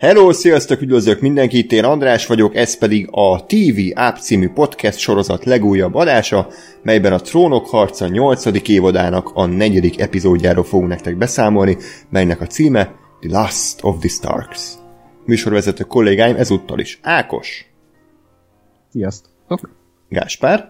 Hello, sziasztok, üdvözlök mindenkit, én András vagyok, ez pedig a TV App című podcast sorozat legújabb adása, melyben a Trónok harca 8. évadának a 4. epizódjáról fogunk nektek beszámolni, melynek a címe The Last of the Starks. Műsorvezető kollégáim ezúttal is Ákos. Sziasztok. Gáspár.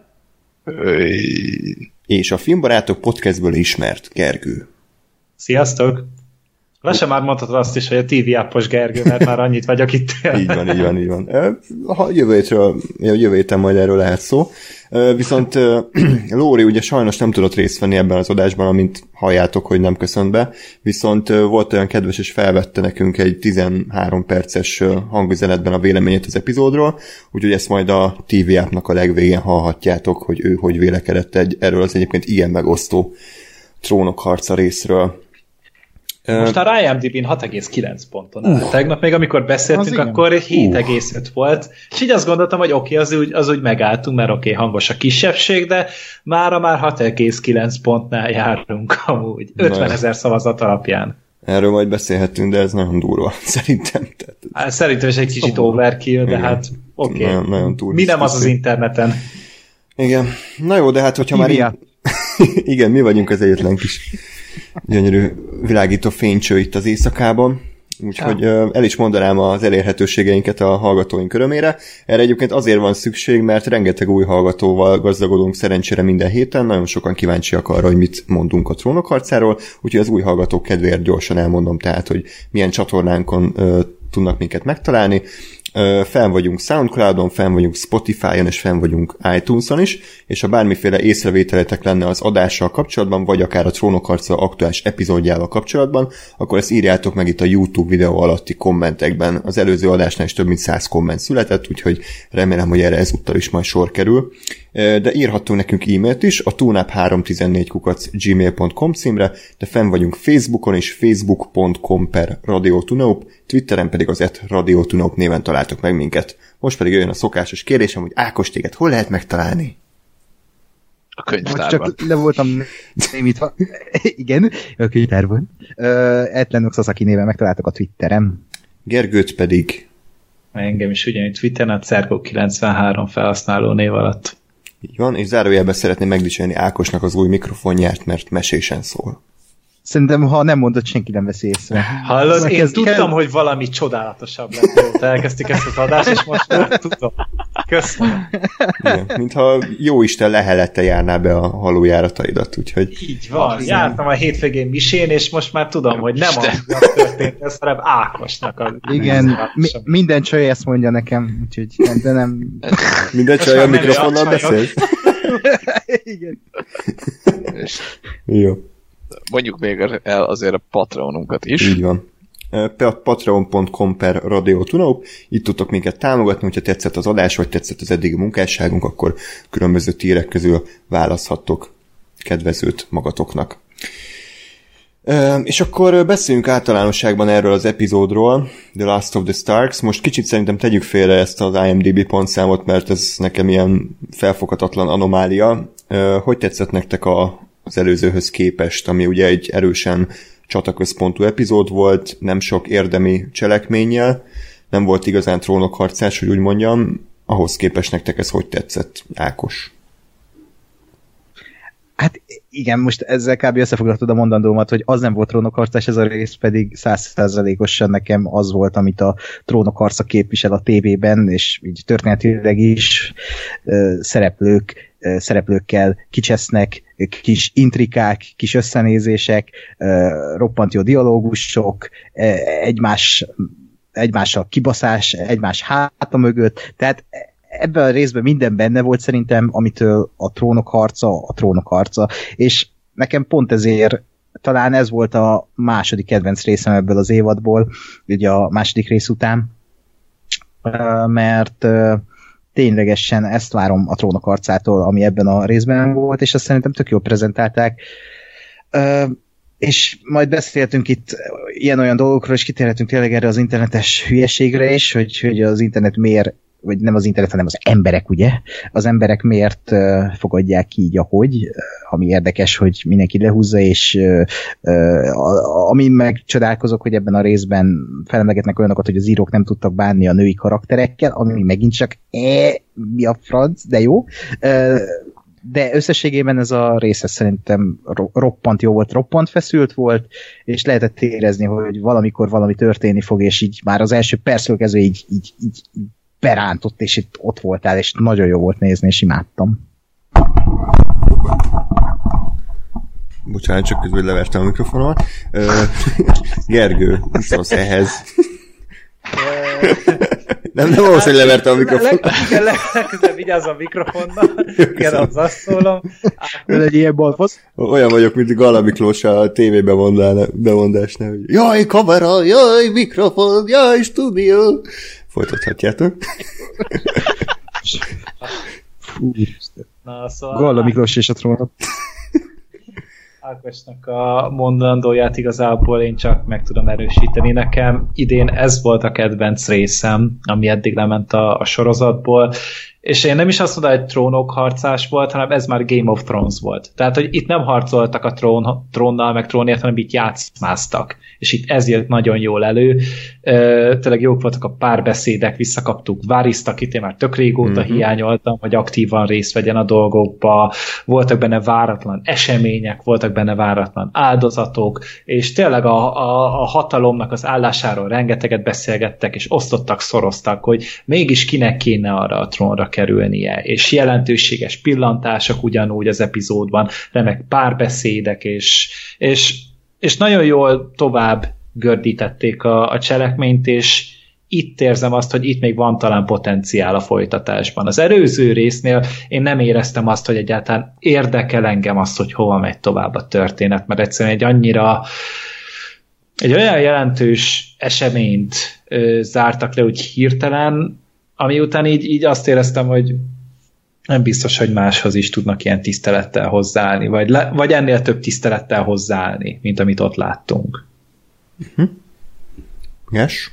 És a Filmbarátok podcastből ismert Gergő. Sziasztok. Lassan már mondhatod azt is, hogy a TV Appos Gergő, mert már annyit vagyok itt. Így van. Ha jövő héten majd erről lehet szó. Viszont Lóri ugye sajnos nem tudott részt venni ebben az adásban, amint halljátok, hogy nem köszönt be, viszont volt olyan kedves, és felvette nekünk egy 13 perces hangüzenetben a véleményét az epizódról, úgyhogy ezt majd a TV Appnak a legvégén hallhatjátok, hogy ő hogy vélekedett erről az egyébként ilyen megosztó Trónok harca részről. Most már IMDb-n 6,9 ponton áll. Tegnap még amikor beszéltünk, akkor 7,5 volt. És így azt gondoltam, hogy oké, az úgy megálltunk, mert oké, hangos a kisebbség, de mára már 6,9 pontnál járunk amúgy. 50 000 szavazat alapján. Erről majd beszélhetünk, de ez nagyon durva, szerintem. Szerintem is egy kicsit overkill, de hát oké. Nagyon mi nem az interneten? Igen. Na jó, de hát hogyha már... Igen, mi vagyunk az egyetlen kis gyönyörű világító fénycső itt az éjszakában, úgyhogy el is mondanám az elérhetőségeinket a hallgatóink örömére. Erre egyébként azért van szükség, mert rengeteg új hallgatóval gazdagodunk szerencsére minden héten, nagyon sokan kíváncsiak arra, hogy mit mondunk a Trónok harcáról, úgyhogy az új hallgatók kedvéért gyorsan elmondom tehát, hogy milyen csatornánkon tudnak minket megtalálni. Fenn vagyunk Soundcloudon, fenn vagyunk Spotify-on, és fenn vagyunk iTunes-on is, és ha bármiféle észrevételetek lenne az adással kapcsolatban, vagy akár a Trónok harca aktuális epizódjával kapcsolatban, akkor ezt írjátok meg itt a YouTube videó alatti kommentekben. Az előző adásnál is több mint 100 komment született, úgyhogy remélem, hogy erre ezúttal is majd sor kerül. De írhattunk nekünk e-mailt is, a tunap314@gmail.com címre, de fenn vagyunk Facebookon is, facebook.com/radiotunaup, Twitteren pedig az @radiotunaup néven találtok meg minket. Most pedig jön a szokásos kérdésem, hogy Ákos, téged hol lehet megtalálni? A könyvtárban. Csak le voltam némítva. Igen, a könyvtárban. Etlenok Sasaki néven megtaláltok a Twitteren. Gergőt pedig... Engem is ugyanúgy Twitteren, a Cerko93 felhasználó név alatt. Így van, és zárójelben szeretném megdicsérni Ákosnak az új mikrofonját, mert mesésen szól. Szerintem, ha nem mondod, senki nem veszi észre. Hallod, én tudtam, hogy valami csodálatosabb lett, mióta elkezdtük ezt az adást, és most már tudom. Köszönöm. Igen, mintha jóisten lehelette járná be a halójárataidat, úgyhogy... Így van, jártam a hétvégén misén, és most már tudom, hogy nem annak történt ez, hanem Ákosnak az... Igen, minden csaj ezt mondja nekem, úgyhogy de nem... Minden csaj a mikrofonnal beszél? Igen. Jó. Mondjuk még el azért a Patreonunkat is. Így van. patreon.com/radiotunaup. Itt tudtok minket támogatni, hogyha tetszett az adás, vagy tetszett az eddigi munkásságunk, akkor különböző tírek közül választhattok kedvezőt magatoknak. És akkor beszéljünk általánosságban erről az epizódról, The Last of the Starks. Most kicsit szerintem tegyük félre ezt az IMDb pontszámot, mert ez nekem ilyen felfoghatatlan anomália. Hogy tetszett nektek az előzőhöz képest, ami ugye egy erősen csataközpontú epizód volt, nem sok érdemi cselekménnyel, nem volt igazán trónokharcás, hogy úgy mondjam. Ahhoz képest nektek ez hogy tetszett, Ákos? Hát igen, most ezzel kb. Összefoglaltad a mondandómat, hogy az nem volt trónokharcás, ez a rész pedig 100%-osan nekem az volt, amit a trónokharca képvisel a tévében, és így történetileg is szereplőkkel kicsesznek, kis intrikák, kis összenézések, roppant jó dialógusok, egymással kibaszás, egymás háta mögött, tehát ebben a részben minden benne volt szerintem, amitől a trónok harca, és nekem pont ezért talán ez volt a második kedvenc részem ebből az évadból, ugye a második rész után, mert ténylegesen ezt várom a trónok harcától, ami ebben a részben volt, és azt szerintem tök jól prezentálták. És majd beszéltünk itt ilyen-olyan dolgokról, és kitérhetünk tényleg erre az internetes hülyeségre is, hogy az internet miért vagy nem az internet, hanem az emberek, ugye? Az emberek miért fogadják így, ahogy, ami érdekes, hogy mindenki lehúzza, és ami megcsodálkozok, hogy ebben a részben felemlegetnek olyanokat, hogy az írók nem tudtak bánni a női karakterekkel, ami megint csak mi a franc, de jó. De összességében ez a része szerintem roppant jó volt, roppant feszült volt, és lehetett érezni, hogy valamikor valami történni fog, és így már az első percről kezdve így berántott, és itt ott voltál, és nagyon jó volt nézni, és imádtam. Bocsánat, csak közben levertem a mikrofonomat. Gergő, viszont ehhez. Nem ahhoz, hogy levertem a mikrofonomat. Igen, legközelebb vigyázz a mikrofonnal. Igen, az azt szólom. Egy ilyen balfasz. Olyan vagyok, mint Gala Miklós a tévébemondásnál, hogy jaj, kamera, jaj, mikrofon, jaj, stúdió. Folytathatjátok. Szóval Gala Miklós és a trónok. Ákosnak a mondandóját igazából én csak meg tudom erősíteni. Nekem idén ez volt a kedvenc részem, ami eddig lement a sorozatból, és én nem is azt mondom, hogy trónok harcás volt, hanem ez már Game of Thrones volt. Tehát, hogy itt nem harcoltak a trónnal, meg trónért, hanem itt játszmáztak. És itt ez jött nagyon jól elő. Tényleg jók voltak a párbeszédek, visszakaptuk Varyszt, akit én már tök régóta hiányoltam, hogy aktívan részt vegyen a dolgokba. Voltak benne váratlan események, voltak benne váratlan áldozatok, és tényleg a hatalomnak az állásáról rengeteget beszélgettek, és osztottak, szoroztak, hogy mégis kinek kéne arra a trónra kerülnie, és jelentőséges pillantások ugyanúgy az epizódban, remek párbeszédek, és nagyon jól tovább gördítették a cselekményt, és itt érzem azt, hogy itt még van talán potenciál a folytatásban. Az előző résznél én nem éreztem azt, hogy egyáltalán érdekel engem azt, hogy hova megy tovább a történet, mert egyszerűen egy olyan jelentős eseményt zártak le úgy hirtelen, ami után így azt éreztem, hogy nem biztos, hogy máshoz is tudnak ilyen tisztelettel hozzáállni, vagy ennél több tisztelettel hozzáállni, mint amit ott láttunk. Yes.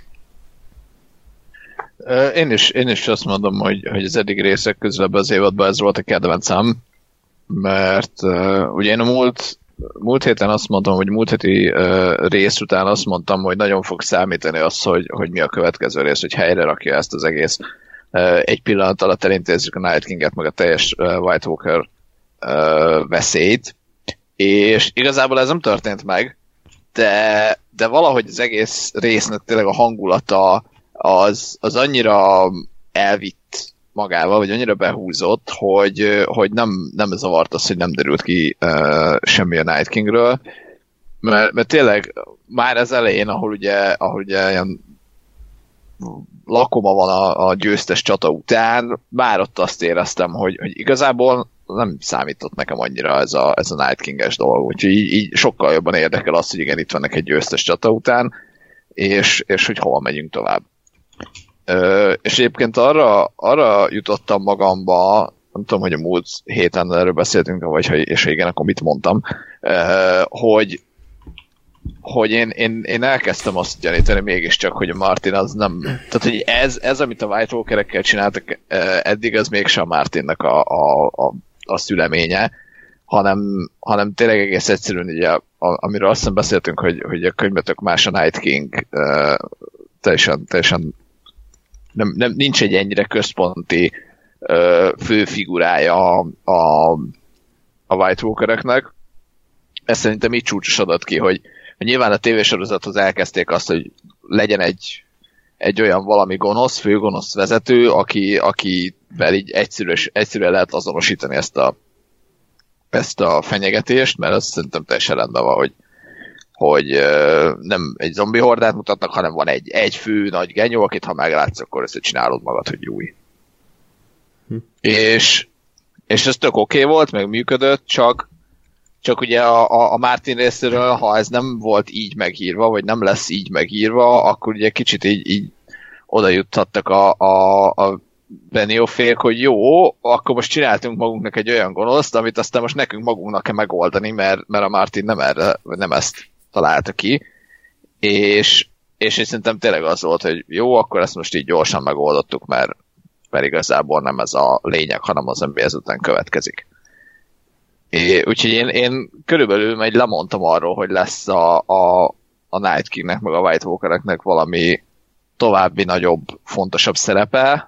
Én is azt mondom, hogy az eddig részek közül ebben az évadban ez volt a kedvencem, mert ugye én a múlt héten azt mondtam, hogy múlt héti rész után azt mondtam, hogy nagyon fog számítani az, hogy mi a következő rész, hogy helyre rakja ezt az egész. Egy pillanat alatt elintézzük a Night King-et, meg a teljes White Walker veszélyt, és igazából ez nem történt meg, de valahogy az egész résznek tényleg a hangulata az annyira elvitt magával, vagy annyira behúzott, hogy nem zavart az, hogy nem derült ki semmi a Night Kingről, mert tényleg már az elején, ahol ugye ilyen lakoma van a győztes csata után, már ott azt éreztem, hogy igazából nem számított nekem annyira ez a Night King-es dolog, úgyhogy így sokkal jobban érdekel az, hogy igen, itt vannak egy győztes csata után, és hogy hova megyünk tovább. És egyébként arra jutottam magamba, nem tudom, hogy a múlt héten erről beszéltünk, és igen, akkor mit mondtam, hogy én elkezdtem azt gyanítani mégiscsak, hogy a Martin az nem... Tehát, hogy ez amit a White Walkerekkel csináltak eddig, ez mégsem a Martinnak a szüleménye, hanem tényleg egész egyszerűen, ugye, amiről azt hiszem beszéltünk, hogy a könyvetök más a Night King teljesen nincs egy ennyire központi főfigurája a White Walkereknek. Ez szerintem így csúcsosodott ki, hogy nyilván a tévésorozathoz elkezdték azt, hogy legyen egy olyan valami gonosz, főgonosz vezető, akivel így egyszerűen lehet azonosítani ezt a fenyegetést, mert az szerintem teljesen rendben van, hogy nem egy zombi hordát mutatnak, hanem van egy fő nagy genyó, akit ha meglátsz, akkor összecsinálod magad, hogy júj. És ez tök oké volt, meg működött, csak ugye a Martin részéről, ha ez nem volt így megírva, vagy nem lesz így megírva, akkor ugye kicsit így oda juttattak a Benioffék, hogy jó, akkor most csináltunk magunknak egy olyan gonoszt, amit aztán most nekünk magunknak kell megoldani, mert a Martin nem ezt találta ki, és szerintem tényleg az volt, hogy jó, akkor ezt most így gyorsan megoldottuk, mert mert igazából nem ez a lényeg, hanem az, ami ezután következik. Úgyhogy én körülbelül majd lemondtam arról, hogy lesz a Night Kingnek meg a White Walkereknek valami további nagyobb, fontosabb szerepe.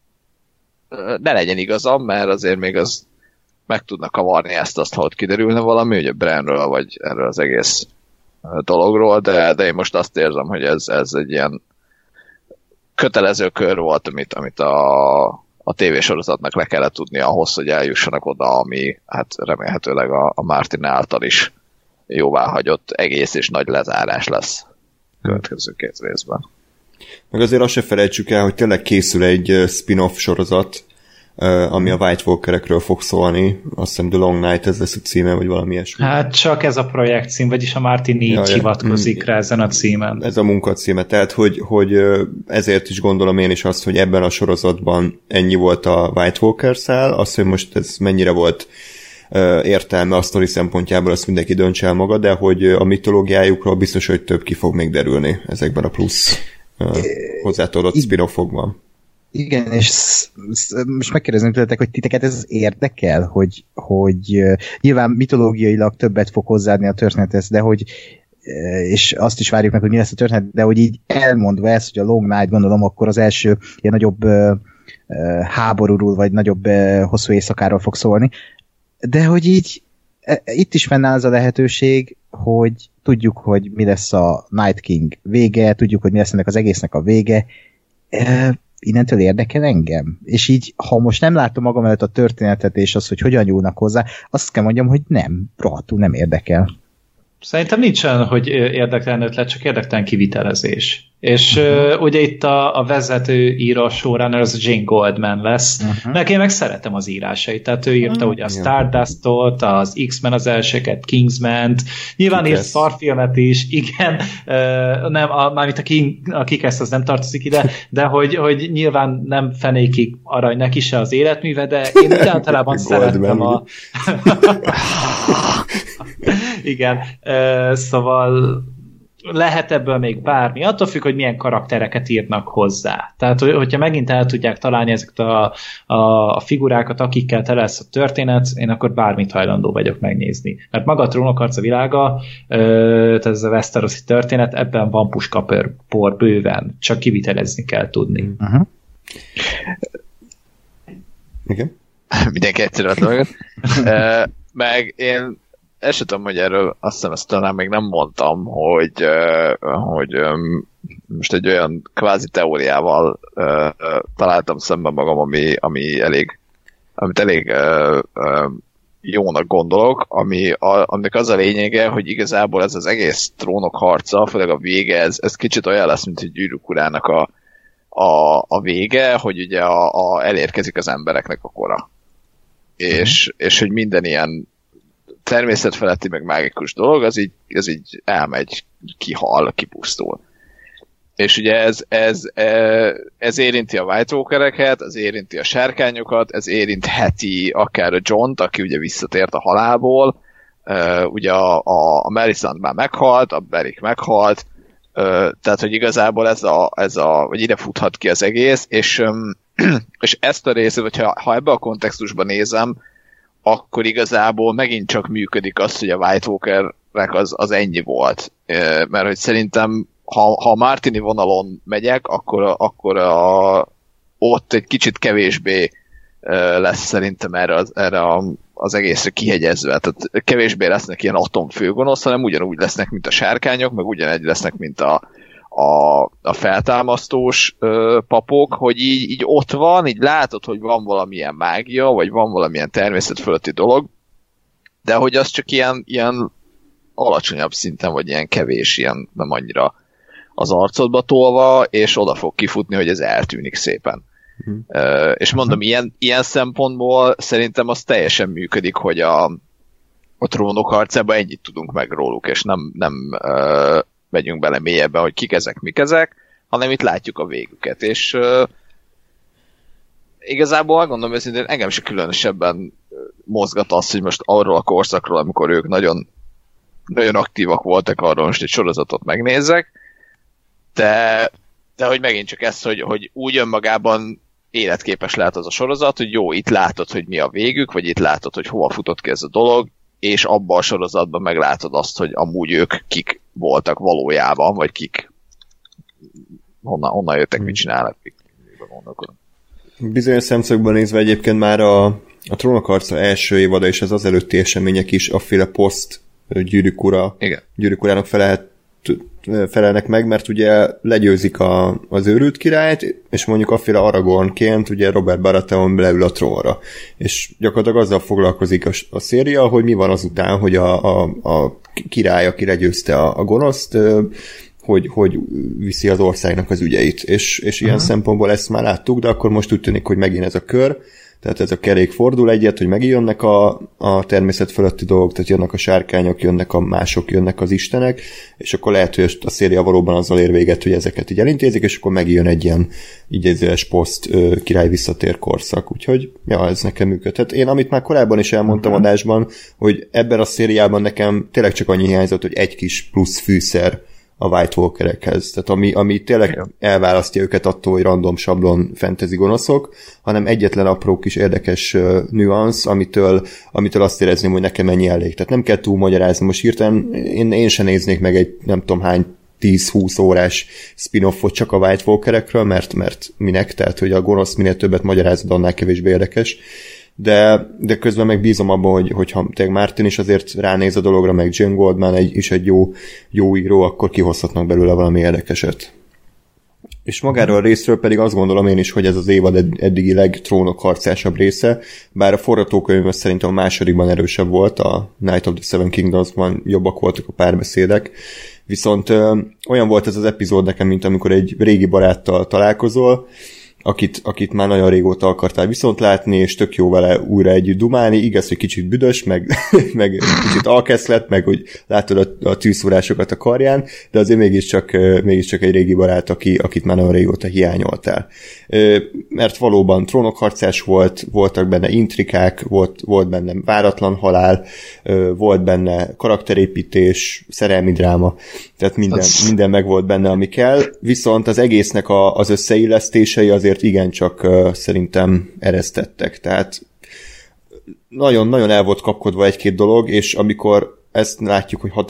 Ne legyen igazam, mert azért még az meg tudnak kavarni ezt-azt, ha ott kiderülne valami, ugye Branről, vagy erről az egész dologról, de én most azt érzem, hogy ez egy ilyen kötelező kör volt, amit a tévésorozatnak le kellett tudni ahhoz, hogy eljussanak oda, ami hát remélhetőleg a Martin által is jóváhagyott egész és nagy lezárás lesz következő 2 részben. Meg azért azt se felejtsük el, hogy tényleg készül egy spin-off sorozat, ami a White Walkerekről fog szólni. Azt hiszem The Long Night, ez lesz a címe, vagy valami ilyesmi. Hát csak ez a projekt cím, vagyis a Martin így hivatkozik rá ezen a címen. Ez a munkacíme, tehát hogy ezért is gondolom én is azt, hogy ebben a sorozatban ennyi volt a White Walker-szel, azt, hogy most ez mennyire volt értelme a sztori szempontjából, azt mindenki döntse el maga, de hogy a mitológiájukról biztos, hogy több ki fog még derülni ezekben a plusz hozzátolott spin-offokban. Igen, és most megkérdezném tőletek, hogy titeket ez érdekel, hogy nyilván mitológiailag többet fog hozzáadni a történethez, de hogy és azt is várjuk meg, hogy mi lesz a történet, de hogy így elmondva ezt, hogy a Long Night, gondolom, akkor az első ilyen nagyobb háborúról, vagy nagyobb hosszú éjszakáról fog szólni, de hogy így itt is fennáll az a lehetőség, hogy tudjuk, hogy mi lesz a Night King vége, tudjuk, hogy mi lesz ennek az egésznek a vége, innentől érdekel engem. És így, ha most nem látom magam előtt a történetet, és az, hogy hogyan nyúlnak hozzá, azt kell mondjam, hogy nem, rohadtul nem érdekel. Szerintem nincs olyan, hogy érdektelen ötlet, csak érdektelen kivitelezés. És ugye itt a vezető író showrunner az Jane Goldman lesz. Neki én meg szeretem az írásait. Tehát ő írta ugye a Stardustot, az X-Men az elsőket, Kingsman-t, nyilván írt szarfilmet is, igen, nem, mármint a Kick-Ass az nem tartozik ide, de hogy nyilván nem fenékig arany neki se az életműve, de én úgy általában szerettem a... Igen, szóval lehet ebből még bármi, attól függ, hogy milyen karaktereket írnak hozzá. Tehát, hogyha megint el tudják találni ezeket a figurákat, akikkel tele lesz a történet, én akkor bármit hajlandó vagyok megnézni. Mert maga a Trónokharca világa, tehát ez a Westerosi történet, ebben van puskapor bőven, csak kivitelezni kell tudni. Igen. Mindenki egyszerűen magad. Meg én ezt sem tudom, hogy erről azt hiszem, ezt talán még nem mondtam, hogy most egy olyan kvázi teóriával találtam szemben magam, amit elég jónak gondolok, aminek az a lényege, hogy igazából ez az egész Trónok harca, főleg a vége, ez kicsit olyan lesz, mint egy Gyűrűk urának a vége, hogy ugye elérkezik az embereknek a kora. És hogy minden ilyen természetfeletti, meg mágikus dolog, az így elmegy, kihal, kipusztul. És ugye ez érinti a White Walkereket, ez érinti a sárkányokat, ez érintheti akár a Johnt, aki ugye visszatért a halálból, ugye a Melisandre már meghalt, a Beric meghalt, tehát, hogy igazából ez a vagy ide futhat ki az egész, és ezt a részt, vagy ha ebbe a kontextusban nézem, akkor igazából megint csak működik az, hogy a White Walkernek az ennyi volt. Mert hogy szerintem, ha a Martini vonalon megyek, akkor ott egy kicsit kevésbé lesz szerintem erre az egészre kihegyezve. Tehát kevésbé lesznek ilyen atomfőgonosz, hanem ugyanúgy lesznek, mint a sárkányok, meg ugyanegy lesznek, mint a feltámasztós papok, hogy így ott van, így látod, hogy van valamilyen mágia, vagy van valamilyen természetfölötti dolog, de hogy az csak ilyen alacsonyabb szinten, vagy ilyen kevés, ilyen nem annyira az arcodba tolva, és oda fog kifutni, hogy ez eltűnik szépen. És mondom, ilyen szempontból szerintem az teljesen működik, hogy a Trónok harcában ennyit tudunk meg róluk, és nem megyünk bele mélyebben, hogy kik ezek, mik ezek, hanem itt látjuk a végüket, és igazából gondolom őszintén engem is különösebben mozgat az, hogy most arról a korszakról, amikor ők nagyon, nagyon aktívak voltak, arról most egy sorozatot megnézzek, de hogy megint csak ez, hogy úgy önmagában életképes lehet az a sorozat, hogy jó, itt látod, hogy mi a végük, vagy itt látod, hogy hova futott ki ez a dolog, és abban a sorozatban meglátod azt, hogy amúgy ők kik voltak valójában, vagy kik honnan jöttek, mit csinálnak, Bizonyos szemszögből nézve egyébként már a Trónok harca első évada és az előtti események is afféle poszt Gyűrűk urának felelnek meg, mert ugye legyőzik az őrült királyt, és mondjuk afféle Aragornként ugye Robert Baratheon leül a trónra. És gyakorlatilag azzal foglalkozik a széria, hogy mi van azután, hogy a király, aki legyőzte a gonoszt, hogy viszi az országnak az ügyeit. És ilyen szempontból ezt már láttuk, de akkor most úgy tűnik, hogy megint ez a kör, tehát ez a kerék fordul egyet, hogy megint jönnek a természet fölötti dolgok, tehát jönnek a sárkányok, jönnek a mások, jönnek az istenek, és akkor lehet, hogy a széria valóban azzal ér véget, hogy ezeket így elintézik, és akkor megjön egy ilyen idézőes poszt király visszatér korszak. Úgyhogy ja, ez nekem működhet. Én amit már korábban is elmondtam adásban, hogy ebben a szériában nekem tényleg csak annyi hiányzott, hogy egy kis plusz fűszer a White Walkerekhez. Tehát ami tényleg elválasztja őket attól, hogy random sablon fantasy gonoszok, hanem egyetlen apró kis érdekes nüansz, amitől azt érezném, hogy nekem ennyi elég. Tehát nem kell túl magyarázni. Most hirtelen én sem néznék meg egy nem tudom hány 10-20 órás spin-offot csak a White Walkerekről, mert minek? Tehát, hogy a gonosz minél többet magyarázod, annál kevésbé érdekes. De közben meg bízom abban, hogyha tényleg Martin is azért ránéz a dologra, meg Jane Goldman is egy jó író, akkor kihozhatnak belőle valami érdekeset. És magáról a részről pedig azt gondolom én is, hogy ez az évad eddigi legtrónokharcásabb része, bár a forgatókönyv szerintem a másodikban erősebb volt, a Night of the Seven Kingdoms-ban jobbak voltak a párbeszédek, viszont olyan volt ez az epizód nekem, mint amikor egy régi baráttal találkozol, akit már nagyon régóta akartál viszont látni, és tök jó vele újra együtt dumálni, igaz, hogy kicsit büdös, meg kicsit alkeszlet, meg hogy látod a tűzszórásokat a karján, de azért mégiscsak egy régi barát, akit már nagyon régóta hiányoltál. Mert valóban trónokharcás voltak benne intrikák, volt benne váratlan halál, volt benne karakterépítés, szerelmi dráma, tehát minden meg volt benne, ami kell, viszont az egésznek az összeillesztései azért igencsak szerintem eresztettek, tehát nagyon-nagyon el volt kapkodva egy-két dolog, és amikor ezt látjuk, hogy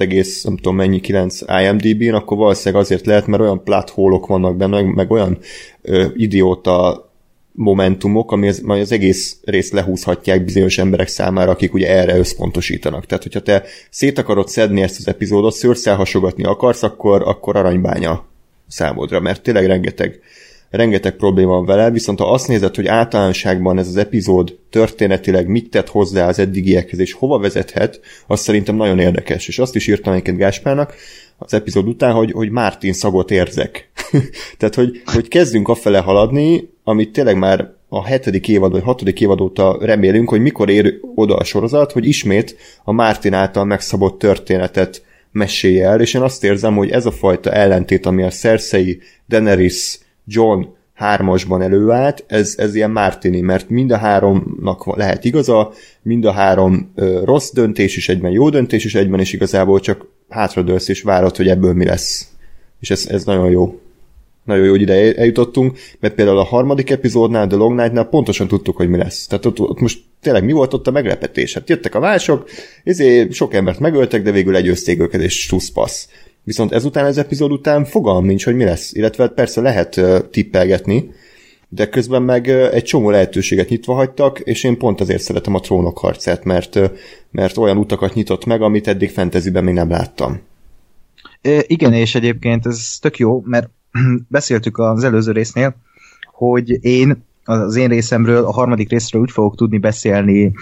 6,9 IMDb-n, akkor valószínűleg azért lehet, mert olyan plot hole-ok vannak benne, meg olyan idióta momentumok, ami az egész részt lehúzhatják bizonyos emberek számára, akik ugye erre összpontosítanak. Tehát, hogyha te szét akarod szedni ezt az epizódot, szőrszálhasogatni akarsz, akkor aranybánya számodra, mert tényleg rengeteg probléma van vele, viszont ha azt nézed, hogy általánosságban ez az epizód történetileg mit tett hozzá az eddigiekhez, és hova vezethet, az szerintem nagyon érdekes. És azt is írtam egyébként Gáspárnak az epizód után, hogy Martin szagot érzek. Tehát, hogy kezdünk afele haladni, amit tényleg már a 7. évad vagy 6. évad óta remélünk, hogy mikor ér oda a sorozat, hogy ismét a Martin által megszabott történetet mesélje el, és én azt érzem, hogy ez a fajta ellentét, ami a Cersei, Daenerys, John 3-asban előállt, ez ilyen Martini, mert mind a háromnak lehet igaza, mind a három rossz döntés is egyben, jó döntés is egyben, és igazából csak hátradőlsz és várod, hogy ebből mi lesz. És ez nagyon jó. Nagyon jó, hogy ide eljutottunk, mert például a 3. epizódnál, The Long Night-nál pontosan tudtuk, hogy mi lesz. Tehát ott most tényleg mi volt ott a meglepetés? Hát jöttek a mások, sok embert megöltek, de végül legyőzték őket, és tuszpasz. Viszont ezután, az epizód után fogalmam nincs, hogy mi lesz. Illetve persze lehet tippelgetni, de közben meg egy csomó lehetőséget nyitva hagytak, és én pont azért szeretem a Trónok harcát, mert olyan utakat nyitott meg, amit eddig fantasyben még nem láttam. Igen, és egyébként ez tök jó, mert beszéltük az előző résznél, hogy az én részemről, a 3. részről úgy fogok tudni beszélni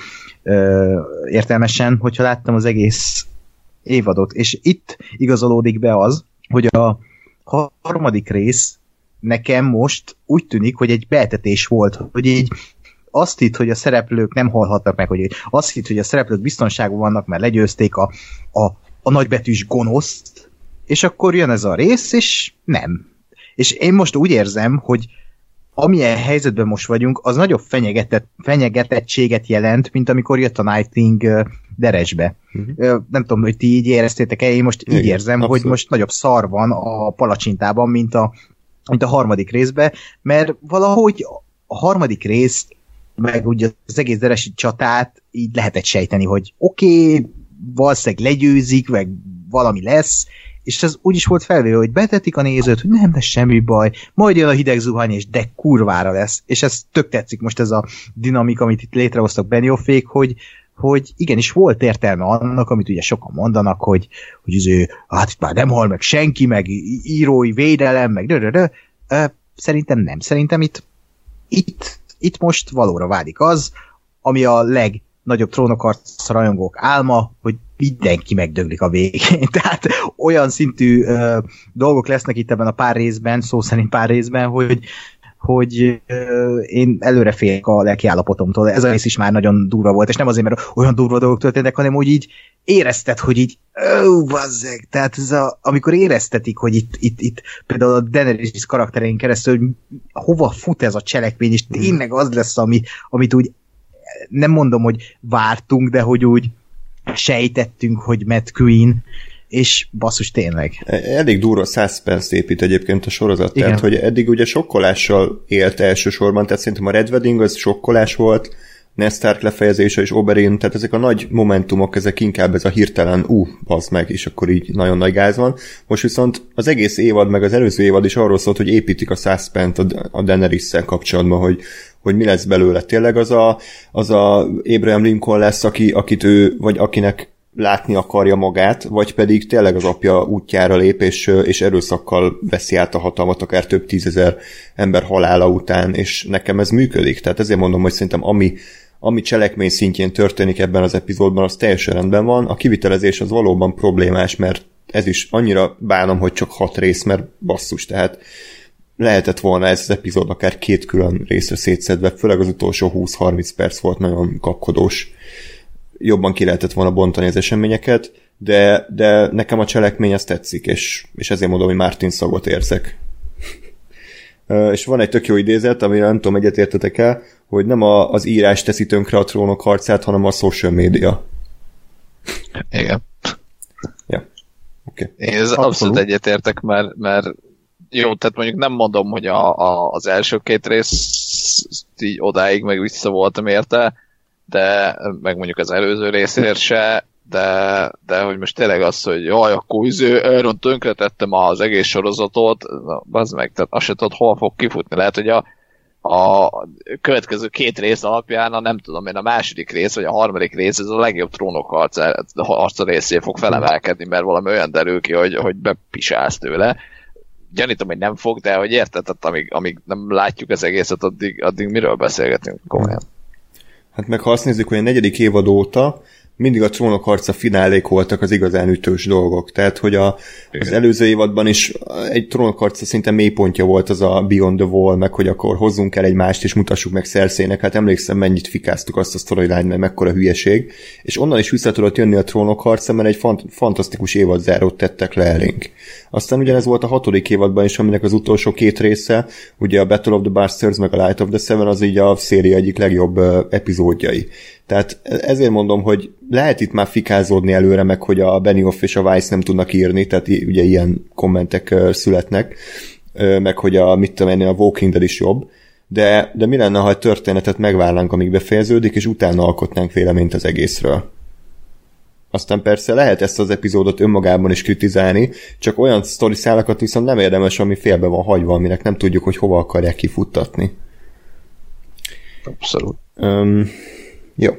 értelmesen, hogyha láttam az egész évadot. És itt igazolódik be az, hogy a 3. rész nekem most úgy tűnik, hogy egy beetetés volt, hogy így azt hitt, hogy a szereplők nem halhatnak meg, hogy azt hitt, hogy a szereplők biztonságban vannak, mert legyőzték a nagybetűs gonoszt, és akkor jön ez a rész, és nem. És én most úgy érzem, hogy amilyen helyzetben most vagyunk, az nagyobb fenyegetettséget jelent, mint amikor jött a Night King Deresbe. Nem tudom, hogy ti így éreztétek-e, én most így érzem, abszolút, hogy most nagyobb szar van a palacsintában, mint a 3. részben, mert valahogy a harmadik részt, meg ugye az egész deresi csatát így lehetett sejteni, hogy oké, valószínűleg legyőzik, meg valami lesz, és ez úgy is volt felvéve, hogy betetik a nézőt, hogy nem lesz semmi baj, majd jön a hideg zuhany, és de kurvára lesz. És ez tök tetszik most ez a dinamika, amit itt létrehoztak Benioffék, hogy igenis volt értelme annak, amit ugye sokan mondanak, hogy hát itt már nem hal meg senki, meg írói védelem, meg szerintem nem. Szerintem itt most valóra válik az, ami a legnagyobb trónokharc rajongók álma, hogy mindenki megdöglik a végén. Tehát olyan szintű dolgok lesznek itt ebben a pár részben, szó szerint pár részben, hogy én előre félek a lelkiállapotomtól. Ez a rész is már nagyon durva volt, és nem azért, mert olyan durva dolgok történtek, hanem úgy így érezted, hogy így bazzeg. Tehát amikor éreztetik, hogy itt például a Daenerys karakterein keresztül, hogy hova fut ez a cselekmény, és tényleg az lesz, amit úgy nem mondom, hogy vártunk, de hogy úgy sejtettünk, hogy Mad Queen, és basszus tényleg. Elég durva suspense épít egyébként a sorozat, igen. Tehát hogy eddig ugye sokkolással élt elsősorban, tehát szerintem a Red Wedding az sokkolás volt, Ned Stark lefejezése és Oberyn, tehát ezek a nagy momentumok, ezek inkább ez a hirtelen, bazd meg, és akkor így nagyon nagy gáz van. Most viszont az egész évad, meg az előző évad is arról szólt, hogy építik a suspense a Daenerys-szel kapcsolatban, hogy mi lesz belőle. Tényleg az a Abraham Lincoln lesz, akit ő, vagy akinek látni akarja magát, vagy pedig tényleg az apja útjára lép, és erőszakkal veszi át a hatalmat, akár több 10 000 ember halála után, és nekem ez működik. Tehát ezért mondom, hogy szerintem ami cselekmény szintjén történik ebben az epizódban, az teljesen rendben van. A kivitelezés az valóban problémás, mert ez is annyira bánom, hogy csak 6 rész, mert basszus, tehát lehetett volna ez az epizód akár 2 külön részre szétszedve, főleg az utolsó 20-30 perc volt nagyon kapkodós. Jobban ki lehetett volna bontani az eseményeket, de nekem a cselekmény azt tetszik, és ezért mondom, hogy Martin szagot érzek. És van egy tök jó idézet, amire nem tudom, egyetértetek el, hogy nem az írás teszi tönkre a trónok harcát, hanem a social media. Igen. Ja. Okay. Én abszolút egyetértek, mert jó, tehát mondjuk nem mondom, hogy az első 2 rész így odáig meg vissza voltam érte, de meg mondjuk az előző részért se, de hogy most tényleg az, hogy jaj, akkor Aaron tönkretettem az egész sorozatot, bazd meg, tehát azt se tudod, hol fog kifutni. Lehet, hogy a következő 2 rész alapján, nem tudom én, a második rész, vagy a harmadik rész, ez a legjobb trónok harca részé fog felemelkedni, mert valami olyan derül ki, hogy bepisálsz tőle. Gyanítom, hogy nem fog, de hogy érted, tehát amíg nem látjuk az egészet, addig miről beszélgetünk komolyan. Hát meg ha azt nézzük, hogy a 4. évad óta mindig a trónok harca finálék voltak az igazán ütős dolgok. Tehát, hogy az előző évadban is egy trónok harca szinte mélypontja volt az a Beyond the Wall, meg hogy akkor hozzunk el egymást, és mutassuk meg Cerseinek. Hát emlékszem, mennyit fikáztuk azt a storyline, mert mekkora hülyeség. És onnan is vissza tudott jönni a trónok harca, mert egy fantasztikus évadzárót tettek le elénk. Aztán ugyanez volt a 6. évadban is, aminek az utolsó 2 része, ugye a Battle of the Bastards, meg a Light of the Seven, az így a széria egyik legjobb epizódjai. Tehát ezért mondom, hogy lehet itt már fikázódni előre, meg hogy a Benioff és a Weiss nem tudnak írni, tehát ugye ilyen kommentek születnek, meg hogy a Walking Dead is jobb, de mi lenne, ha a történetet megvárnánk, amíg befejeződik, és utána alkotnánk véleményt az egészről. Aztán persze lehet ezt az epizódot önmagában is kritizálni, csak olyan sztoriszálakat viszont nem érdemes, ami félbe van hagyva, aminek nem tudjuk, hogy hova akarják kifuttatni. Abszolút. Jó.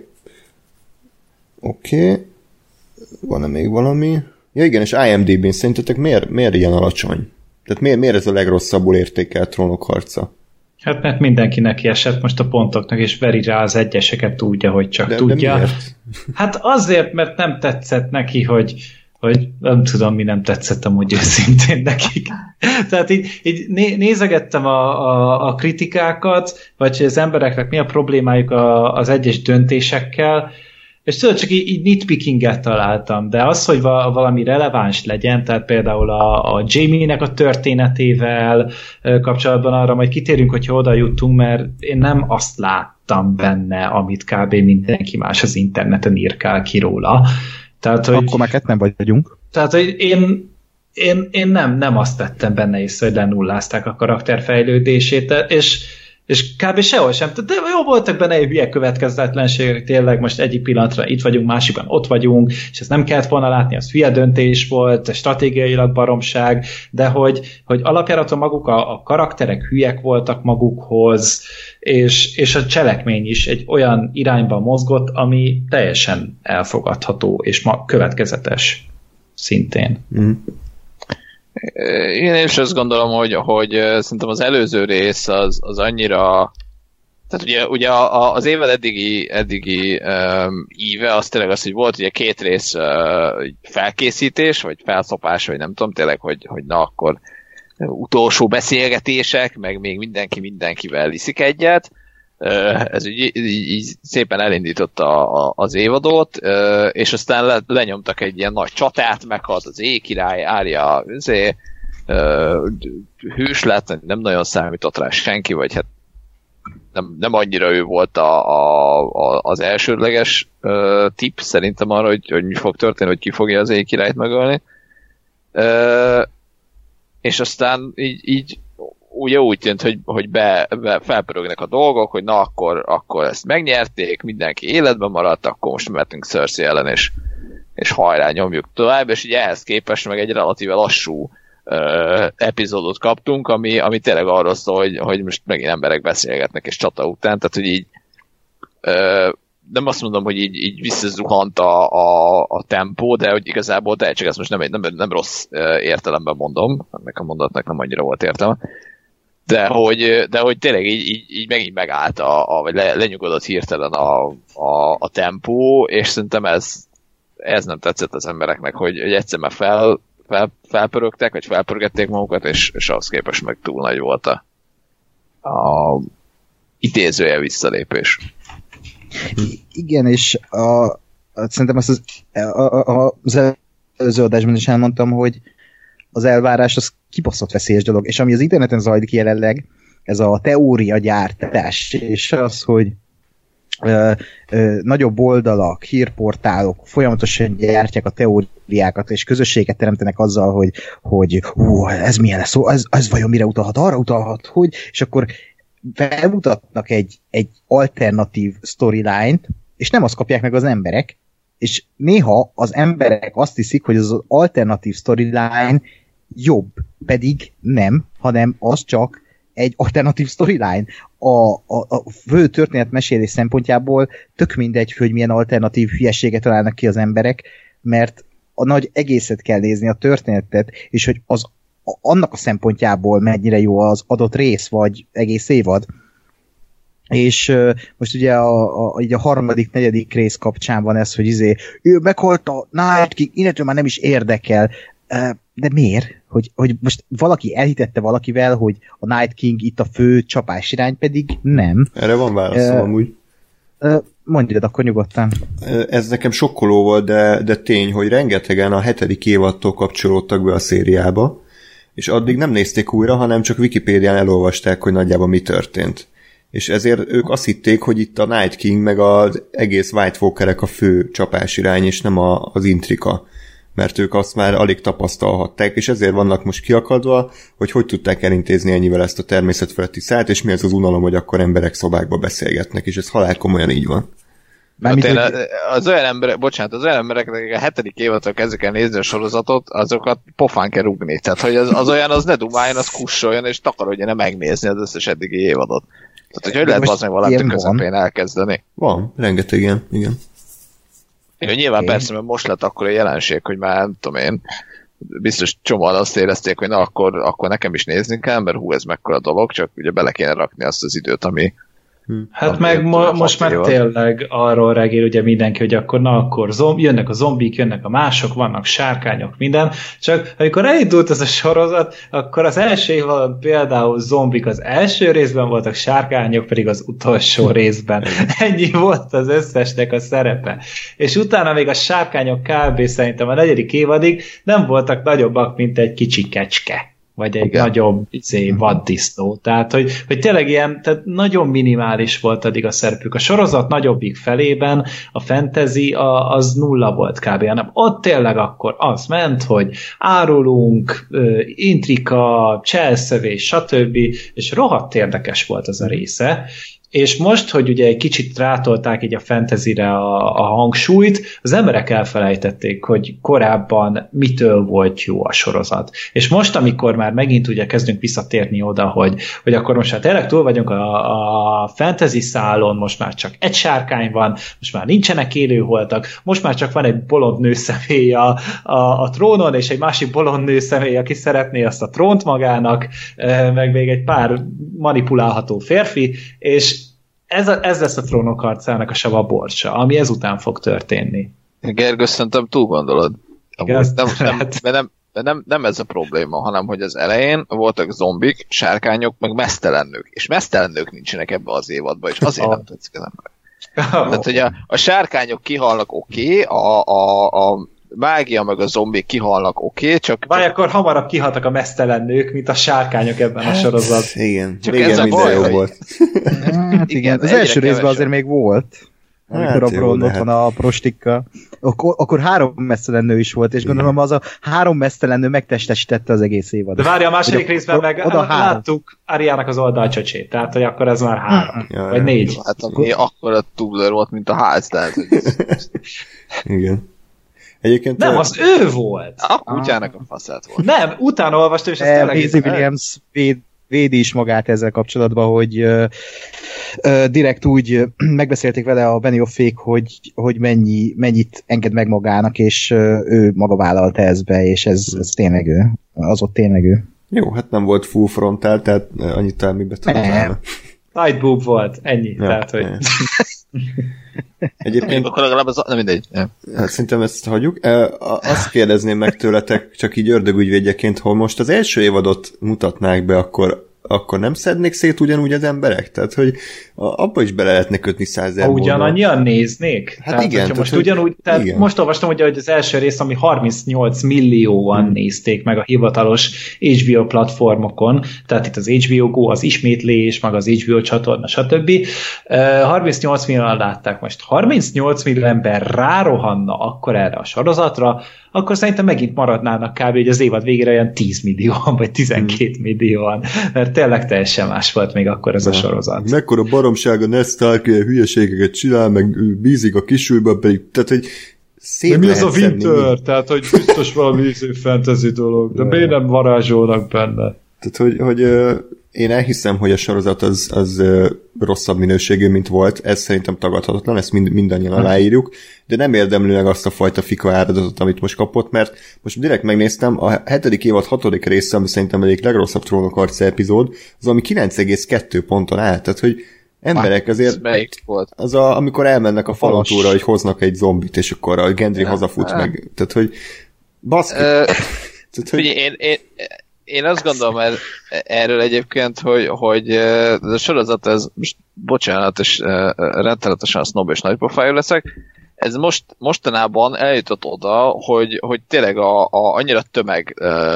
Oké. Van-e még valami? Ja igen, és IMDb-n szerintetek miért ilyen alacsony? Tehát miért ez a legrosszabbul értékelt trónok harca? Hát mert mindenki neki esett most a pontoknak, és veri rá az egyeseket tudja, hogy csak tudja. De miért? Hát azért, mert nem tetszett neki, hogy nem tudom, mi nem tetszett amúgy őszintén nekik. Tehát így nézegettem a kritikákat, vagy hogy az embereknek mi a problémájuk az egyes döntésekkel, és tudod, csak így nitpickinget találtam, de az, hogy valami releváns legyen, tehát például a Jamie-nek a történetével kapcsolatban arra majd kitérünk, hogyha oda jutunk, mert én nem azt láttam benne, amit kb. Mindenki más az interneten írkál ki róla. Tehát, hogy, akkor meg nem vagyunk. Tehát, hogy én nem azt tettem benne észre, hogy lenullázták a karakterfejlődését, és És kb. Sehol sem. De jó, voltak benne hülye következetlenségek, tényleg most egyik pillanatra itt vagyunk, másikban ott vagyunk, és ezt nem kellett volna látni, az hülye döntés volt, stratégiailag baromság, de hogy alapjáraton maguk a karakterek hülyek voltak magukhoz, és a cselekmény is egy olyan irányba mozgott, ami teljesen elfogadható, és következetes szintén. Mm. Én is azt gondolom, hogy szerintem az előző rész az annyira... Tehát ugye az évad eddigi íve az tényleg az, hogy volt ugye 2 rész felkészítés, vagy felszopás, vagy nem tudom tényleg, hogy na akkor utolsó beszélgetések, meg még mindenki mindenkivel iszik egyet. Ez így szépen elindította az évadot, és aztán lenyomtak egy ilyen nagy csatát, meghalt az éjkirály, Arya hős lett, nem nagyon számított rá senki, vagy hát nem annyira ő volt az elsődleges tipp szerintem arra, hogy mi fog történni, hogy ki fogja az éjkirályt megölni. És aztán így ugye úgy tűnt, hogy felpörögnek a dolgok, hogy na akkor ezt megnyerték, mindenki életben maradt, akkor most mehetünk Cersei ellen, és hajrá, nyomjuk tovább, és így ehhez képest meg egy relatíve lassú epizódot kaptunk, ami tényleg arról szól, hogy most megint emberek beszélgetnek és csata után, tehát hogy így nem azt mondom, hogy így visszazuhant a tempó, de hogy igazából csak ezt most nem rossz értelemben mondom, ennek a mondatnak nem annyira volt értelme, de hogy tényleg így megint megállt, vagy lenyugodott hirtelen a tempó, és szerintem ez nem tetszett az embereknek, hogy egyszer már felpörögtek, vagy felpörgették magukat, és ahhoz képest meg túl nagy volt a idézője visszalépés. Igen, és szerintem az előző adásban is elmondtam, hogy az elvárás az kibaszott veszélyes dolog, és ami az interneten zajlik jelenleg, ez a teóriagyártás, és az, hogy nagyobb oldalak, hírportálok folyamatosan gyártják a teóriákat, és közösséget teremtenek azzal, hogy ez milyen lesz, ez vajon mire utalhat, arra utalhat, hogy, és akkor felmutatnak egy alternatív storyline-t, és nem azt kapják meg az emberek, és néha az emberek azt hiszik, hogy az alternatív storyline jobb, pedig nem, hanem az csak egy alternatív storyline. A fő történetmesélés szempontjából tök mindegy, hogy milyen alternatív hülyeséget találnak ki az emberek, mert a nagy egészet kell nézni, a történetet, és hogy annak a szempontjából mennyire jó az adott rész, vagy egész évad. És most ugye a harmadik, negyedik rész kapcsán van ez, hogy ő meghalt a Night King, innentől már nem is érdekel. De miért? Hogy most valaki elhitette valakivel, hogy a Night King itt a fő csapás irány, pedig nem. Erre van válaszom amúgy. Mondjad akkor nyugodtan. Ez nekem sokkoló volt, de tény, hogy rengetegen a 7. évadtól kapcsolódtak be a szériába, és addig nem nézték újra, hanem csak Wikipédián elolvasták, hogy nagyjából mi történt. És ezért ők azt hitték, hogy itt a Night King meg az egész White Walkerek a fő csapás irány, és nem az intrika. Mert ők azt már alig tapasztalhatták, és ezért vannak most kiakadva, hogy tudták elintézni ennyivel ezt a természetfeletti szállt, és mi ez az unalom, hogy akkor emberek szobákba beszélgetnek, és ez halál komolyan így van. Az olyan emberek, akik a 7. évadtól kezdik el nézni a sorozatot, azokat pofán kell rúgni. Tehát, hogy az olyan, az ne dumáljon, az kussoljon, és takarodjon megnézni az összes eddigi évadot. Tehát, hogy lehet az meg valamit közepén elkezdeni. Van, rengeteg ilyen, igen. Jó, nyilván persze, mert most lett akkor a jelenség, hogy már nem tudom én, biztos csomóan azt érezték, hogy na akkor nekem is nézni kell, mert ez mekkora dolog, csak ugye bele kéne rakni azt az időt, ami... Hát meg most már tényleg arról regél ugye mindenki, hogy akkor jönnek a zombik, jönnek a mások, vannak sárkányok, minden, csak amikor elindult ez a sorozat, akkor az első évben például zombik az első részben voltak, sárkányok pedig az utolsó részben. Ennyi volt az összesnek a szerepe. És utána még a sárkányok kb. Szerintem a 4. évadig nem voltak nagyobbak, mint egy kicsi kecske. vagy egy nagyobb vaddisznó. Tehát, hogy tényleg ilyen, tehát nagyon minimális volt addig a szerepük. A sorozat nagyobbik felében a fantasy az nulla volt kb. Hanem ott tényleg akkor az ment, hogy árulunk, intrika, cselszövés, stb. És rohadt érdekes volt az a része. És most, hogy ugye egy kicsit rátolták így a fantasyre a hangsúlyt, az emberek elfelejtették, hogy korábban mitől volt jó a sorozat. És most, amikor már megint ugye kezdünk visszatérni oda, hogy akkor most már tényleg túl vagyunk a fantasy szálon, most már csak egy sárkány van, most már nincsenek élőholtak, most már csak van egy bolond nőszemély a trónon, és egy másik bolond nőszemély, aki szeretné azt a trónt magának, meg még egy pár manipulálható férfi, és ez lesz a Trónok harcának a sava borcsa, ami ezután fog történni. Gergő, szerintem túl gondolod. Nem ez a probléma, hanem hogy az elején voltak zombik, sárkányok, meg meztelen nők. És meztelen nők nincsenek ebbe az évadban, és azért nem tetszik az ember. Tehát, hogy a sárkányok kihalnak oké, a mágia meg a zombik kihalnak csak... Vagy akkor hamarabb kihaltak a meztelen nők, mint a sárkányok ebben a sorozatban. Igen, csak régen minden jó volt. Hát igen, az első részben azért még volt. Amikor a Bron ott van a prostikkal. Akkor 3 meztelen nő is volt, és gondolom az a 3 meztelen nő megtestesítette az egész évadot. De várja, a második részben meg láttuk Ariának az oldalcsöcsét, tehát hogy akkor ez már 3, vagy 4. Hát ami akkor a Tubler volt, mint a ház, tehát... Igen. Egyébként nem, az ő volt! A kutyának a faszát volt. Nem, utána olvastam, és azt tényleg... Maisie Williams védi is magát ezzel kapcsolatban, hogy direkt úgy megbeszélték vele a Benioffék, hogy mennyit enged meg magának, és ő maga vállalta ezt be, és ez tényleg ő. Az ott tényleg ő. Jó, hát nem volt full frontal, tehát annyit talán még betudott. Tight boob volt, ennyi. Ja, tehát, hogy... Egyébként... Akkor legalább az... Nem mindegy. Hát szerintem ezt hagyjuk. Azt kérdezném meg tőletek, csak így ördögügyvédjeként, hogy most az első évadot mutatnák be, akkor nem szednék szét ugyanúgy az emberek? Tehát, hogy abba is bele lehetne kötni 100 000 módon. Ugyanannyian néznék? Hát tehát, igen. Most ugyanúgy, tehát igen. Most olvastam, hogy az első rész, ami 38 millióan nézték meg a hivatalos HBO platformokon, tehát itt az HBO Go, az ismétlés, meg az HBO csatorna, stb. 38 millióan látták most. 38 millió ember rárohanna akkor erre a sorozatra, akkor szerintem megint maradnának kb. Hogy az évad végére olyan 10 millióan, vagy 12 millióan, mert tényleg teljesen más volt még akkor ez a sorozat. Mekkora baromsága Ned Stark hülyeségeket csinál, meg bízik a kisúlyba, pedig, tehát, hogy szét mi az a Winter? Tehát, hogy biztos valami fantasy dolog, de miért nem varázsolnak benne? Tehát, hogy én elhiszem, hogy a sorozat az rosszabb minőségű, mint volt, ez szerintem tagadhatatlan, ezt mindannyian aláírjuk, de nem érdemli meg azt a fajta fika áradatot, amit most kapott, mert most direkt megnéztem, a 7. évad 6. része, ami szerintem egyik legrosszabb Trónok harca epizód, az ami 9,2 ponton áll, tehát hogy emberek azért... Melyik volt? Az amikor elmennek a falantúra, hogy hoznak egy zombit, és akkor a Gendry hazafut meg, tehát hogy baszki. Én azt gondolom erről egyébként, hogy ez a sorozat, ez most bocsánat, és rettenetesen sznob és nagypofájú leszek, ez mostanában eljutott oda, hogy tényleg annyira tömeg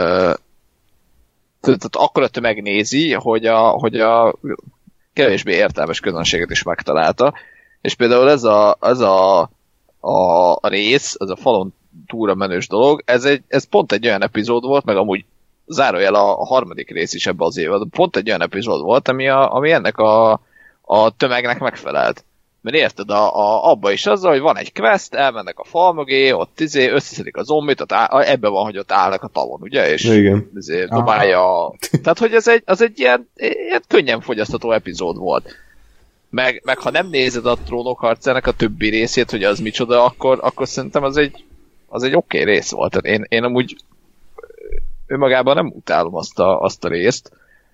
tehát akkora tömeg nézi, hogy a kevésbé értelmes közönséget is megtalálta, és például ez a rész, az a falon túra menős dolog, ez pont egy olyan epizód volt, meg amúgy zárójel a 3. rész is ebbe az évadban. Pont egy olyan epizód volt, ami ennek a tömegnek megfelelt. Mert érted, abba is azzal, hogy van egy quest, elmennek a fal mögé, ott összeszedik a zombit, ebben van, hogy ott állnak a tavon, ugye? És dobálja. Tehát, hogy az egy ilyen könnyen fogyasztató epizód volt. Meg ha nem nézed a Trónok harcának a többi részét, hogy az micsoda, akkor szerintem az egy oké rész volt. Tehát én amúgy önmagában nem utálom azt a részt,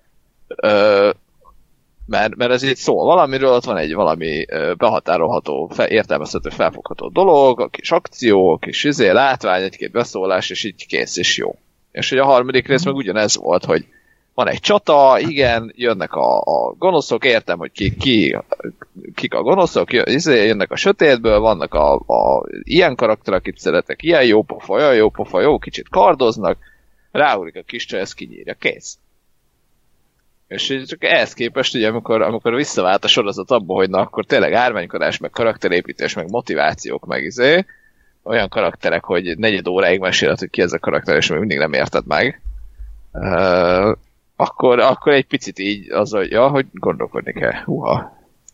mert ez így szól valamiről, ott van egy valami behatárolható, értelmezhető, felfogható dolog, a kis akció, a kis látvány, egy-két beszólás, és így kész, és jó. És hogy a 3. rész meg ugyanez volt, hogy van egy csata, igen, jönnek a gonoszok, értem, hogy kik a gonoszok, jönnek a sötétből, vannak a ilyen karakterek, akit szeretek, ilyen jó pofa, olyan jó pofa, jó, kicsit kardoznak, ráugrik a kis csaj, ezt kinyírja, kész. És csak ehhez képest, ugye, amikor visszavált a sorozat abba, hogy na, akkor tényleg árványkodás, meg karakterépítés, meg motivációk, meg olyan karakterek, hogy 4 óráig mesélhet, hogy ki ez a karakter, és még mindig nem érted meg, akkor egy picit így az, hogy gondolkodni kell. Húha.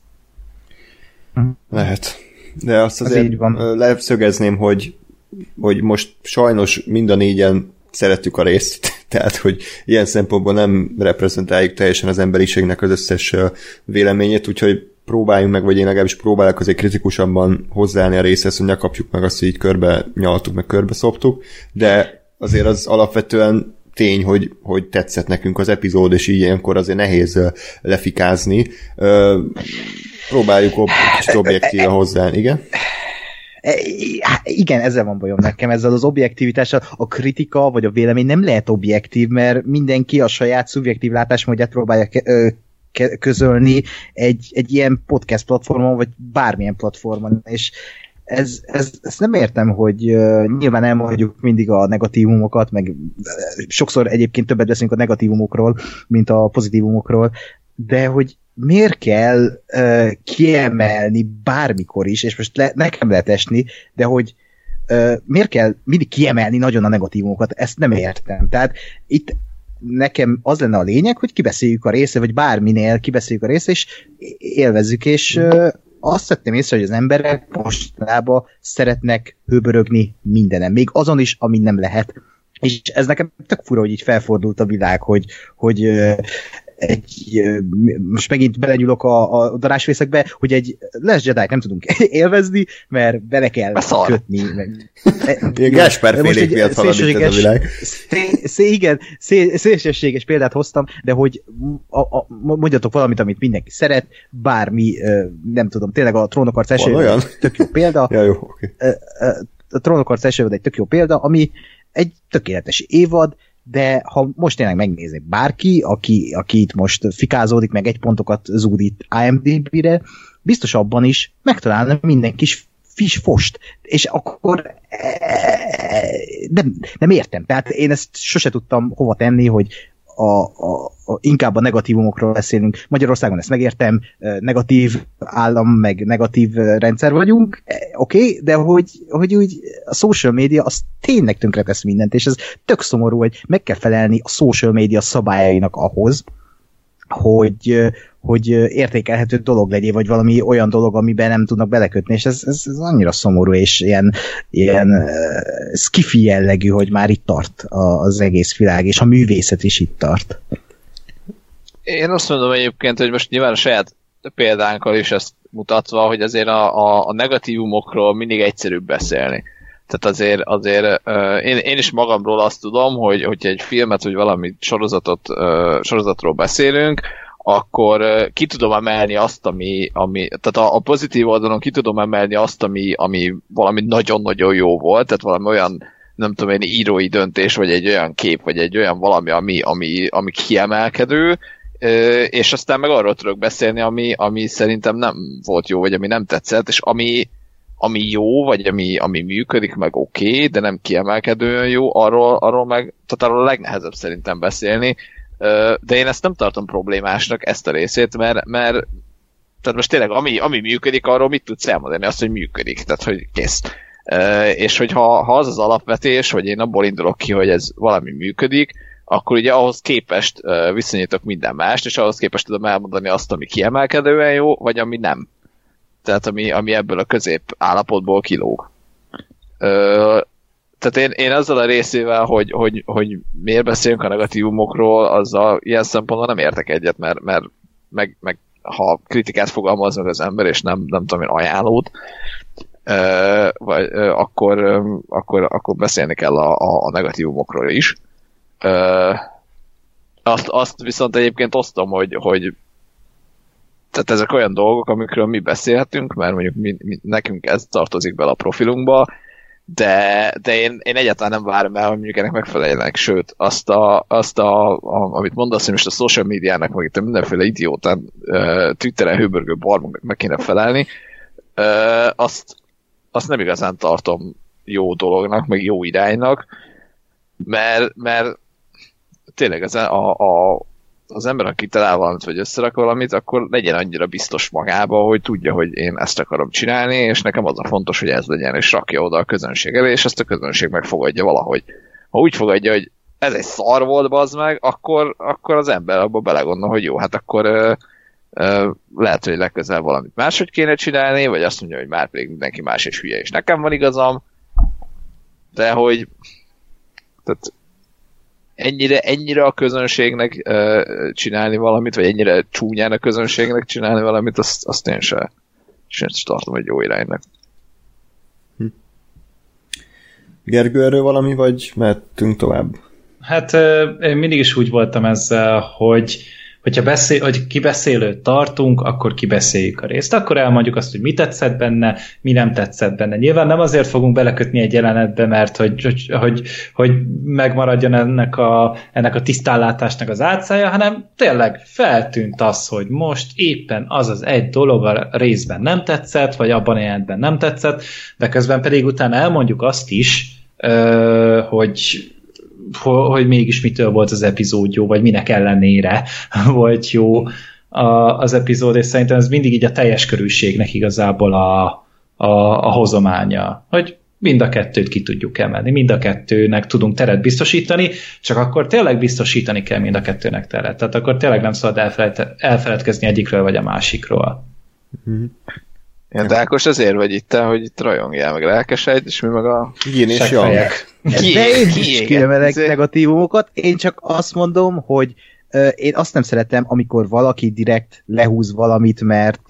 Lehet. De azt azért leszögezném, hogy most sajnos mind a 4-en szerettük a részt, tehát, hogy ilyen szempontból nem reprezentáljuk teljesen az emberiségnek az összes véleményét, úgyhogy próbáljunk meg, vagy én legalábbis próbálok azért kritikusabban hozzáállni a részhez, hogy ne kapjuk meg azt, hogy így körbe nyaltuk, meg körbe szoptuk, de azért az alapvetően tény, hogy tetszett nekünk az epizód, és így ilyenkor azért nehéz lefikázni. Próbáljuk kicsit objektíve hozzáállni, igen? Igen, ezzel van bajom nekem, ezzel az objektivitással. A kritika vagy a vélemény nem lehet objektív, mert mindenki a saját szubjektív látásmódját próbálja közölni egy ilyen podcast platformon, vagy bármilyen platformon, és ezt nem értem, hogy nyilván elmondjuk mindig a negatívumokat, meg sokszor egyébként többet beszélünk a negatívumokról, mint a pozitívumokról, de hogy miért kell kiemelni bármikor is, és most nekem lehet esni, de hogy miért kell mindig kiemelni nagyon a negatívumokat, ezt nem értem. Tehát itt nekem az lenne a lényeg, hogy kibeszéljük a része, vagy bárminél kibeszéljük a része, és élvezzük, és azt vettem észre, hogy az emberek mostanában szeretnek hőbörögni mindenem, még azon is, ami nem lehet. És ez nekem tök fura, hogy így felfordult a világ, hogy most megint belenyúlok a darásvészekbe, hogy egy Last Jedi-t nem tudunk élvezni, mert bele kell kötni. Ilyen Gáspár-félék miatt halad itt ez a világ. Igen, szélsőséges példát hoztam, de hogy mondjatok valamit, amit mindenki szeret, bármi, nem tudom, tényleg a Trónokharc első tök jó példa. Ja, jó, okay. A Trónokharc első egy tök jó példa, ami egy tökéletes évad, de ha most tényleg megnézik bárki, aki itt most fikázódik, meg 1 pontokat zúdít IMDb-re, biztos abban is megtalálna minden kis fost. És akkor nem értem. Tehát én ezt sose tudtam hova tenni, hogy inkább a negatívumokról beszélünk. Magyarországon ezt megértem, negatív állam, meg negatív rendszer vagyunk, oké, de hogy úgy a social media az tényleg tönkretesz mindent, és ez tök szomorú, hogy meg kell felelni a social media szabályainak ahhoz, hogy értékelhető dolog legyél, vagy valami olyan dolog, amiben nem tudnak belekötni, és ez annyira szomorú, és ilyen skifi jellegű, hogy már itt tart az egész világ, és a művészet is itt tart. Én azt mondom egyébként, hogy most nyilván a saját példánkkal is ezt mutatva, hogy azért a negatívumokról mindig egyszerűbb beszélni. Tehát azért én is magamról azt tudom, hogy egy filmet, vagy valami sorozatról beszélünk, akkor ki tudom emelni azt, ami tehát a pozitív oldalon ki tudom emelni azt, ami valami nagyon-nagyon jó volt, tehát valami olyan, nem tudom én, írói döntés, vagy egy olyan kép, vagy egy olyan valami, ami kiemelkedő, és aztán meg arról tudok beszélni, ami szerintem nem volt jó, vagy ami nem tetszett, és ami jó, vagy ami működik, meg oké, de nem kiemelkedően jó, arról meg, tehát arról a legnehezebb szerintem beszélni, de én ezt nem tartom problémásnak, ezt a részét, mert tehát most tényleg, ami működik, arról mit tudsz elmondani? Azt, hogy működik, tehát hogy kész. És hogyha az az alapvetés, hogy én abból indulok ki, hogy ez valami működik, akkor ugye ahhoz képest viszonyítok minden mást, és ahhoz képest tudom elmondani azt, ami kiemelkedően jó, vagy ami nem. Tehát ami ebből a közép állapotból kilóg. Tehát én azzal a részével, hogy miért beszélünk a negatívumokról, azzal ilyen szempontból nem értek egyet, mert meg ha kritikát fogalmaz meg az ember, és nem tudom én ajánlót, vagy akkor beszélni kell a negatívumokról is. Azt viszont egyébként osztom, hogy tehát ezek olyan dolgok, amikről mi beszélhetünk, mert mondjuk nekünk ez tartozik bele a profilunkba, de én egyáltalán nem várom el, hogy mondjuk ennek megfeleljenek, sőt, azt amit mondasz, hogy most a social médiának, meg itt mindenféle idiótán Twitteren hőbörgő barmoknak meg kéne felelni, azt nem igazán tartom jó dolognak, meg jó iránynak, mert tényleg az ember, aki talál valamit, vagy összerak valamit, akkor legyen annyira biztos magába, hogy tudja, hogy én ezt akarom csinálni, és nekem az a fontos, hogy ez legyen, és rakja oda a közönség elé, és ezt a közönség megfogadja valahogy. Ha úgy fogadja, hogy ez egy szar volt, bazd meg, akkor az ember abba belegondol, hogy jó, hát akkor lehet, hogy legközelebb valamit máshogy kéne csinálni, vagy azt mondja, hogy már pedig mindenki más és hülye, és nekem van igazam, de hogy tehát ennyire a közönségnek csinálni valamit, vagy ennyire csúnyán a közönségnek csinálni valamit, azt én sem tartom egy jó iránynak. Gergő, erről valami, vagy mehetünk tovább? Hát én mindig is úgy voltam ezzel, hogy kibeszélőt tartunk, akkor kibeszéljük a részt. Akkor elmondjuk azt, hogy mi tetszett benne, mi nem tetszett benne. Nyilván nem azért fogunk belekötni egy jelenetbe, mert hogy megmaradjon ennek a tisztánlátásnak az átszája, hanem tényleg feltűnt az, hogy most éppen az egy dolog a részben nem tetszett, vagy abban a jelentben nem tetszett, de közben pedig utána elmondjuk azt is, hogy mégis mitől volt az epizód jó, vagy minek ellenére volt jó az epizód, és szerintem ez mindig így a teljes körűségnek igazából a hozománya, hogy mind a kettőt ki tudjuk emelni, mind a kettőnek tudunk teret biztosítani, csak akkor tényleg biztosítani kell mind a kettőnek teret, tehát akkor tényleg nem szabad elfeledkezni egyikről vagy a másikról. Ja, de Ákos azért vagy itt, hogy itt rajongjál, meg lelkesedj, és mi meg a Gyin és Yang. De én is kiemelek negatívumokat, én csak azt mondom, hogy én azt nem szeretem, amikor valaki direkt lehúz valamit,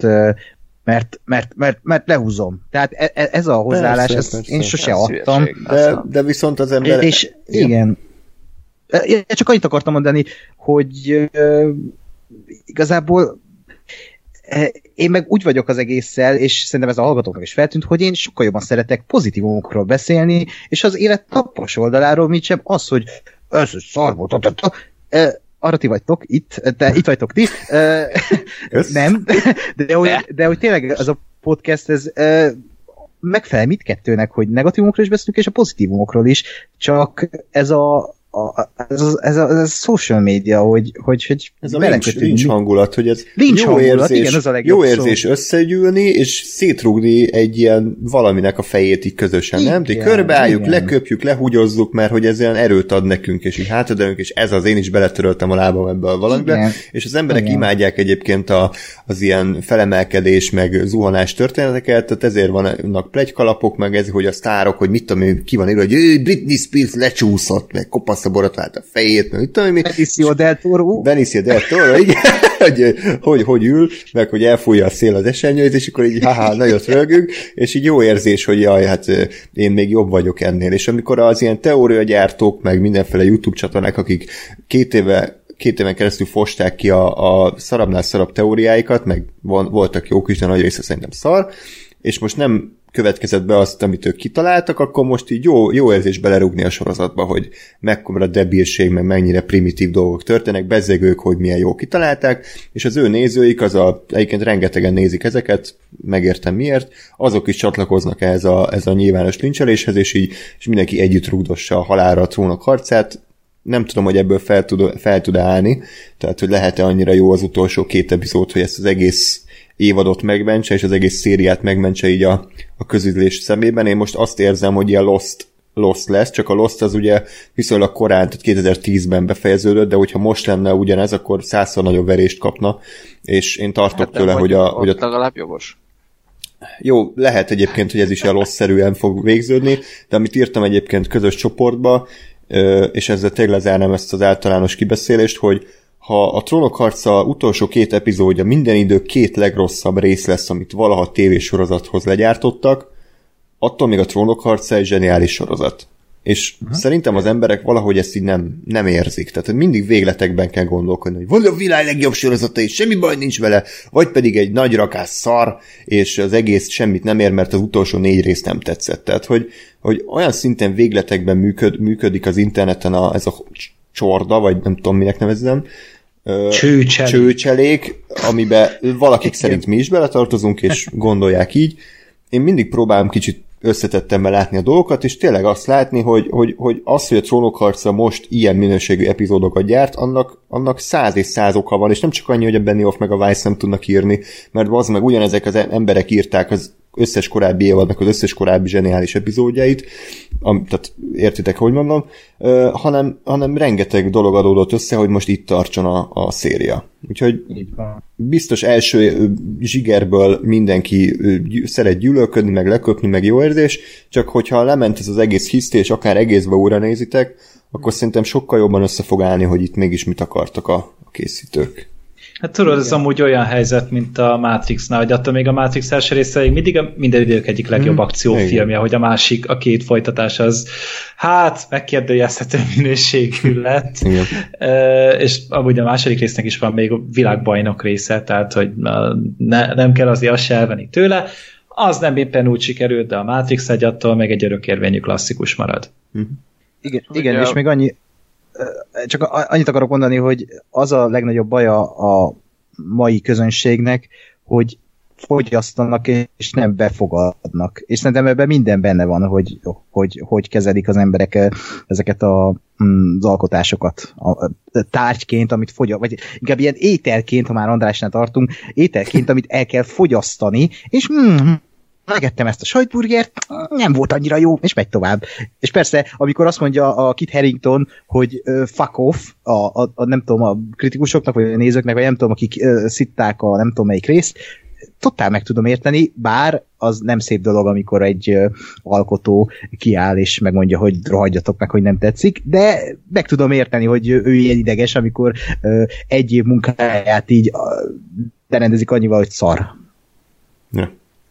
mert lehúzom. Tehát ez a hozzáállás, ezt én sose adtam. De viszont az ember... És igen. Csak annyit akartam mondani, hogy igazából én meg úgy vagyok az egésszel, és szerintem ez a hallgatóknak is feltűnt, hogy én sokkal jobban szeretek pozitívumokról beszélni, és az élet tapos oldaláról, mint sem az, hogy ez egy szar volt, arra ti vagytok, itt vagytok ti. Nem, de hogy tényleg ez a podcast, ez megfelel mindkettőnek, hogy negatívumokról is beszélünk, és a pozitívumokról is, csak ez a social media, hogy ez a lincs hangulat, hogy ez jó érzés összegyűlni, és szétrugni egy ilyen valaminek a fejét így közösen, igen, nem? Hogy körbeálljuk, leköpjük, lehugyozzuk, mert hogy ez ilyen erőt ad nekünk, és így hátadőnünk, és ez az én is beletöröltem a lábam ebbe a valamibe, igen, és az emberek imádják egyébként az ilyen felemelkedés, meg zuhanás történeteket, tehát ezért vannak pletykalapok, meg ez, hogy a sztárok, hogy mit tudom, ki van írva, hogy Britney Spears lecsúszott, meg kopasz a borotvált a fejét, meg mit tudom mi. Benicio del Toro, igen, hogy ül, meg hogy elfújja a szél az esernyőt, és akkor így nagyot rögünk, és így jó érzés, hogy jaj, hát én még jobb vagyok ennél. És amikor az ilyen teóriagyártók, meg mindenféle YouTube csatornák, akik két éven keresztül fosták ki a szarabbnál szarabb teóriáikat, meg voltak jók is, de nagy része szerintem szar, és most nem következett be azt, amit ők kitaláltak, akkor most így jó érzés belerúgni a sorozatba, hogy mekkora debilség, meg mennyire primitív dolgok történnek, bezzegők, hogy milyen jó kitalálták, és az ő nézőik, egyébként rengetegen nézik ezeket, megértem miért, azok is csatlakoznak ez a nyilvános lincseléshez, és mindenki együtt rúgdossa a halálra a Trónok harcát. Nem tudom, hogy ebből fel tud állni, tehát hogy lehet-e annyira jó az utolsó 2 epizód, hogy ezt az egész évadot megmentse, és az egész szériát megmentse így a közüzlés szemében. Én most azt érzem, hogy ilyen Lost lesz, csak a Lost az ugye viszonylag korán, tehát 2010-ben befejeződött, de hogyha most lenne ugyanez, akkor 100-szor nagyobb verést kapna, és én tartok tőle, hogy legalább jogos. Jó, lehet egyébként, hogy ez is ilyen Lost-szerűen fog végződni, de amit írtam egyébként közös csoportba, és ezzel tényleg lezárnám ezt az általános kibeszélést, hogy ha a Trónok harca utolsó 2 epizódja minden idő 2 legrosszabb rész lesz, amit valaha tévésorozathoz legyártottak, attól még a Trónok harca egy zseniális sorozat. És szerintem az emberek valahogy ezt így nem érzik. Tehát mindig végletekben kell gondolkodni, hogy van a világ legjobb sorozata, és semmi baj nincs vele, vagy pedig egy nagy rakás szar, és az egész semmit nem ér, mert az utolsó 4 rész nem tetszett. Tehát, hogy olyan szinten végletekben működik az interneten ez a csorda, vagy nem tudom, minek nevezzem, csőcselék, amiben valakik szerint mi is beletartozunk, és gondolják így. Én mindig próbálom kicsit összetettem látni a dolgokat, és tényleg azt látni, hogy az, hogy a Trónokharca most ilyen minőségű epizódokat gyárt, annak 100 és 100 oka van, és nem csak annyi, hogy a Benioff meg a Weiss nem tudnak írni, mert az meg ugyanezek az emberek írták az összes korábbi évadnak az összes korábbi zseniális epizódjait, tehát értitek, hogy mondom, hanem rengeteg dolog adódott össze, hogy most itt tartson a széria. Úgyhogy biztos első zsigerből mindenki szeret gyűlölködni, meg leköpni, meg jó érzés, csak hogyha lement ez az egész hiszti, és akár egészbe újra nézitek, akkor szerintem sokkal jobban össze fog állni, hogy itt mégis mit akartak a készítők. Hát tudod, ez amúgy olyan helyzet, mint a Matrixnál, hogy attól még a Matrix első része mindig minden idők egyik legjobb akciófilmje, hogy a két folytatás az megkérdőjelezhető minőségű lett. És amúgy a második résznek is van még a világbajnok része, tehát hogy nem kell azért azt se elvenni tőle. Az nem éppen úgy sikerült, de a Matrix attól meg egy örökérvényű klasszikus marad. Igen, és még annyi csak annyit akarok mondani, hogy az a legnagyobb baja a mai közönségnek, hogy fogyasztanak és nem befogadnak. És szerintem ebben minden benne van, hogy kezelik az emberek ezeket az alkotásokat a tárgyként, amit vagy inkább ilyen ételként, ha már Andrásnál tartunk, ételként, amit el kell fogyasztani, és megettem ezt a sajtburgert, nem volt annyira jó, és megy tovább. És persze, amikor azt mondja a Kit Harington, hogy fuck off, nem tudom, a kritikusoknak, vagy a nézőknek, vagy nem tudom, akik szitták a nem tudom melyik részt, totál meg tudom érteni, bár az nem szép dolog, amikor egy alkotó kiáll, és megmondja, hogy rohadjatok meg, hogy nem tetszik, de meg tudom érteni, hogy ő ilyen ideges, amikor egy év munkáját így berendezik annyival, hogy szar. Ja.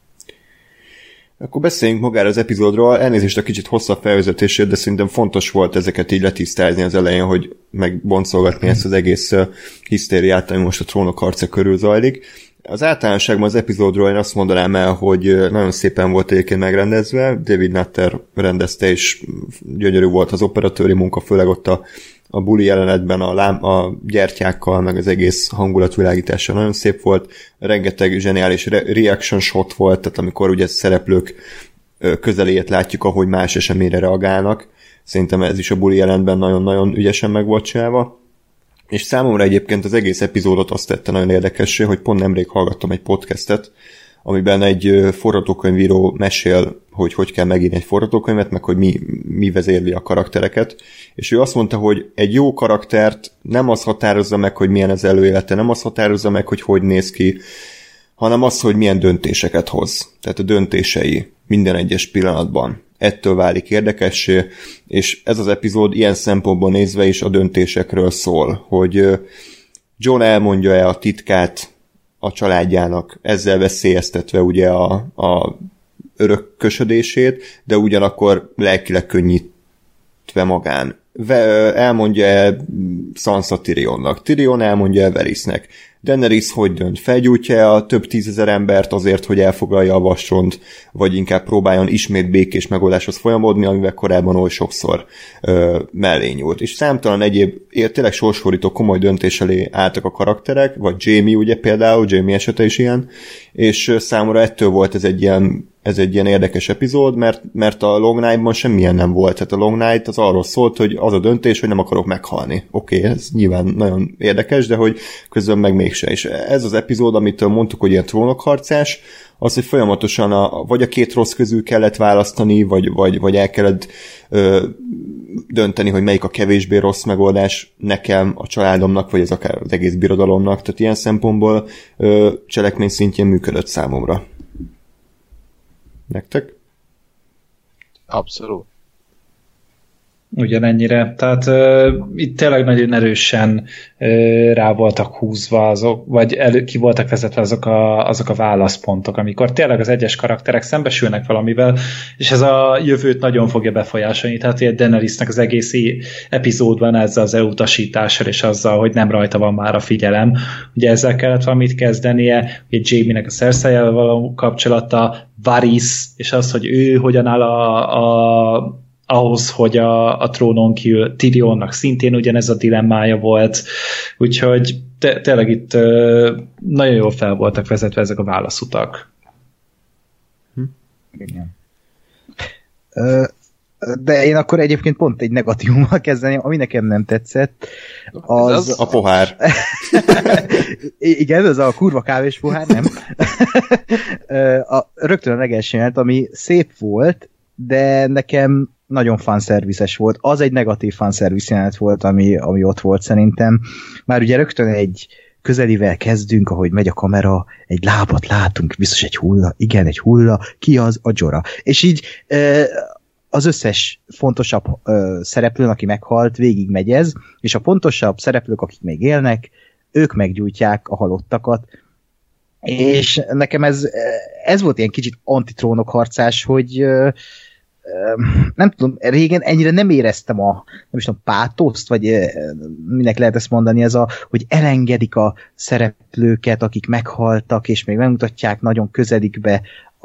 Akkor beszéljünk magára az epizódról. Elnézést a kicsit hosszabb felvezetésért, de szerintem fontos volt ezeket így letisztázni az elején, hogy megboncolgatni ezt az egész hisztériát, ami most a Trónok harca körül zajlik. Az általánosságban az epizódról én azt mondanám el, hogy nagyon szépen volt egyébként megrendezve, David Nutter rendezte, és gyönyörű volt az operatőri munka, főleg ott a buli jelenetben a gyertyákkal, meg az egész hangulatvilágítása nagyon szép volt, rengeteg zseniális reaction shot volt, tehát amikor ugye szereplők közeléjét látjuk, ahogy más eseményre reagálnak, szerintem ez is a buli jelenetben nagyon-nagyon ügyesen meg volt csinálva, és számomra egyébként az egész epizódot azt tette nagyon érdekessé, hogy pont nemrég hallgattam egy podcastet, amiben egy forgatókönyvíró mesél, hogy kell megírni egy forgatókönyvet, meg hogy mi vezérli a karaktereket, és ő azt mondta, hogy egy jó karaktert nem az határozza meg, hogy milyen az előélete, nem az határozza meg, hogy néz ki, hanem az, hogy milyen döntéseket hoz. Tehát a döntései minden egyes pillanatban. Ettől válik érdekessé, és ez az epizód ilyen szempontból nézve is a döntésekről szól, hogy John elmondja-e a titkát a családjának, ezzel veszélyeztetve ugye a örökkösödését, de ugyanakkor lelkileg könnyítve magán. Elmondja-e Sansa Tyrionnak, Tyrion elmondja-e Varysnek. Daenerys hogy dönt? Felgyújtja a több 10 000 embert azért, hogy elfoglalja a vassont, vagy inkább próbáljon ismét békés megoldáshoz folyamodni, amivel korábban oly sokszor mellé nyúlt. És számtalan egyéb, tényleg sorsfordító komoly döntés elé álltak a karakterek, vagy Jaime ugye például, Jaime esete is ilyen, és számomra ettől volt ez egy ilyen érdekes epizód, mert a Long Night-ban semmilyen nem volt. Tehát a Long Night az arról szólt, hogy az a döntés, hogy nem akarok meghalni. Oké, ez nyilván nagyon érdekes, de hogy közben meg mégse. És ez az epizód, amitől mondtuk, hogy ilyen trónokharcás, az, hogy folyamatosan vagy a két rossz közül kellett választani, vagy el kellett dönteni, hogy melyik a kevésbé rossz megoldás nekem, a családomnak, vagy az akár az egész birodalomnak. Tehát ilyen szempontból cselekmény szintjén működött számomra. Nektek? Abszolút. Ugyanennyire. Tehát itt tényleg nagyon erősen rá voltak húzva azok, vagy ki voltak vezetve azok a válaszpontok, amikor tényleg az egyes karakterek szembesülnek valamivel, és ez a jövőt nagyon fogja befolyásolni. Tehát ugye Daenerysnek az egész epizódban ezzel az elutasítással, és azzal, hogy nem rajta van már a figyelem. Ugye ezzel kellett valamit kezdenie, ugye Jaime-nek a Cersei-jel való kapcsolata, Varys, és az, hogy ő hogyan áll ahhoz, hogy a trónon kívül Tyrionnak szintén ugyanez a dilemmája volt, úgyhogy tényleg itt nagyon jól fel voltak vezetve ezek a válaszutak. Igen. De én akkor egyébként pont egy negatívummal kezdeném, ami nekem nem tetszett. Az a pohár. Igen, ez a kurva kávés pohár, nem? Rögtön a legelső jelenet, ami szép volt, de nekem nagyon fanszervizes volt. Az egy negatív fanszervisz jelenet volt, ami ott volt szerintem. Már ugye rögtön egy közelivel kezdünk, ahogy megy a kamera, egy lábat látunk, biztos egy hulla, igen, egy hulla, ki az? A Jorah. És így az összes fontosabb szereplőn, aki meghalt, végigmegy ez, és a fontosabb szereplők, akik még élnek, ők meggyújtják a halottakat. És nekem ez volt ilyen kicsit antitrónok harcás, hogy nem tudom, régen ennyire nem éreztem pátószt, vagy minek lehet ezt mondani, hogy elengedik a szereplőket, akik meghaltak, és még megmutatják nagyon közelikbe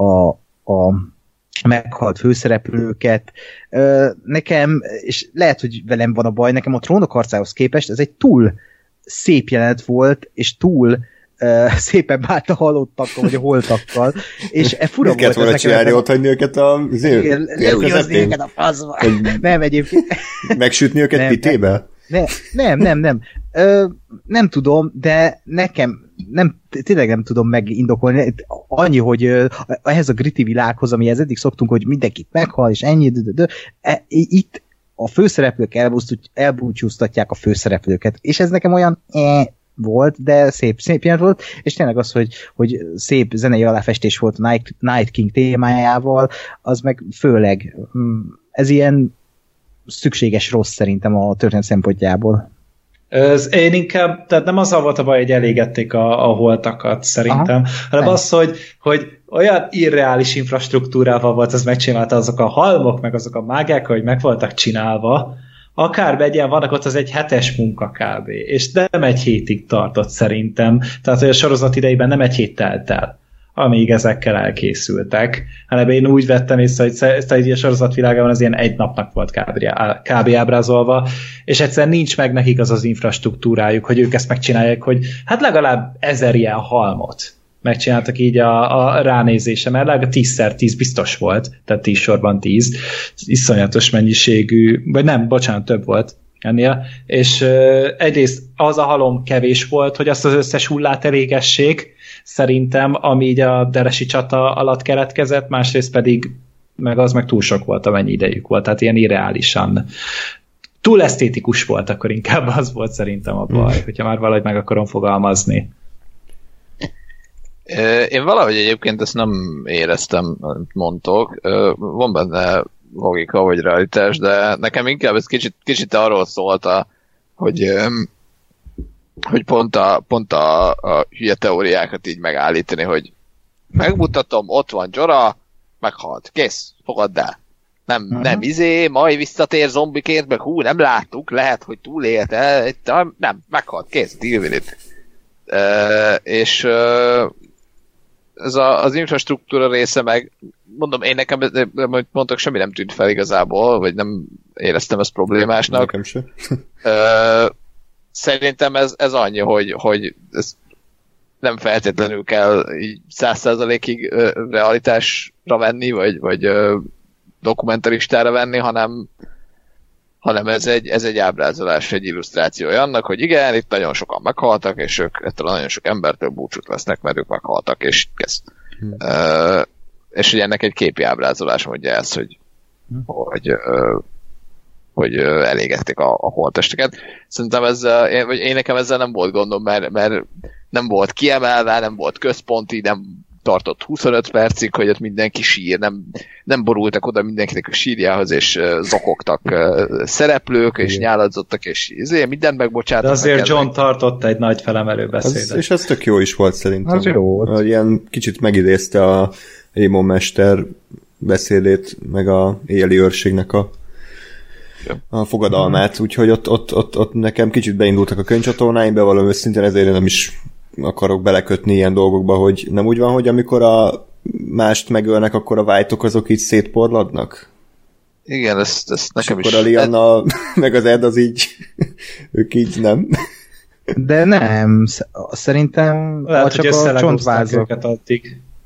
a meghalt főszereplőket. Nekem, és lehet, hogy velem van a baj, nekem a Trónok harcához képest ez egy túl szép jelenet volt, és túl szépen bánt a halottakkal, vagy a holtakkal, és fura volt. Mit kellett volna csinálni, ott hagyni őket leúgyozni őket a faszba. Nem, egyébként. Megsütni őket pitébe? Nem. Nem tudom, de nekem tényleg nem tudom megindokolni. Annyi, hogy ehhez a gritty világhoz, amihez eddig szoktunk, hogy mindenkit meghal, és ennyi, itt a főszereplők elbúcsúztatják a főszereplőket, és ez nekem olyan volt, de szép jelent volt, és tényleg az, hogy szép zenei aláfestés volt a Night King témájával, az meg főleg ez ilyen szükséges rossz szerintem a történet szempontjából. Én inkább, tehát nem azzal volt a baj, hogy elégették a holtakat szerintem, hanem az, hogy olyan irreális infrastruktúrával volt ez megcsinálta, azok a halmok, meg azok a mágák, hogy meg voltak csinálva, akármegyen vannak ott, az egy 7-es munka kb. És nem egy hétig tartott szerintem. Tehát, hogy a sorozat idejében nem egy hét telt el, amíg ezekkel elkészültek. Hanem én úgy vettem észre, hogy a sorozat világában az ilyen egy napnak volt kb. Ábrázolva, és egyszerűen nincs meg nekik az infrastruktúrájuk, hogy ők ezt megcsinálják, hogy hát legalább 1000 ilyen halmot megcsináltak így a ránézése, mert legalább 10x10 biztos volt, tehát 10 sorban 10, iszonyatos mennyiségű, vagy nem, bocsánat, több volt ennél, és egyrészt az a halom kevés volt, hogy azt az összes hullát elégessék, szerintem, ami így a deresi csata alatt keletkezett, másrészt pedig meg túl sok volt, amennyi idejük volt, tehát ilyen irreálisan túl esztétikus volt, akkor inkább az volt szerintem a baj, hogyha már valahogy meg akarom fogalmazni. Én valahogy egyébként ezt nem éreztem, amit mondtok. Van benne logika vagy realitás, de nekem inkább ez kicsit arról szólt, hogy pont a hülye teóriákat így megállítani, hogy megmutatom, ott van Jorah, meghalt, kész, fogadd el. Nem majd visszatér zombiként, meg nem láttuk, lehet, hogy túlélte, nem, meghalt, kész, deal with it. És ez az infrastruktúra része meg, mondom, én nekem, mondtak, semmi nem tűnt fel igazából, vagy nem éreztem ezt problémásnak. Nekem sem. Szerintem ez annyi, hogy ez nem feltétlenül kell 100%-ig realitásra venni, vagy dokumentaristára venni, hanem ez egy ábrázolás, egy illusztrációja annak, hogy igen, itt nagyon sokan meghaltak, és ők ettől nagyon sok embertől búcsút vesznek, mert ők meghaltak, és kész. És ugye ennek egy képi ábrázolás mondja ezt, hogy elégették a holttesteket. Szerintem én nekem ezzel nem volt gondom, mert nem volt kiemelve, nem volt központi, nem tartott 25 percig, hogy ott mindenki sír, nem borultak oda mindenkinek a sírjához, és zokogtak szereplők, és nyáladzottak, és mindent megbocsátottak. De azért John tartott egy nagy felemelő beszédet. És ez tök jó is volt szerintem. Az jó volt. Ilyen kicsit megidézte a Aemon mester beszédét, meg a éjjeli őrségnek a fogadalmát, úgyhogy ott nekem kicsit beindultak a könyvcsatornáim, bevallom őszintén, ezért nem is akarok belekötni ilyen dolgokba, hogy nem úgy van, hogy amikor a mást megölnek, akkor a White-ok azok így szétporladnak? Igen, ezt nekem is. Akkor a Lyanna meg az Ed az így ők így nem. De nem, szerintem lehet, csak a csontvázak.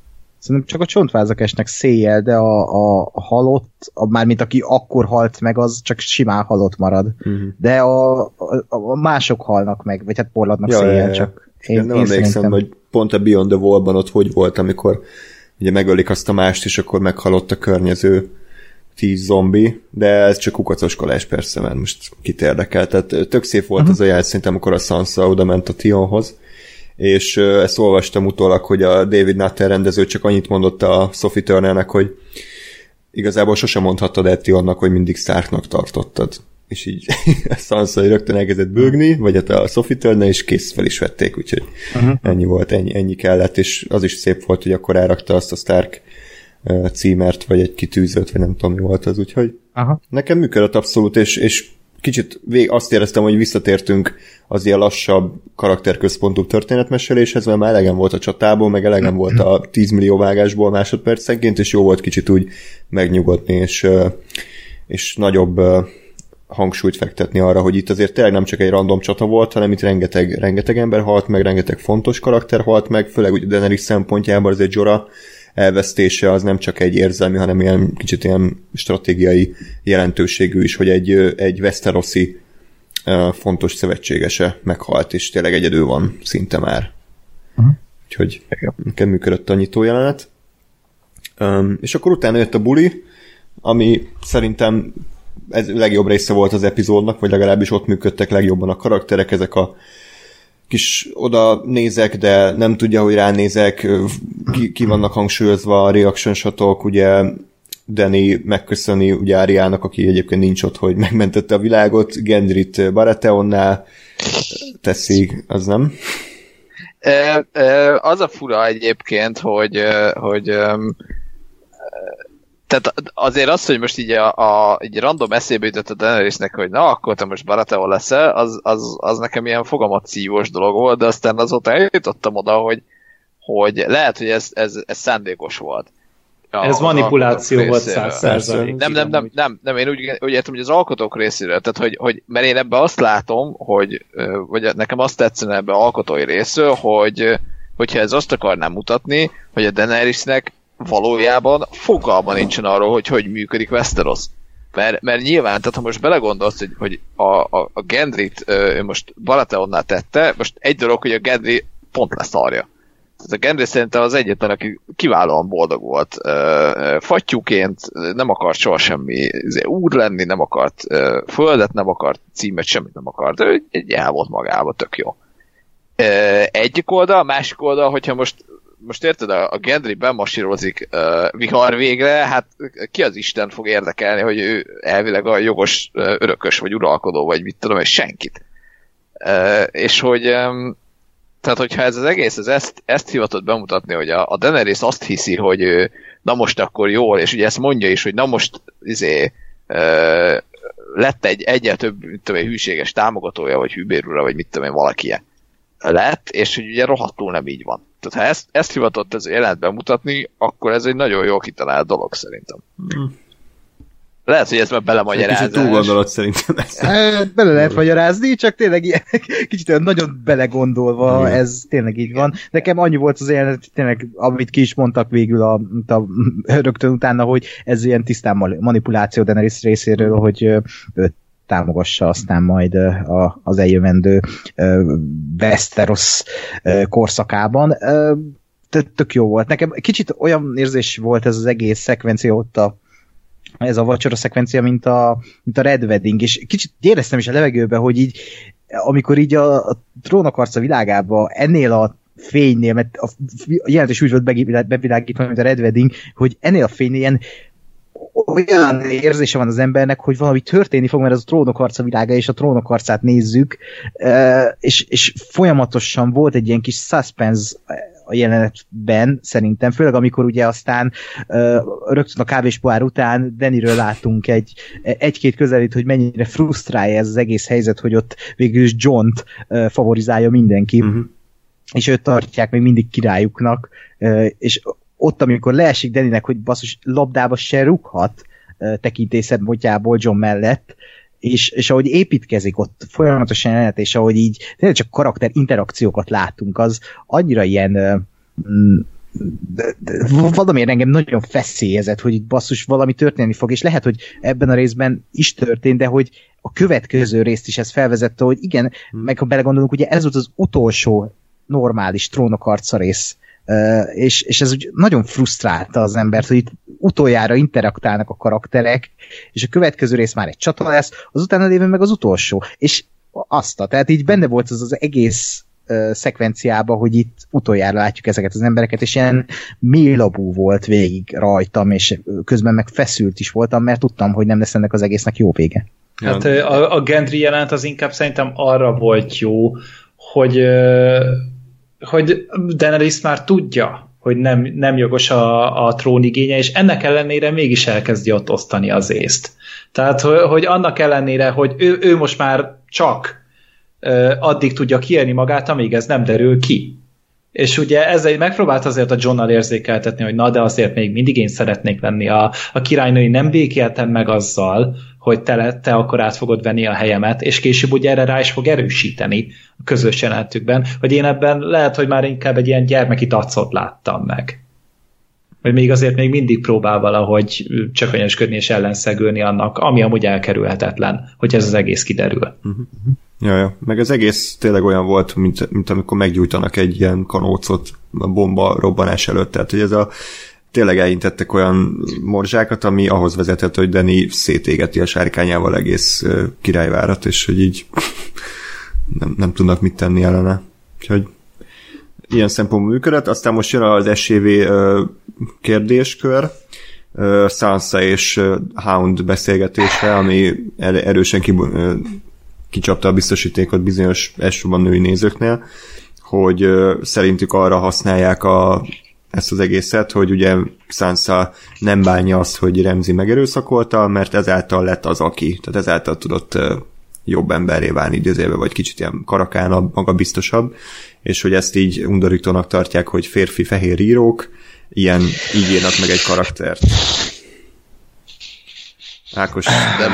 Szerintem csak a csontvázak esnek széjjel, de a halott, mármint aki akkor halt meg, az csak simán halott marad. De a mások halnak meg, vagy hát porladnak széjjel, csak én nem emlékszem, hogy pont a Beyond the Wall-ban ott hogy volt, amikor ugye megölik azt a mást, és akkor meghalott a környező 10 zombi, de ez csak kukacoskolás persze, mert most kit érdekel. Tehát tök szép volt az a jel, szerintem, amikor a Sansa oda ment a Tionhoz, és ezt olvastam utólag, hogy a David Nutter rendező csak annyit mondott a Sophie Turnernek, hogy igazából sosem mondhattad el Tionnak, hogy mindig Starknak tartottad. És így Sansa rögtön elkezdett bőgni, vagy hát a Sophie Turner, és kész fel is vették, úgyhogy ennyi volt, ennyi kellett, és az is szép volt, hogy akkor elrakta azt a Stark címert, vagy egy kitűzött, vagy nem tudom, mi volt az, úgyhogy nekem működött abszolút, és kicsit azt éreztem, hogy visszatértünk az ilyen lassabb, karakterközpontú történetmeséléshez, mert már elegem volt a csatából, meg elegem volt a 10 millió vágásból másodpercenként, és jó volt kicsit úgy megnyugodni, és nagyobb hangsúlyt fektetni arra, hogy itt azért tényleg nem csak egy random csata volt, hanem itt rengeteg ember halt meg, rengeteg fontos karakter halt meg, főleg úgy Daenerys szempontjából az egy Jorah elvesztése az nem csak egy érzelmi, hanem ilyen kicsit ilyen stratégiai jelentőségű is, hogy egy Westerosi fontos szövetségese meghalt, és tényleg egyedül van szinte már. Úgyhogy nekem működött a nyitó jelenet. És akkor utána jött a buli, ami szerintem ez legjobb része volt az epizódnak, vagy legalábbis ott működtek legjobban a karakterek, ezek a kis oda nézek, de nem tudja, hogy ránézek, ki vannak hangsúlyozva a reaction shotok, ugye Dany megköszöni ugye Áriának, aki egyébként nincs ott, hogy megmentette a világot, Gendryt Baratheonnál teszi, az nem? Az a fura egyébként, hogy tehát azért az, hogy most így random eszébe jutott a Daenerysnek, hogy na, akkor te most Baratheon leszel, az nekem ilyen fogamat szívós dolog volt, de aztán azóta eljutottam oda, hogy lehet, hogy ez szándékos volt. Ez manipuláció volt 100%. Nem, én úgy értem, hogy az alkotók részéről, tehát mert én ebben azt látom, vagy nekem azt tetszene ebben alkotói részről, hogyha ez azt akarnám mutatni, hogy a Daenerysnek valójában fogalma nincsen arról, hogy működik Westeros. Mert nyilván, tehát ha most belegondolsz, hogy a Gendryt most Baratheonnál tette, most egy dolog, hogy a Gendry pont leszarja. Tehát a Gendry szerintem az egyetlen, aki kiválóan boldog volt fattyúként, nem akart soha semmi úr lenni, nem akart földet, nem akart címet, semmit nem akart. Egy el volt magában, tök jó. Egyik oldal, másik oldal, hogyha most érted, a Gendry bemasírozik vihar végre, hát ki az Isten fog érdekelni, hogy ő elvileg a jogos örökös, vagy uralkodó, vagy mit tudom, és senkit. És hogy tehát, hogyha ez az egész, ezt hivatott bemutatni, hogy a Daenerys azt hiszi, hogy ő, na most akkor jól, és ugye ezt mondja is, hogy na most lett egyel több, egy hűséges támogatója, vagy hűbérúra, vagy mit tudom én, valaki lett, és hogy ugye rohadtul nem így van. Tehát ha ezt hivatott ez a jelent bemutatni, akkor ez egy nagyon jól kitalált dolog szerintem. Lehet, hogy ez már belemagyarázni. Kicsit túl gondolod szerintem ezt. Bele lehet magyarázni, csak tényleg ilyen, kicsit olyan nagyon belegondolva ez tényleg így van. Nekem annyi volt az jelenet, tényleg, amit ki is mondtak végül rögtön utána, hogy ez ilyen tisztán manipuláció Daenerys részéről, hogy őt támogassa aztán majd az eljövendő Westeros korszakában. Tök jó volt. Nekem kicsit olyan érzés volt ez az egész szekvencia ott ez a vacsora szekvencia, mint a Red Wedding, és kicsit éreztem is a levegőben, hogy így, amikor így a Trónokharca világában ennél a fénynél, mert a jelentés úgy volt bevilágítva, mint a Red Wedding, hogy ennél a fénynél ilyen olyan érzése van az embernek, hogy valami történni fog, mert ez a Trónokharca világa, és a Trónokharcát nézzük, és folyamatosan volt egy ilyen kis suspense a jelenetben, szerintem, főleg amikor ugye aztán rögtön a kávéspohár után Danyről látunk egy-két közelít, hogy mennyire frusztrálja ez az egész helyzet, hogy ott végül is Johnt favorizálja mindenki, és őt tartják még mindig királyuknak, és ott, amikor leesik Danynek, hogy basszus, labdába se rúghat tekintély szempontjából John mellett, és ahogy építkezik ott folyamatosan jelenet, és ahogy így tényleg csak karakter interakciókat látunk, az annyira ilyen valamiért engem nagyon feszélyezett, hogy itt basszus valami történni fog, és lehet, hogy ebben a részben is történt, de hogy a következő részt is ez felvezette, hogy igen, meg ha belegondolunk, ugye ez volt az utolsó normális trónokharca rész, és ez úgy nagyon frusztrálta az embert, hogy itt utoljára interaktálnak a karakterek, és a következő rész már egy csata lesz, az utána lévő meg az utolsó, és tehát így benne volt az egész szekvenciában, hogy itt utoljára látjuk ezeket az embereket, és ilyen mélabú volt végig rajtam, és közben meg feszült is voltam, mert tudtam, hogy nem lesz ennek az egésznek jó vége. Hát a Gendry jelent az inkább szerintem arra volt jó, hogy Daenerys már tudja, hogy nem jogos a trónigénye, és ennek ellenére mégis elkezdi ott osztani az észt. Tehát, hogy annak ellenére, hogy ő most már csak addig tudja kiélni magát, amíg ez nem derül ki. És ugye ezzel megpróbált azért a Johnnal érzékeltetni, hogy na, de azért még mindig én szeretnék lenni a királynői, nem békéltem meg azzal, hogy te akkor át fogod venni a helyemet, és később ugye erre rá is fog erősíteni a közös jelenetükben, hogy én ebben lehet, hogy már inkább egy ilyen gyermeki tacot láttam meg. Hogy még azért még mindig próbál valahogy csökönyösködni és ellenszegülni annak, ami amúgy elkerülhetetlen, hogy ez az egész kiderül. Ja. Meg az egész tényleg olyan volt, mint amikor meggyújtanak egy ilyen kanócot a bomba robbanás előtt, tehát hogy ez tényleg elintettek olyan morzsákat, ami ahhoz vezetett, hogy Dany szétégeti a sárkányával egész királyvárat, és hogy így nem tudnak mit tenni ellene. Úgyhogy ilyen szempontból működött. Aztán most jön az SJV kérdéskör, Sansa és Hound beszélgetése, ami erősen kicsapta a biztosítékot bizonyos elsősorban női nézőknél, hogy szerintük arra használják ezt az egészet, hogy ugye Sansa nem bánja azt, hogy Ramsay megerőszakolta, mert ezáltal lett az aki, tehát ezáltal tudott jobb emberré válni idézőjelbe, vagy kicsit ilyen karakánabb, magabiztosabb, és hogy ezt így undorítónak tartják, hogy férfi fehér írók így írnak meg egy karaktert. Ákos, de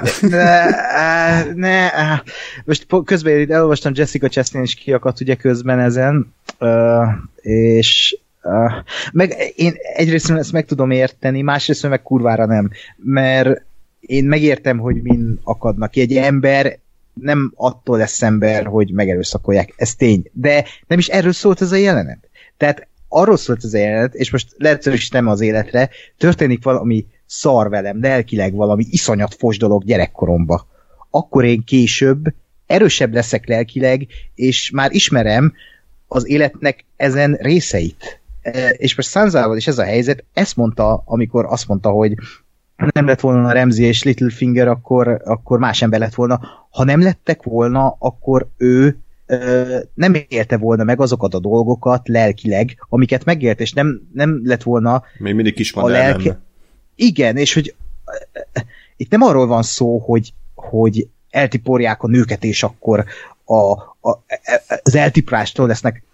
most közben elolvastam Jessica Chastain is kiakadt ugye közben ezen, és meg én egyrészt ezt meg tudom érteni, másrészt meg kurvára nem, mert én megértem, hogy min akadnak ki. Egy ember nem attól lesz ember, hogy megerőszakolják. Ez tény. De nem is erről szólt ez a jelenet. Tehát arról szólt ez a jelenet, és most leegyszerűsítem az életre, történik valami szar velem, lelkileg valami iszonyat fos dolog gyerekkoromba. Akkor én később erősebb leszek lelkileg, és már ismerem az életnek ezen részeit. És most Sansával is ez a helyzet, ezt mondta, amikor azt mondta, hogy nem lett volna a Ramsay és Littlefinger, akkor más ember lett volna. Ha nem lettek volna, akkor ő nem élte volna meg azokat a dolgokat lelkileg, amiket megélt, és nem lett volna még mindig is van lelke. Igen, és hogy itt nem arról van szó, hogy eltiporják a nőket, és akkor az eltiprástól lesznek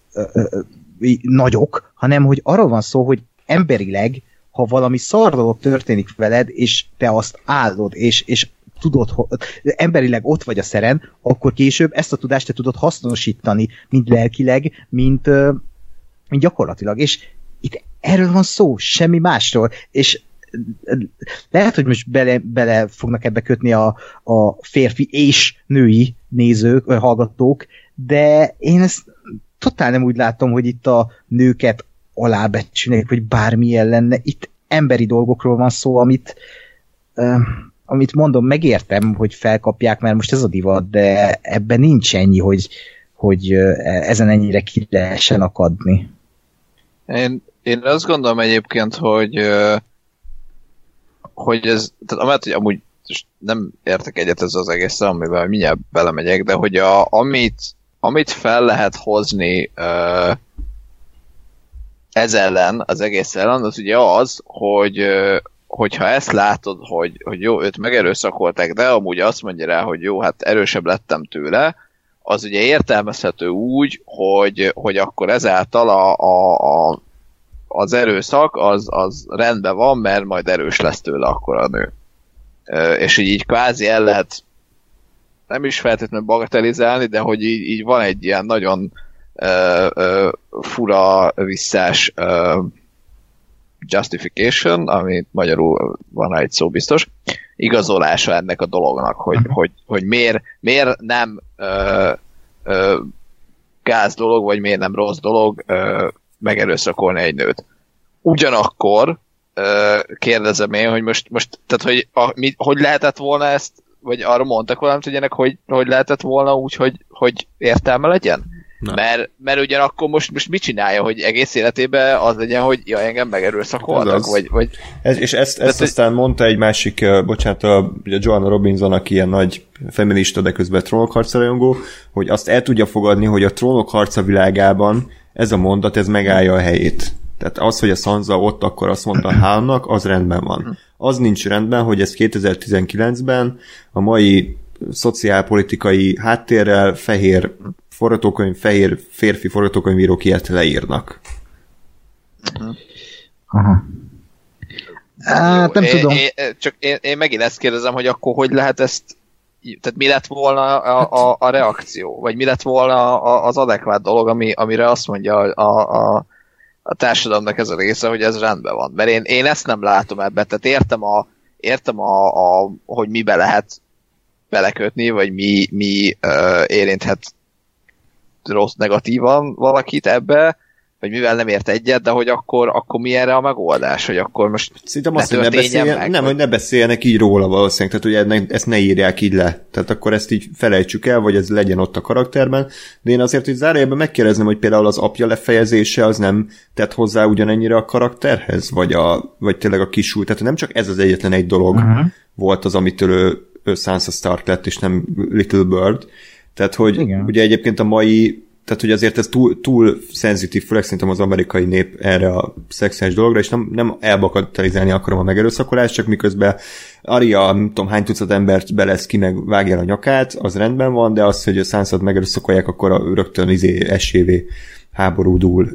nagyok, hanem hogy arról van szó, hogy emberileg, ha valami szar dolog történik veled, és te azt áldod, és tudod, emberileg ott vagy a szeren, akkor később ezt a tudást te tudod hasznosítani, mind lelkileg, mind gyakorlatilag. És itt erről van szó, semmi másról. És lehet, hogy most bele fognak ebbe kötni a férfi és női nézők, hallgatók, de én ezt totál nem úgy látom, hogy itt a nőket alábecsülnék, vagy bármilyen lenne. Itt emberi dolgokról van szó, amit mondom, megértem, hogy felkapják, mert most ez a divat, de ebben nincs ennyi, hogy ezen ennyire ki lehessen akadni. Én azt gondolom egyébként, hogy ez, tehát amellett, hogy amúgy nem értek egyet ez az egész, amivel mindjárt belemegyek, de hogy amit fel lehet hozni ez ellen, az egész ellen, az ugye az, hogyha ezt látod, hogy jó, őt megerőszakolták, de amúgy azt mondja rá, hogy jó, hát erősebb lettem tőle, az ugye értelmezhető úgy, hogy akkor ezáltal az erőszak az rendben van, mert majd erős lesz tőle akkor a nő. És így kvázi el lehet nem is feltétlenül bagatelizálni, de hogy így van egy ilyen nagyon fura visszás justification, amit magyarul van egy szó biztos, igazolása ennek a dolognak, hogy miért nem gáz dolog, vagy miért nem rossz dolog megerőszakolni egy nőt. Ugyanakkor kérdezem én, hogy most tehát, hogy lehetett volna ezt, vagy arra mondtak valamit, hogy ennek hogy lehetett volna úgy, hogy értelme legyen? Mert ugyanakkor most mit csinálja, hogy egész életében az legyen, hogy engem megerőszakoltak, vagy... És ezt aztán mondta egy másik, bocsánat, a Joanna Robinson, aki ilyen nagy feminista, de közben Trónok harca rajongó, hogy azt el tudja fogadni, hogy a Trónok harca világában ez a mondat, ez megállja a helyét. Tehát az, hogy a Sansa ott akkor azt mondta Hánnak, az rendben van. Az nincs rendben, hogy ez 2019-ben a mai szociálpolitikai háttérrel fehér férfi forgatókönyvírók ilyet leírnak. Aha. Hát nem tudom. Én megint ezt kérdezem, hogy akkor hogy lehet ezt, tehát mi lett volna a reakció, vagy mi lett volna az adekvát dolog, amire azt mondja a társadalomnak ez a része, hogy ez rendben van. Mert én ezt nem látom ebben, tehát értem hogy mibe lehet belekötni, vagy mi érinthet rossz, negatívan valakit ebbe, vagy mivel nem ért egyet, de hogy akkor mi erre a megoldás, hogy akkor most szerintem azt, hogy ne beszéljenek így róla valószínűleg, tehát hogy ezt ne írják így le. Tehát akkor ezt így felejtsük el, vagy ez legyen ott a karakterben. De én azért, hogy zárójelben megkérdezném, hogy például az apja lefejezése az nem tett hozzá ugyanennyire a karakterhez, vagy tényleg a kisúly. Tehát nem csak ez az egyetlen egy dolog volt az, amitől ő Sansa Stark lett, és nem Little Bird. Tehát, hogy ugye egyébként a mai, tehát, hogy azért ez túl szenzitív, főleg szerintem az amerikai nép erre a szexuális dologra, és nem elbakatelizálni akarom a megerőszakolást, csak miközben Arya, nem tudom, hány tucat embert belesz ki, meg vágja a nyakát, az rendben van, de az, hogy a Sansát megerőszakolják, akkor rögtön SJV háború dúl.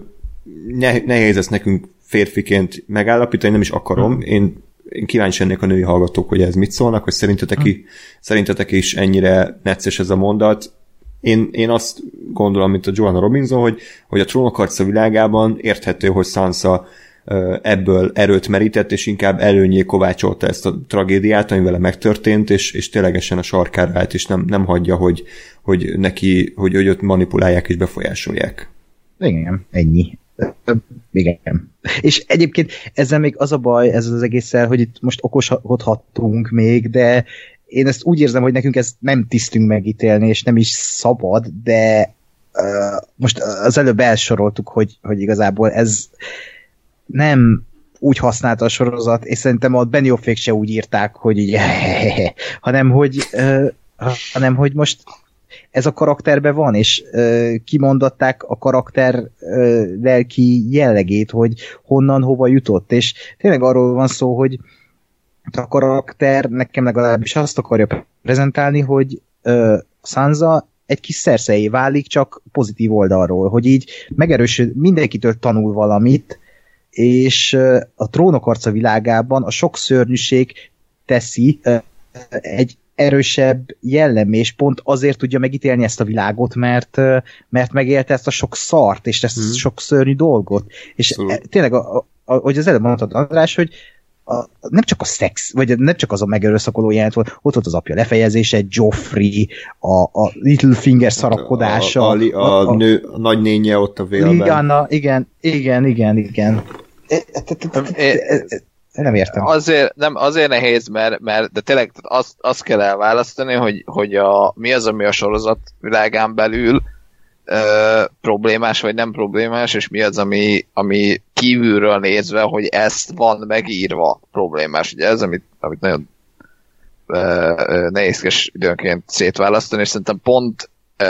Nehéz ezt nekünk férfiként megállapítani, nem is akarom. Én kíváncsi ennek a női hallgatók, hogy ez mit szólnak, hogy szerintetek is ennyire necces ez a mondat. Én azt gondolom, mint a Joanna Robinson, hogy a Trónok harca világában érthető, hogy Sansa ebből erőt merített, és inkább előnyé kovácsolta ezt a tragédiát, ami vele megtörtént, és ténylegesen a sarkára állt, és nem hagyja, hogy őt manipulálják és befolyásolják. Igen, ennyi. Igen. És egyébként ezzel még az a baj, ez az egésszel, hogy itt most okoskodhatunk még, de én ezt úgy érzem, hogy nekünk ezt nem tisztünk megítélni, és nem is szabad, de most az előbb elsoroltuk, hogy igazából ez nem úgy használta a sorozat, és szerintem a Benioffék se úgy írták, hogy így hanem hogy most ez a karakterben van, és kimondották a karakter lelki jellegét, hogy honnan, hova jutott, és tényleg arról van szó, hogy a karakter nekem legalábbis azt akarja prezentálni, hogy Sansa egy kis Cersei válik, csak pozitív oldalról, hogy így megerősöd, mindenkitől tanul valamit, és a Trónokharca világában a sok szörnyűség teszi egy erősebb jellem, és pont azért tudja megítélni ezt a világot, mert megélte ezt a sok szart, és ezt a sok szörnyű dolgot. És tényleg, ahogy az előbb mondtad, András, hogy nem csak a szex, vagy nem csak az a megerőszakoló jelent volt, ott volt az apja lefejezése, Joffrey, a Littlefinger szarakodása. A nagynénye ott a vélben. Lyanna, igen. Nem értem. Azért nehéz, mert de tényleg azt kell elválasztani, hogy mi az, ami a sorozat világán belül problémás, vagy nem problémás, és mi az, ami kívülről nézve, hogy ezt van megírva problémás. Ugye ez, amit nagyon nehézkes időnként szétválasztani, és szerintem pont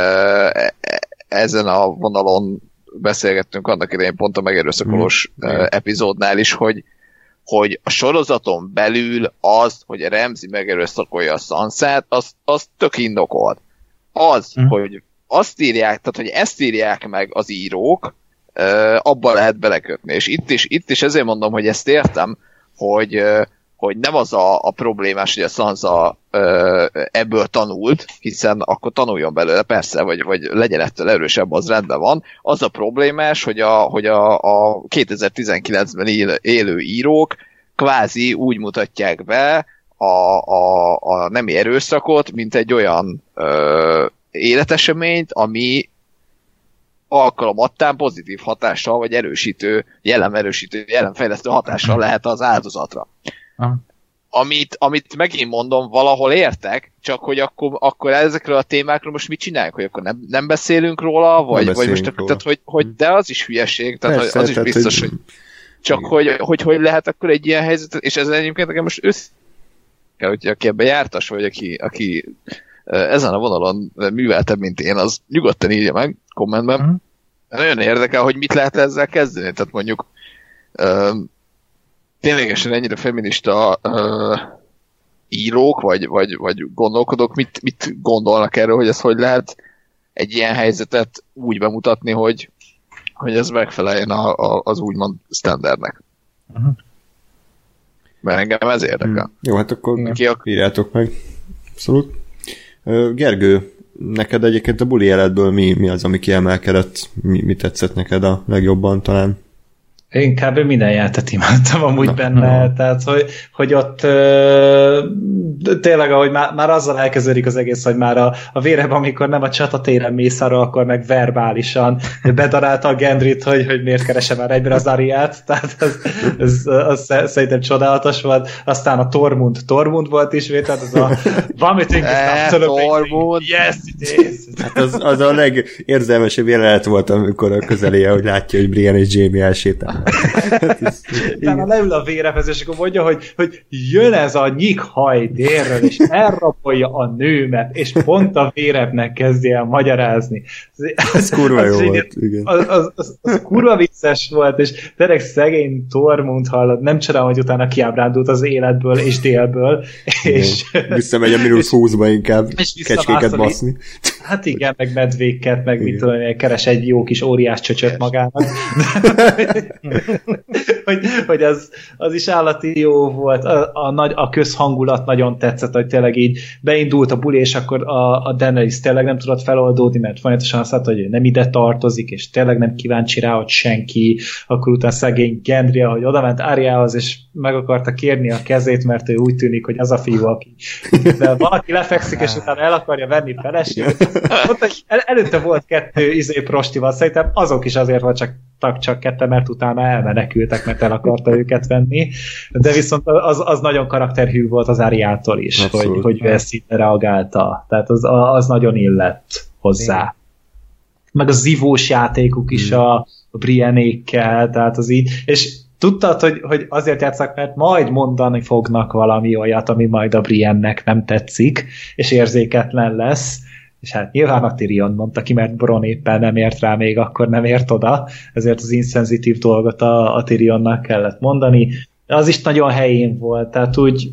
ezen a vonalon beszélgettünk annak idején pont a megerőszakolós epizódnál is, hogy a sorozaton belül az, hogy a Ramsay megerőszakolja a Sansát, az tök indokolt. Hogy azt írják, tehát hogy ezt írják meg az írók, abba lehet belekötni. És itt is ezért mondom, hogy ezt értem, hogy hogy nem az a problémás, hogy a Sansa ebből tanult, hiszen akkor tanuljon belőle, persze, vagy legyen ettől erősebb, az rendben van. Az a problémás, hogy a 2019-ben élő írók kvázi úgy mutatják be a nemi erőszakot, mint egy olyan életeseményt, ami alkalomattán pozitív hatással, vagy jelenfejlesztő hatással lehet az áldozatra. Aha. Amit megint mondom, valahol értek, csak hogy akkor ezekről a témákról most mit csináljuk, hogy akkor nem beszélünk róla, vagy most róla. Tehát, hogy de az is hülyeség, tehát persze, az is biztos, hogy csak hogy lehet akkor egy ilyen helyzet, és ez egyébként nekem most hogy aki ebben jártas, vagy aki ezen a vonalon műveltebb, mint én, az nyugodtan írja meg kommentben. Nagyon érdekel, hogy mit lehet ezzel kezdeni. Tehát mondjuk ténylegesen ennyire feminista írók, vagy gondolkodók, mit gondolnak erről, hogy ez hogy lehet egy ilyen helyzetet úgy bemutatni, hogy ez megfeleljen az úgymond standardnek. Mert engem ez érdekel. Jó, hát akkor írjátok meg. Abszolút. Gergő, neked egyébként a buli életből mi az, ami kiemelkedett? Mi tetszett neked a legjobban talán? Én kb. Minden játékot imádtam amúgy benne, tehát hogy ott tényleg, ahogy már azzal elkezdődik az egész, hogy már a vérebb, amikor nem a csatatéren mész arra, akkor meg verbálisan bedarálta a Gendryt, hogy miért keresem már egyben az Ariát, tehát az szerintem csodálatos volt. Aztán a Tormund volt ismét, tehát az a vomiting is Tormund. Yes, it is. Hát az a legérzelmesebb jelenet volt, amikor a közeléje, hogy látja, hogy Brienne és Jaime elsétál. Utána leül a vérephez, és akkor mondja, hogy jön ez a nyikhaj délről, és elrabolja a nőmet, és pont a vérepnek kezdi el magyarázni. Ez kurva jó volt, igen. Az kurva vicces volt, és tényleg szegény Tormund hallott, nem csodálom, hogy utána kiábrándult az életből és délből. És visszamegy a -20-ba inkább kecskéket baszni. Hát igen, meg medvéket, meg mit tudom, keres egy jó kis óriás csöcsöt magának. hogy az is állati jó volt. A közhangulat nagyon tetszett, hogy tényleg így beindult a buli, és akkor a Daenerys tényleg nem tudott feloldódni, mert folyamatosan azt mondta, hogy nem ide tartozik, és tényleg nem kíváncsi rá, hogy senki. Akkor utána szegény Gendry, hogy odament Aryahoz, és meg akarta kérni a kezét, mert ő úgy tűnik, hogy az a fiú, aki valaki lefekszik, és utána el akarja venni feleséget. Előtte volt 2 prostival, szerintem azok is azért volt csak 2, mert utána elmenekültek, mert el akarta őket venni, de viszont az nagyon karakterhű volt az Ariától is, hogy ő ezt így reagálta. Tehát az nagyon illett hozzá. Meg a zivós játékuk is a Briennékkel, tehát az így, és tudtad, hogy azért játszak, mert majd mondani fognak valami olyat, ami majd a Briennek nem tetszik, és érzéketlen lesz, és hát nyilván a Tyrion mondta ki, mert Bronn éppen nem ért rá, még akkor nem ért oda, ezért az inszenzitív dolgot a Tyrionnak kellett mondani. Az is nagyon helyén volt, tehát úgy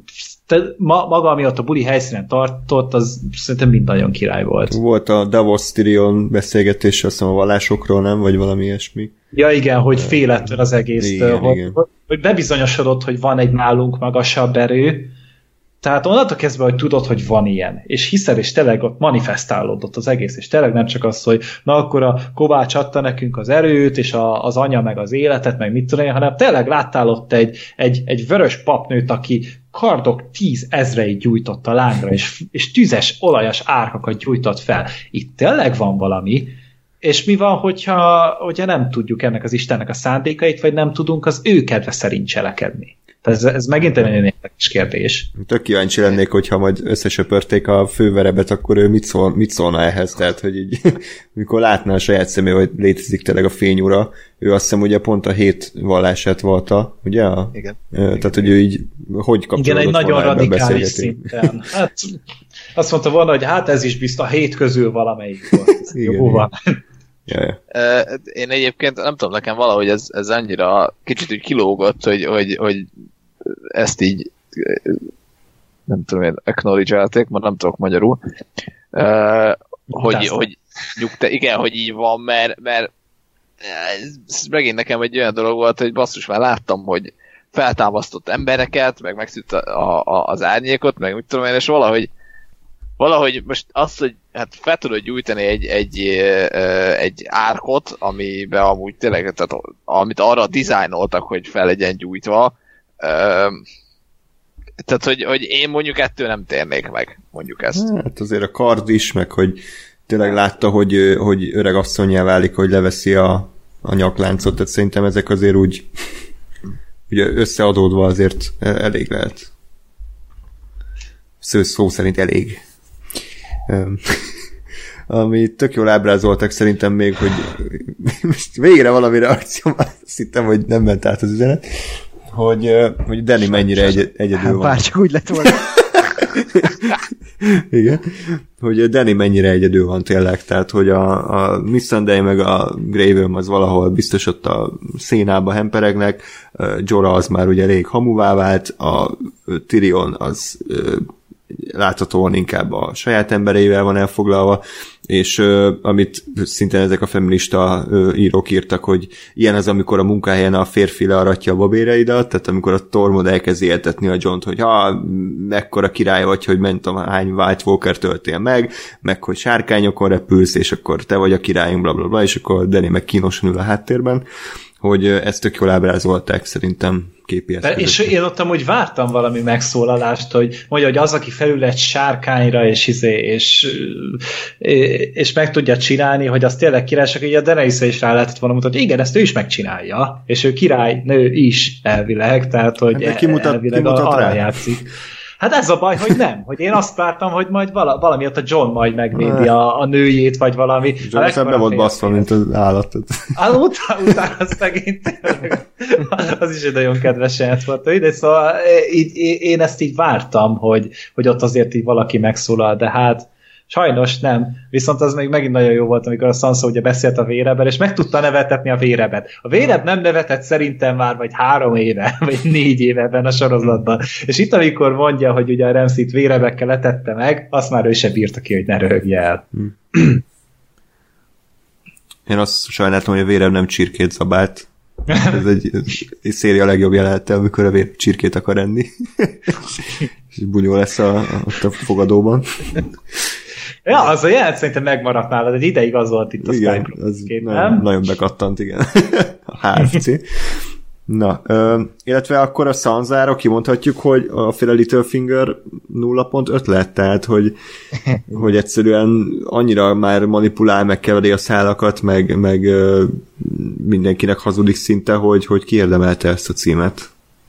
maga, ami ott a buli helyszínen tartott, az szerintem mind nagyon király volt. Volt a Davos Tyrion beszélgetés, azt hiszem a vallásokról, nem? Vagy valami ilyesmi. Ja igen, hogy félettől az egésztől, hogy bebizonyosodott, hogy van egy nálunk magasabb erő, tehát onnantól kezdve, hogy tudod, hogy van ilyen, és hiszed, és tényleg ott manifestálódott az egész, és tényleg nem csak az, hogy na akkor a Kovács adta nekünk az erőt, és az anya meg az életet, meg mit tudom én, hanem tényleg láttál ott egy vörös papnőt, aki kardok 10 000-eit gyújtott a lángra, és tüzes, olajas árkakat gyújtott fel. Itt tényleg van valami, és mi van, hogyha nem tudjuk ennek az Istennek a szándékait, vagy nem tudunk az ő kedve szerint cselekedni? Tehát ez megint egy nagyon érdekes kérdés. Tök kíváncsi lennék, hogyha majd összesöpörték a főverebet, akkor ő mit szólna ehhez? Tehát, hogy így, mikor látná a saját személy, hogy létezik tényleg a fényura, ő azt hiszem ugye pont a 7 vallását vallta, ugye? Igen. Tehát, hogy ő így hogy kapcsolódott volna ebbe a beszélgetésbe? Igen, egy nagyon radikális szinten. Hát, azt mondta volna, hogy hát ez is biztos a 7 közül valamelyik volt. Jó van. Ja. Én egyébként nem tudom, nekem valahogy ez annyira kicsit úgy kilógott, hogy ezt így nem tudom én, acknowledge-elték, mert nem tudok magyarul, hogy igen, hogy így van, mert ez megint nekem egy olyan dolog volt, hogy basszus, már láttam, hogy feltámasztott embereket, meg megszűnt az árnyékot, meg mit tudom én, és valahogy most azt, hogy hát fel tudod gyújtani egy árkot, amiben amúgy tényleg, tehát, amit arra dizájnoltak, hogy fel legyen gyújtva, tehát, hogy én mondjuk ettől nem térnék meg, mondjuk ezt. Hát azért a kard is, meg hogy tényleg látta, hogy öreg asszonnyá válik, hogy leveszi a nyakláncot, tehát szerintem ezek azért úgy ugye összeadódva azért elég lehet. Szó szerint elég. Ami tök jól ábrázoltak szerintem még, hogy most végre valami reakció, azt hittem, hogy nem ment át az üzenet, hogy Danny mennyire egyedül van. Bárcsak úgy lett volna. Igen. Hogy Danny mennyire egyedül van tényleg, tehát hogy a Miss Sunday meg a Grey Worm az valahol biztos ott a szénába hemperegnek, Jorah az már ugye elég hamuvá vált, a Tyrion az láthatóan inkább a saját embereivel van elfoglalva, és amit szintén ezek a feminista írók írtak, hogy ilyen az, amikor a munkahelyen a férfi learatja a babéreidat, tehát amikor a Tormod elkezdi éltetni a Johnt, hogy mekkora király vagy, hogy nem tudom, hány White Walker töltél meg hogy sárkányokon repülsz, és akkor te vagy a királyunk, blablabla, és akkor Danny meg kínosan ül a háttérben, hogy ezt tök jól ábrázolták szerintem képi eszközök. És én ott amúgy vártam valami megszólalást, hogy mondja, hogy az, aki felül egy sárkányra, és meg tudja csinálni, hogy az tényleg király, csak így a Daenerysre is rá lehetett volna mutatni, hogy igen, ezt ő is megcsinálja, és ő királynő is elvileg, tehát hogy elvileg arra játszik. Hát ez a baj, hogy nem. Hogy én azt vártam, hogy majd valami ott a John majd megvédi a nőjét, vagy valami. John aztán be volt baszva, mint az állatot. Utána szegény, az is egy nagyon kedves saját volt. De szóval én ezt így vártam, hogy ott azért így valaki megszólal, de hát sajnos nem. Viszont az még megint nagyon jó volt, amikor a Sansa ugye beszélt a Vérebben, és meg tudta nevetetni a Vérebet. A Véreb nem nevetett szerintem már vagy 3 éve, vagy 4 éve ebben a sorozatban. És itt, amikor mondja, hogy ugye a Ramsay-t Vérebekkel letette meg, azt már ő se bírta ki, hogy ne röhögje el. Én azt sajnáltam, hogy a Véreb nem csirkét zabált. Ez egy széria legjobb jelenete, amikor a Véreb csirkét akar enni. És bunyó lesz ott a fogadóban. Ja, az a jelent szerintem megmaradt nálad, egy ideig az volt itt a Skype kép, nem? Nagyon bekattant, igen. A HFC. Na, illetve akkor a Sansára kimondhatjuk, hogy a féle Littlefinger 0.5 lett, tehát hogy egyszerűen annyira már manipulál, meg keveri a szálakat, meg mindenkinek hazudik szinte, hogy kiérdemelte ezt a címet.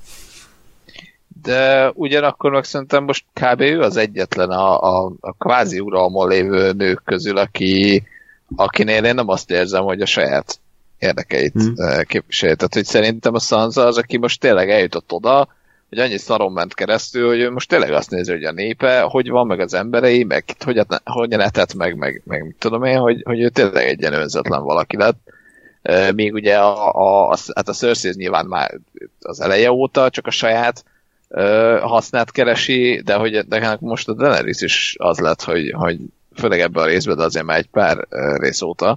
De ugyanakkor meg szerintem most kb. Ő az egyetlen a kvázi uralmon lévő nők közül, akinél én nem azt érzem, hogy a saját érdekeit képviselje. Tehát, hogy szerintem a Sansa az, aki most tényleg eljutott oda, hogy annyi szaron ment keresztül, hogy ő most tényleg azt nézi, hogy a népe, hogy van, meg az emberei, meg hogyan etett, meg mit tudom én, hogy ő tényleg egy ilyen önzetlen valaki lett. Még ugye hát a Cersei nyilván már az eleje óta csak a saját hasznát keresi, de hogy most a Daenerys is az lett, hogy főleg ebben a részben, de azért már egy pár rész óta,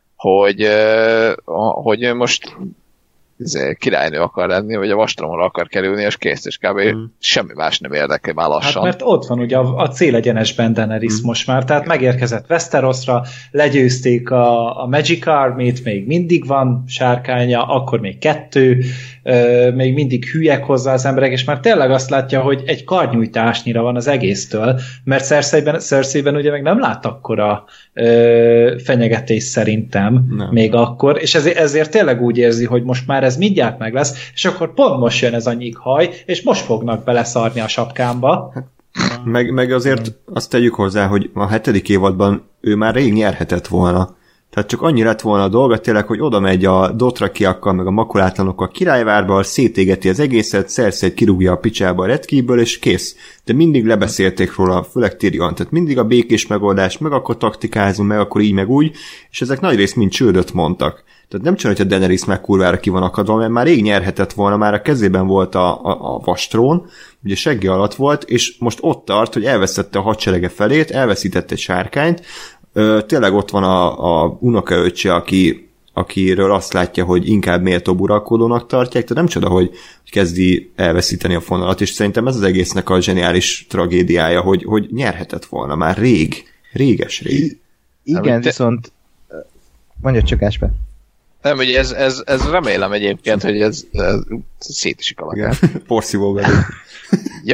hogy ő most királynő akar lenni, vagy a vastromra akar kerülni, és kész, és kb. Semmi más nem érdekel már lassan. Hát mert ott van ugye a célegyenesben Daenerys most már, tehát megérkezett Westerosra, legyőzték a Magic Army-t, még mindig van sárkánya, akkor még 2, még mindig hülyek hozzá az emberek, és már tényleg azt látja, hogy egy karnyújtásnyira van az egésztől, mert Cersei-ben ugye meg nem lát akkora fenyegetés szerintem még akkor, és ezért tényleg úgy érzi, hogy most már ez mindjárt meg lesz, és akkor pont most jön ez a nyikhaj, és most fognak beleszarni a sapkámba. Meg azért azt tegyük hozzá, hogy a 7. évadban ő már rég nyerhetett volna. Tehát csak annyi lett volna a dolga tényleg, hogy oda megy a dothrakiakkal, meg a makulátlanokkal királyvárba, szétégeti az egészet, Cersei kirúgja a picsába a redkéből, és kész. De mindig lebeszélték róla, főleg Tyrion, tehát mindig a békés megoldás, meg akkor taktikázunk, meg akkor így, meg úgy, és ezek nagyrészt mind csődöt mondtak. Tehát nem csak, hogy a Daenerys meg kurvára ki van akadva, mert már rég nyerhetett volna, már a kezében volt a vastrón, ugye seggi alatt volt, és most ott tart, hogy elvesztette a hadserege felét, elveszített egy sárkányt, tényleg ott van a unokaöccse, aki akiről azt látja, hogy inkább méltóbb uralkodónak tartják, tehát nem csoda, hogy kezdi elveszíteni a fonalat, és szerintem ez az egésznek a zseniális tragédiája, hogy nyerhetett volna már réges-rég. Igen, viszont mondja csak, Ásper. Nem, hogy ez remélem egyébként, hogy ez szétesik a lakát. Porszívó belül. Jó.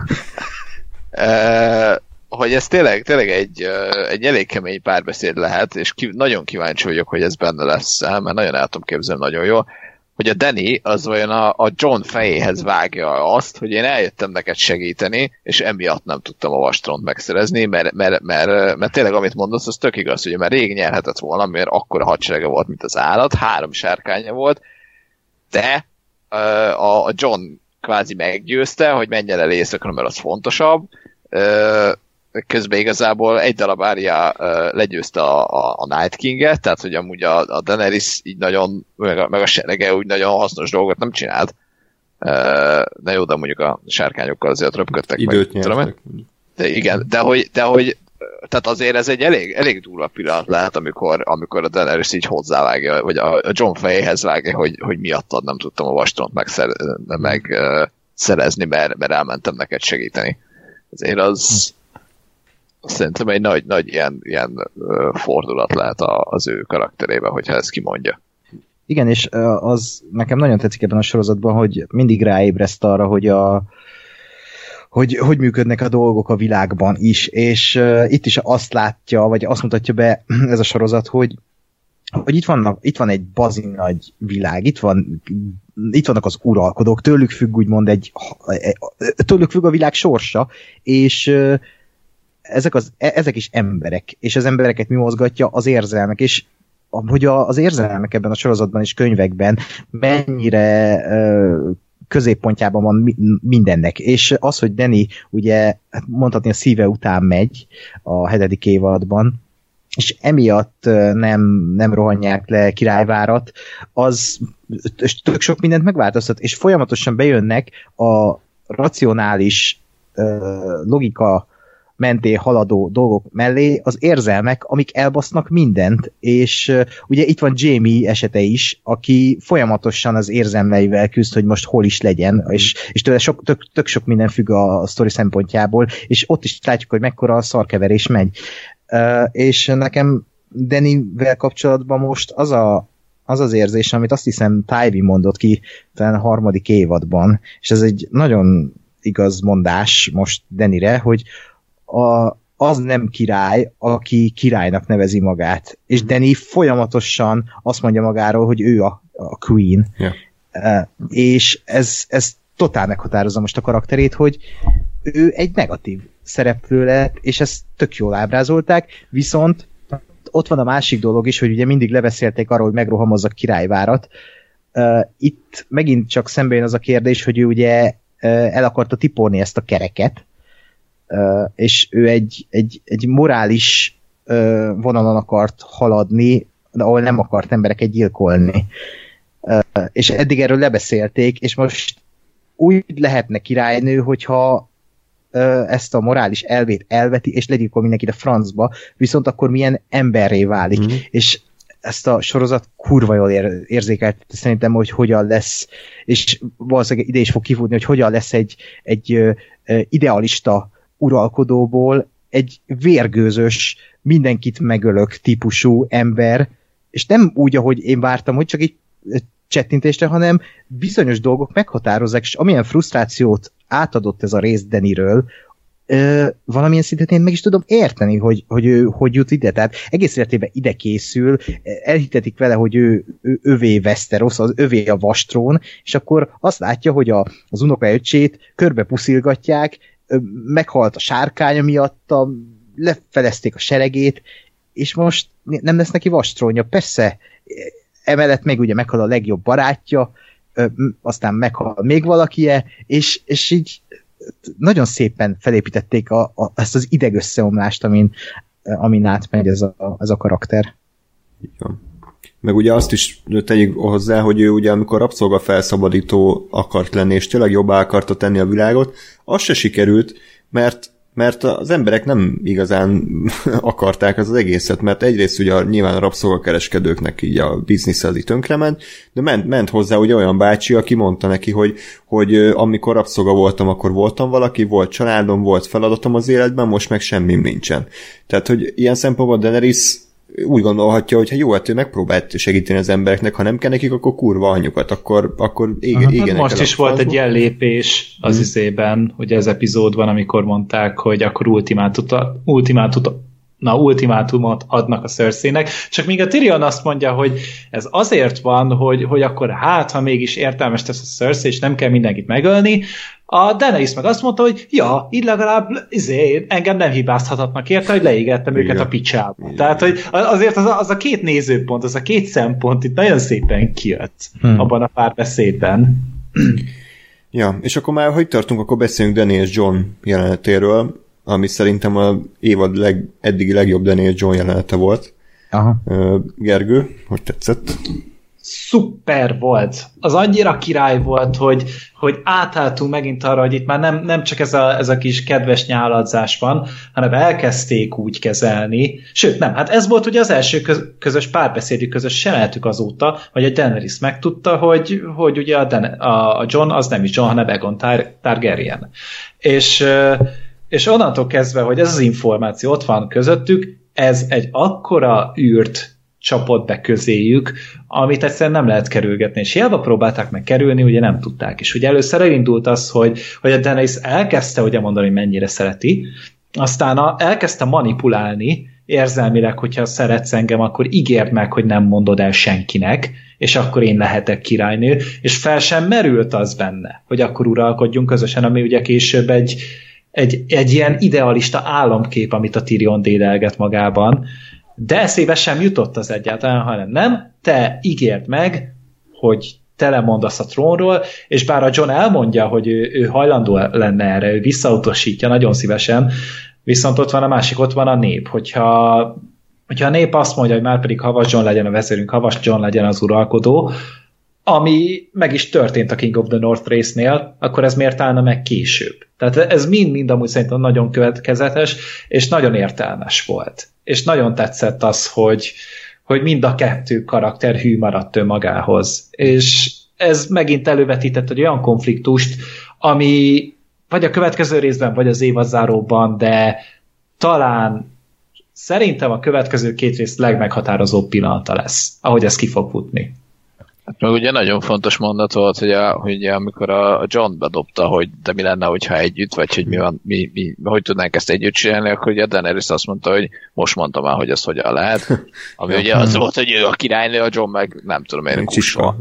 Hogy ez tényleg egy elég kemény párbeszéd lehet, és nagyon kíváncsi vagyok, hogy ez benne lesz, mert nagyon el tudom képzelni nagyon jól, hogy a Danny az vajon a John fejéhez vágja azt, hogy én eljöttem neked segíteni, és emiatt nem tudtam a vastront megszerezni, mert tényleg amit mondasz, az tök igaz, hogy már rég nyerhetett volna, mert akkora hadserege volt, mint az állat, 3 sárkánya volt, de a John kvázi meggyőzte, hogy menjen el éjszakra, mert az fontosabb, közben igazából egy darab Arya legyőzte a Night King-et, tehát hogy amúgy a Daenerys így nagyon, meg a serege úgy nagyon hasznos dolgot nem csinált. De jó, de mondjuk a sárkányokkal azért röpködtek időt meg. Nyertek. De igen, de hogy tehát azért ez egy elég durva pillanat lehet, amikor a Daenerys így hozzávágja, vagy a John fejéhez vágja, hogy miattad nem tudtam a vastront megszerezni, mert elmentem neked segíteni. Azért az szerintem egy nagy ilyen fordulat lehet az ő karakterében, hogyha ezt kimondja. Igen, és az nekem nagyon tetszik ebben a sorozatban, hogy mindig ráébreszt arra, hogy működnek a dolgok a világban is, és itt is azt látja, vagy azt mutatja be ez a sorozat, hogy itt van egy bazi nagy világ, itt vannak az uralkodók, tőlük függ úgymond tőlük függ a világ sorsa, és ezek is emberek, és az embereket mi mozgatja? Az érzelmek, és hogy az érzelmek ebben a sorozatban és könyvekben mennyire középpontjában van mindennek, és az, hogy Danny ugye mondhatni a szíve után megy a 7. évadban, és emiatt nem rohanják le Királyvárat, az tök sok mindent megváltoztat, és folyamatosan bejönnek a racionális logika mentén haladó dolgok mellé az érzelmek, amik elbasznak mindent, és ugye itt van Jamie esete is, aki folyamatosan az érzelmeivel küzd, hogy most hol is legyen, és tőle tök sok minden függ a sztori szempontjából, és ott is látjuk, hogy mekkora a szarkeverés megy. És nekem Danny-vel kapcsolatban most az érzés, amit azt hiszem Tywin mondott ki talán a 3. évadban, és ez egy nagyon igaz mondás most Dannyre, hogy az nem király, aki királynak nevezi magát. És Danny folyamatosan azt mondja magáról, hogy ő a queen. Yeah. És ez totál meghatározza most a karakterét, hogy ő egy negatív szereplő lett, és ezt tök jól ábrázolták, viszont ott van a másik dolog is, hogy ugye mindig lebeszélték arról, hogy megrohamozza Királyvárat. Itt megint csak szembe jön az a kérdés, hogy ő ugye el akarta tiporni ezt a kereket, és ő egy morális vonalon akart haladni, ahol nem akart embereket gyilkolni. És eddig erről lebeszélték, és most úgy lehetne királynő, hogyha ezt a morális elvét elveti, és legyilkol mindenkit a francba, viszont akkor milyen emberré válik. Mm-hmm. És ezt a sorozat kurva jól érzékelt szerintem, hogy hogyan lesz, és valószínűleg ide is fog kifutni, hogy hogyan lesz egy idealista uralkodóból egy vérgőzös, mindenkit megölök típusú ember, és nem úgy, ahogy én vártam, hogy csak egy csettintésre, hanem bizonyos dolgok meghatározzák, és amilyen frusztrációt átadott ez a rész Dannyről, valamilyen szinten én meg is tudom érteni, hogy ő hogy jut ide. Tehát egész életében ide készül, elhitetik vele, hogy övé Westeros, az övé a vastrón, és akkor azt látja, hogy az unokaöccsét körbe puszilgatják, meghalt a sárkánya miatt, lefelezték a seregét, és most nem lesz neki vastrónja. Persze, emellett meg ugye meghal a legjobb barátja, aztán meghal még valakie, és így nagyon szépen felépítették ezt az idegösszeomlást, amin átmegy ez a karakter. Igen. Meg ugye azt is tegyük hozzá, hogy ő ugye amikor rabszolga felszabadító akart lenni, és tényleg jobbá akarta tenni a világot, az se sikerült, mert mert az emberek nem igazán akarták az egészet, mert egyrészt ugye nyilván a rabszolgakereskedőknek így a biznisz az így tönkrement, de ment hozzá ugye olyan bácsi, aki mondta neki, hogy amikor rabszolga voltam, akkor voltam valaki, volt családom, volt feladatom az életben, most meg semmi nincsen. Tehát, hogy ilyen szempontból Daenerys úgy gondolhatja, hogy jó, hát ő megpróbált segíteni az embereknek, ha nem kell nekik, akkor kurva anyjukat, akkor égenek. Most is volt egy ilyen lépés az izében, ugye az epizódban, amikor mondták, hogy akkor ultimátumot adnak a Cerseinek, csak míg a Tyrion azt mondja, hogy ez azért van, hogy akkor ha mégis értelmes tesz a Cersei, és nem kell mindenkit megölni, a Daenerys meg azt mondta, hogy ja, így legalább engem nem hibázhatnak érte, hogy leégettem őket a picsába. Igen. Tehát, hogy azért az a két nézőpont, az a két szempont itt nagyon szépen kijött abban a párbeszédben. Ja, és akkor már, hogy tartunk, akkor beszéljünk Dany és Jon jelenetéről, ami szerintem a évad eddigi legjobb Dany és Jon jelenete volt. Aha. Gergő, hogy tetszett? Szuper volt. Az annyira király volt, hogy átálltunk megint arra, hogy itt már nem csak ez a kis kedves nyáladzás van, hanem elkezdték úgy kezelni. Sőt, nem, hát ez volt ugye az első közös párbeszédű, közös jelenetük azóta, hogy a Daenerys megtudta, hogy ugye a Jon az nem is Jon, hanem Aegon Targaryen. És onnantól kezdve, hogy ez az információ ott van közöttük, ez egy akkora űrt csapott be közéjük, amit egyszerűen nem lehet kerülgetni, és hiába próbálták meg kerülni, ugye nem tudták. És ugye először elindult az, hogy a Daenerys elkezdte ugye mondani, hogy mennyire szereti, aztán elkezdte manipulálni érzelmileg, hogyha szeretsz engem, akkor ígérd meg, hogy nem mondod el senkinek, és akkor én lehetek királynő, és fel sem merült az benne, hogy akkor uralkodjunk közösen, ami ugye később egy ilyen idealista álomkép, amit a Tyrion dédelget magában, de eszébe sem jutott az egyáltalán, hanem nem, te ígérd meg, hogy te lemondasz a trónról, és bár a Jon elmondja, hogy ő hajlandó lenne erre, ő visszautasítja nagyon szívesen, viszont ott van a másik, ott van a nép. Hogyha a nép azt mondja, hogy már pedig Havas Jon legyen a vezérünk, Havas Jon legyen az uralkodó, ami meg is történt a King of the North résznél, akkor ez miért állna meg később? Tehát ez mind amúgy szerintem nagyon következetes, és nagyon értelmes volt. És nagyon tetszett az, hogy mind a kettő karakter hű maradt önmagához. És ez megint elővetített egy olyan konfliktust, ami vagy a következő részben, vagy az évadzáróban, de talán szerintem a következő két rész legmeghatározóbb pillanata lesz, ahogy ez ki fog futni. Hát meg ugye nagyon fontos mondat volt, hogy amikor a Jon bedobta, hogy de mi lenne, hogyha együtt, vagy hogy hogy tudnánk ezt együtt csinálni, akkor ugye a Daenerys azt mondta, hogy most mondtam már, hogy ez hogyan lehet. Ami ugye az volt, hogy ő a királynő, a Jon meg nem tudom én, kusva.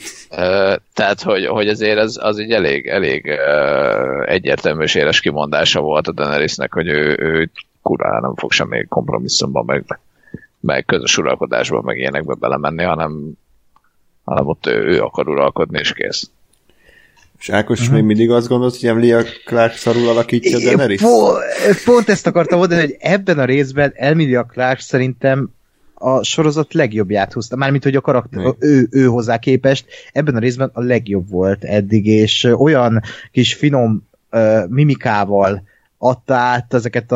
Tehát, hogy azért az egy elég egyértelmű és éles kimondása volt a Daenerysnek, hogy ő kurvára nem fog semmi kompromisszumban, meg közös uralkodásban, meg ilyenekbe belemenni, hanem ott ő akar uralkodni, és kész. És Ákos még mindig azt gondolod, hogy Emilia Clarke szarul alakítja Daenerys? Pont ezt akartam mondani, hogy ebben a részben Emilia Clarke szerintem a sorozat legjobbját hozta. Mármint, hogy a karakter, ő hozzá képest ebben a részben a legjobb volt eddig, és olyan kis finom mimikával adta át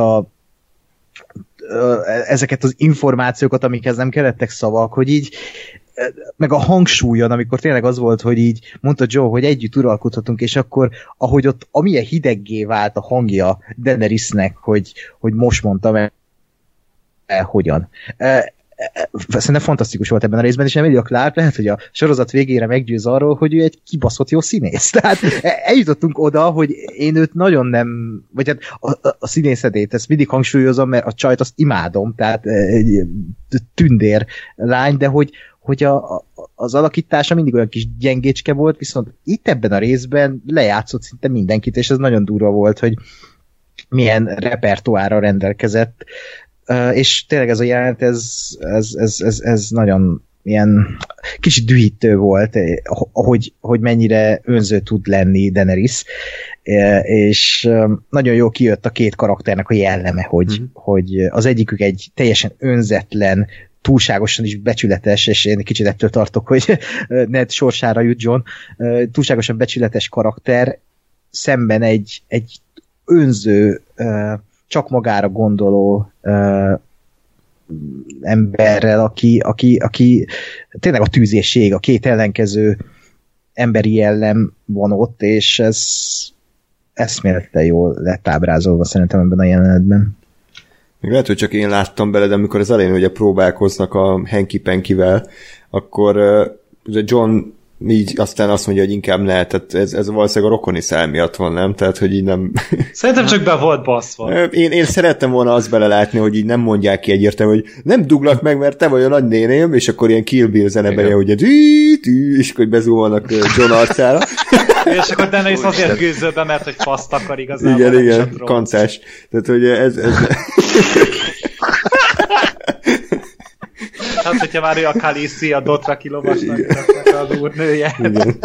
ezeket az információkat, amikhez nem kellettek szavak, hogy így meg a hangsúlyon, amikor tényleg az volt, hogy így mondta Joe, hogy együtt uralkodhatunk, és akkor, ahogy ott amilyen hideggé vált a hangja Daenerysnek, hogy most mondtam el, hogyan. Szerintem fantasztikus volt ebben a részben, és Emilia Clarke lehet, hogy a sorozat végére meggyőz arról, hogy ő egy kibaszott jó színész. Tehát eljutottunk oda, hogy én őt nagyon nem, vagy hát a színészetét, ezt mindig hangsúlyozom, mert a csajt azt imádom, tehát egy tündér lány, de hogy az alakítása mindig olyan kis gyengécske volt, viszont itt ebben a részben lejátszott szinte mindenkit, és ez nagyon durva volt, hogy milyen repertoárra rendelkezett, és tényleg ez a jelenet, ez nagyon ilyen kicsit dühítő volt, hogy mennyire önző tud lenni Daenerys, és nagyon jól kijött a két karakternek a jelleme, hogy az egyikük egy teljesen önzetlen, túlságosan is becsületes, és én kicsit ettől tartok, hogy Ned sorsára jut Jon, túlságosan becsületes karakter szemben egy önző, csak magára gondoló emberrel, aki tényleg a tűzésség, a két ellenkező emberi jellem van ott, és ez eszméletlen jól lett ábrázolva szerintem ebben a jelenetben. Még lehet, hogy csak én láttam bele, de amikor az elején ugye próbálkoznak a Hanky Pankyvel, akkor John így aztán azt mondja, hogy inkább ne, tehát ez valószínűleg a rokoni szál miatt van, nem? Tehát, hogy így nem... Szerintem csak be volt baszva. Én szerettem volna azt belelátni, hogy így nem mondják ki egyértelműen, hogy nem duglak meg, mert te vagy a nagynéném, és akkor ilyen Kill Bill zeneben jön, hogy és akkor bezúolnak John arcára. És akkor Daenerys azért gőzöl be, mert hogy faszt akar igazából. Igen, kancás. Tehát, hogy ez... Hát, hogyha már ő a Khaleesi, a Dothraki lovasnak az úrnője.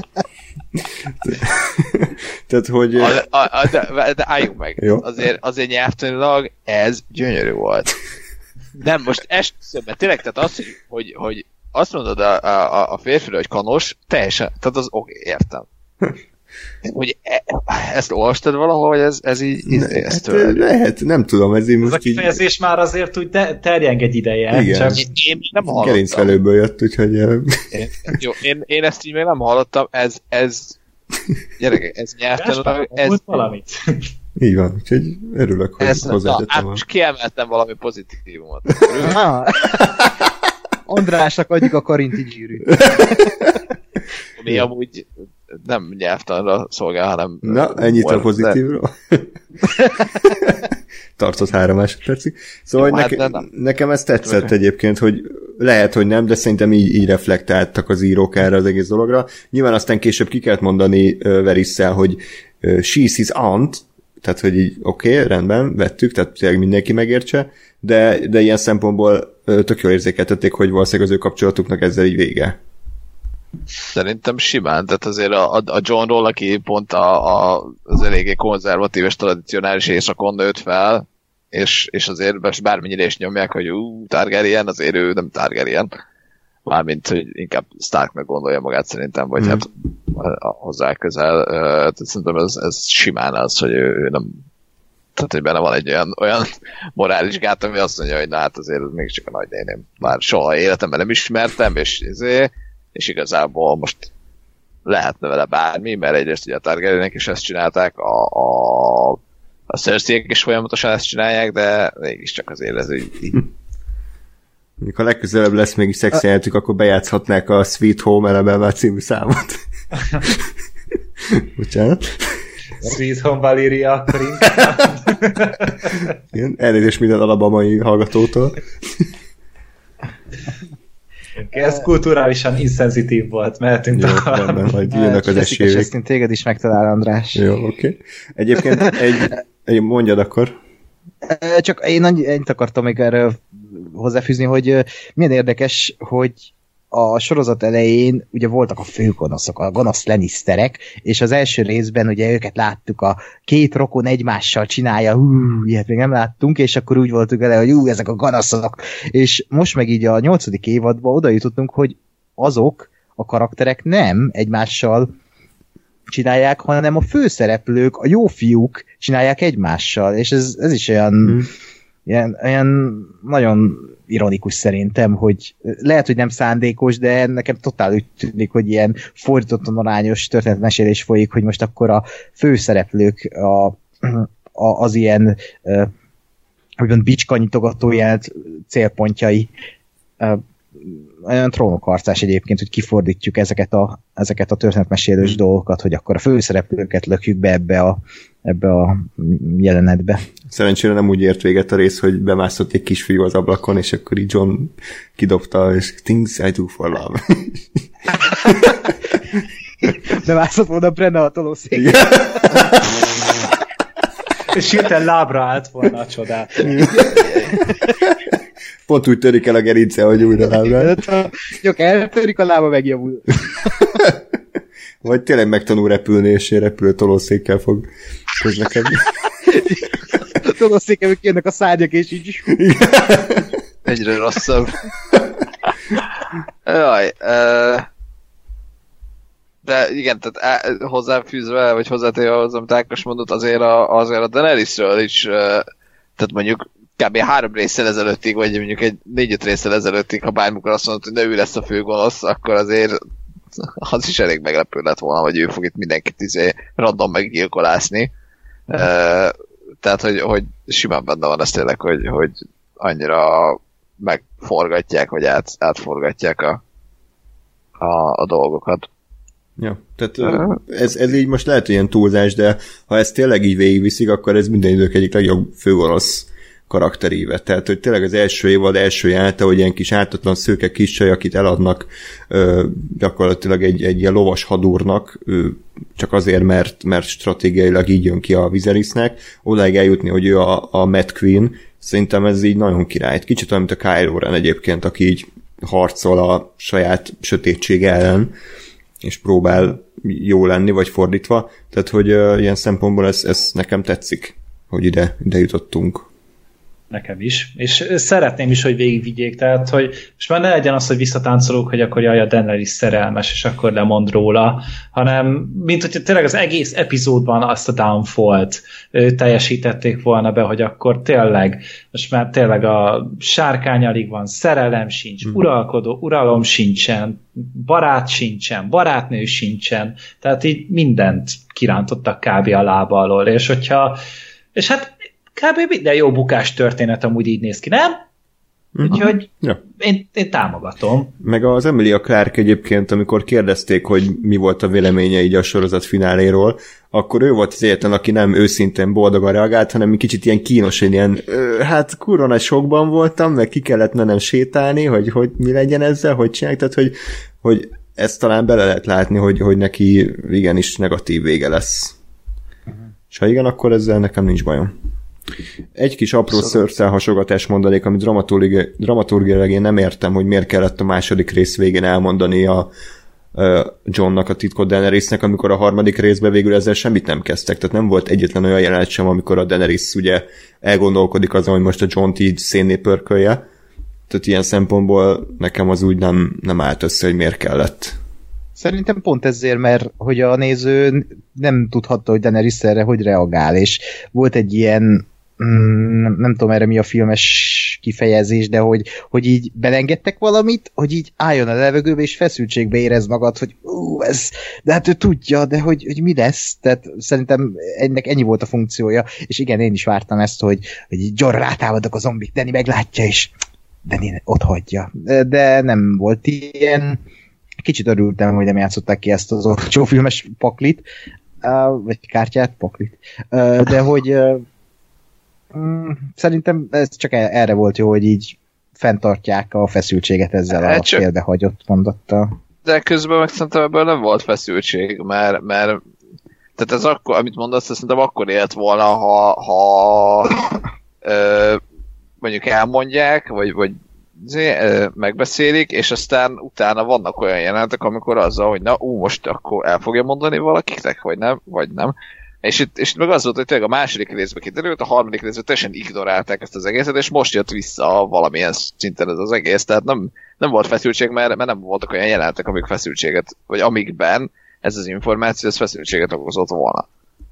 Tehát, hogy... De álljunk meg. Jó. Azért nyelvtanilag ez gyönyörű volt. Nem, most esküszöm, mert tényleg, tehát az, hogy azt mondod a férfire, hogy kanos, teljesen, tehát az oké, értem. Hogy ezt olvastad valahol, hogy ez így ezt lehet, nem tudom, ez így most így... Ez a kifejezés már azért úgy terjeng egy ideje. Igen. Csak én nem hallottam. Gerincvelőből jött, úgyhogy... Én ezt így még nem hallottam, ez gyerekek, ez nyelvtelen. Ez valamit. Így van, úgyhogy örülök, hogy hozzátettem. Most kiemeltem valami pozitívumot. Andrásnak adjuk a karinti gyűrűt. Mi amúgy nem nyelvtanra szolgál, hanem... Na, ennyit a pozitívról. Tartott 3 másodpercig. Szóval nekem ez tetszett egyébként, hogy lehet, hogy nem, de szerintem így reflektáltak az írók erre az egész dologra. Nyilván aztán később ki kellett mondani Varys-szel, hogy she's his aunt, tehát, hogy így oké, rendben, vettük, tehát tényleg mindenki megértse, de ilyen szempontból tök jól érzékeltették, hogy valószínűleg az ő kapcsolatuknak ezzel így vége. Szerintem simán, tehát azért a Johnról, aki pont az eléggé konzervatív és tradicionális északon nőtt fel, és azért bármennyire is nyomják, hogy Targaryen, azért ő nem Targaryen. Mármint, hogy inkább Starknak gondolja magát szerintem, vagy hát hozzá közel. Szerintem ez simán az, hogy ő nem... Tehát, hogy benne van egy olyan morális gát, ami azt mondja, hogy na hát azért mégiscsak a nagynéném. Már soha életemben nem ismertem, és igazából most lehetne vele bármi, mert egyrészt ugye a Targaryenek is ezt csinálták, a Cersei-ek is folyamatosan ezt csinálják, de mégiscsak azért ez így. Mikor legközelebb lesz mégis szexelhetük, akkor bejátszhatnák a Sweet Home Alabama című számot. Bocsánat. Sweet Home Valyria, akkor inkább. Igen, elnézést minden alabamai hallgatótól. Ez kulturálisan inszenzitív volt, mehetünk tovább. Majd jönnek az esélyek. Ezt téged is megtalál, András. Jó, oké. Egyébként egy mondjad akkor. Csak én annyit akartam még erről hozzáfűzni, hogy milyen érdekes, hogy a sorozat elején ugye voltak a főgonoszok, a gonosz Lannisterek, és az első részben ugye őket láttuk, a két rokon egymással csinálja, ilyet még nem láttunk, és akkor úgy voltunk vele, hogy ezek a gonoszok. És most meg így a 8. évadban oda jutottunk, hogy azok a karakterek nem egymással csinálják, hanem a főszereplők, a jó fiúk csinálják egymással, és ez is olyan nagyon ironikus szerintem, hogy lehet, hogy nem szándékos, de nekem totál úgy tűnik, hogy ilyen fordítottan arányos történetmesélés folyik, hogy most akkor a főszereplők az ilyen úgymond bicskanyitogató jelent célpontjai. Olyan trónokharcás egyébként, hogy kifordítjuk ezeket a történetmesélős dolgokat, hogy akkor a főszereplőket lökjük be ebbe a jelenetbe. Szerencsére nem úgy ért véget a rész, hogy bemászott egy kisfiú az ablakon, és akkor így John kidobta, és things I do for love. Bemászott volna Brenna a tolószék. És hirtelen lábra állt volna a csodát. Pont úgy törik el a gerince, hogy újra lábra. Jó, eltörik a lába, megjavul. Vagy tényleg megtanul repülni, és repülő tolószékkel fog közlekedni. Tolószékkel jönnek a szárnyak, és így... Egyre rosszabb. Jaj, De igen, tehát hozzáfűzve, vagy hozzátéve ahhoz, amit Ákos mondott, azért a Daenerysről is, tehát mondjuk kb. 3 résszel ezelőttig, vagy mondjuk egy 4-5 résszel ezelőttig, ha bármikor azt mondott, hogy ne ő lesz a főgonosz, akkor azért az is elég meglepő lett volna, hogy ő fog itt mindenkit random meggyilkolásni. Tehát, hogy simán benne van ez tényleg, hogy annyira megforgatják, vagy átforgatják a dolgokat. Ja, tehát ez így most lehet ilyen túlzás, de ha ez tényleg így végigviszik, akkor ez minden idők egyik legjobb főgonosz karakteríve. Tehát, hogy tényleg az első évad első járta, hogy ilyen kis ártatlan szőke kis csaj, akit eladnak gyakorlatilag egy ilyen lovas hadúrnak, csak azért, mert stratégiailag így jön ki a Viserysnek, odáig eljutni, hogy ő a Mad Queen, szerintem ez így nagyon király. Kicsit olyan, mint a Kylo Ren egyébként, aki így harcol a saját sötétség ellen, és próbál jó lenni, vagy fordítva. Tehát, hogy ilyen szempontból ez nekem tetszik, hogy ide jutottunk. Nekem is. És szeretném is, hogy végigvigyék, tehát, hogy most már ne legyen az, hogy visszatáncolók, hogy akkor jaj, a Daenerys szerelmes, és akkor lemond róla, hanem mint hogy tényleg az egész epizódban azt a downfall-t teljesítették volna be, hogy akkor tényleg, most már tényleg a sárkány alig van, szerelem sincs, uralom sincsen, barát sincsen, barátnő sincsen, tehát így mindent kirántottak kb. A lába alól, és hát kb. Minden jó bukás történet amúgy így néz ki, nem? Úgyhogy én támogatom. Meg az Emilia Clarke egyébként, amikor kérdezték, hogy mi volt a véleménye így a sorozat fináléról, akkor ő volt az egyetlen, aki nem őszintén boldogan reagált, hanem kicsit ilyen kínosan, ilyen hát kurva nagy sokban voltam, meg ki kellett mennem sétálni, hogy mi legyen ezzel, hogy csinálják, tehát hogy ezt talán bele lehet látni, hogy neki igenis negatív vége lesz. És ha igen, akkor ezzel nekem nincs bajom. Egy kis apró szőrszelhasogatást mondanék, amit dramaturgiailag én nem értem, hogy miért kellett a második rész végén elmondani a Johnnak a titkot Daenerysnek, amikor a harmadik részben végül ezzel semmit nem kezdtek. Tehát nem volt egyetlen olyan jelenet sem, amikor a Daenerys ugye elgondolkodik azon, hogy most a Johnt így szénné pörkölje. Tehát ilyen szempontból nekem az úgy nem állt össze, hogy miért kellett. Szerintem pont ezért, mert hogy a néző nem tudhatta, hogy Daenerys erre hogy reagál, és volt egy ilyen nem tudom erre mi a filmes kifejezés, de hogy így belengedtek valamit, hogy így álljon a levegőbe, és feszültségbe érez magad, hogy de hát ő tudja, de hogy mi lesz, tehát szerintem ennek ennyi volt a funkciója, és igen, én is vártam ezt, hogy így gyorsan rátámadok a zombik, Dani meglátja, és Dani ott hagyja. De nem volt ilyen. Kicsit örültem, hogy nem játszották ki ezt az olcsó filmes paklit, vagy kártyát, paklit, de hogy szerintem ez csak erre volt jó, hogy így fenntartják a feszültséget ezzel a félbehagyott mondattal. De közben meg szerintem ebből nem volt feszültség, mert tehát ez akkor, amit mondasz, szerintem akkor élt volna, ha mondjuk elmondják, vagy megbeszélik, és aztán utána vannak olyan jelenetek, amikor azzal, hogy most akkor el fogja mondani valakiknek, vagy nem. És itt meg az volt, hogy tényleg a második részben kiderült, a harmadik részben teljesen ignorálták ezt az egészet, és most jött vissza valamilyen szinten ez az egész, tehát nem volt feszültség, mert nem voltak olyan jelenetek, amik feszültséget, vagy amikben ez az információ, ez feszültséget okozott volna.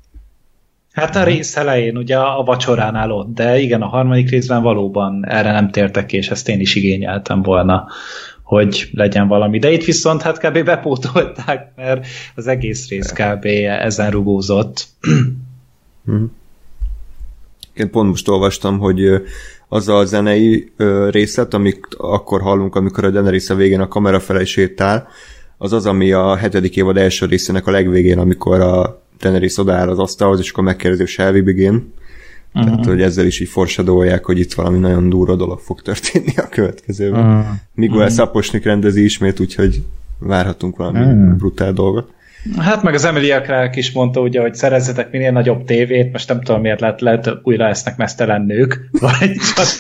Hát a rész elején ugye a vacsoránál ott, de igen, a harmadik részben valóban erre nem tértek ki, és ezt én is igényeltem volna, hogy legyen valami. De itt viszont hát kb. Bepótolták, mert az egész rész kb. Ezen rugózott. Én pont most olvastam, hogy az a zenei részlet, amit akkor hallunk, amikor a Daenerys a végén a kamera felé sétál, az, ami a 7. évad első részének a legvégén, amikor a Daenerys odaáll az asztalhoz, és akkor megkérdezi, hogy shall we begin? Tehát, hogy ezzel is így foreshadowolják, hogy itt valami nagyon durva dolog fog történni a következőben. Miguel Sapochnik rendezi ismét, úgyhogy várhatunk valami brutál dolgot. Hát meg az Emilia Clarke is mondta ugye, hogy szerezzetek minél nagyobb tévét, most nem tudom miért lehet újra lesznek meztelen nők, vagy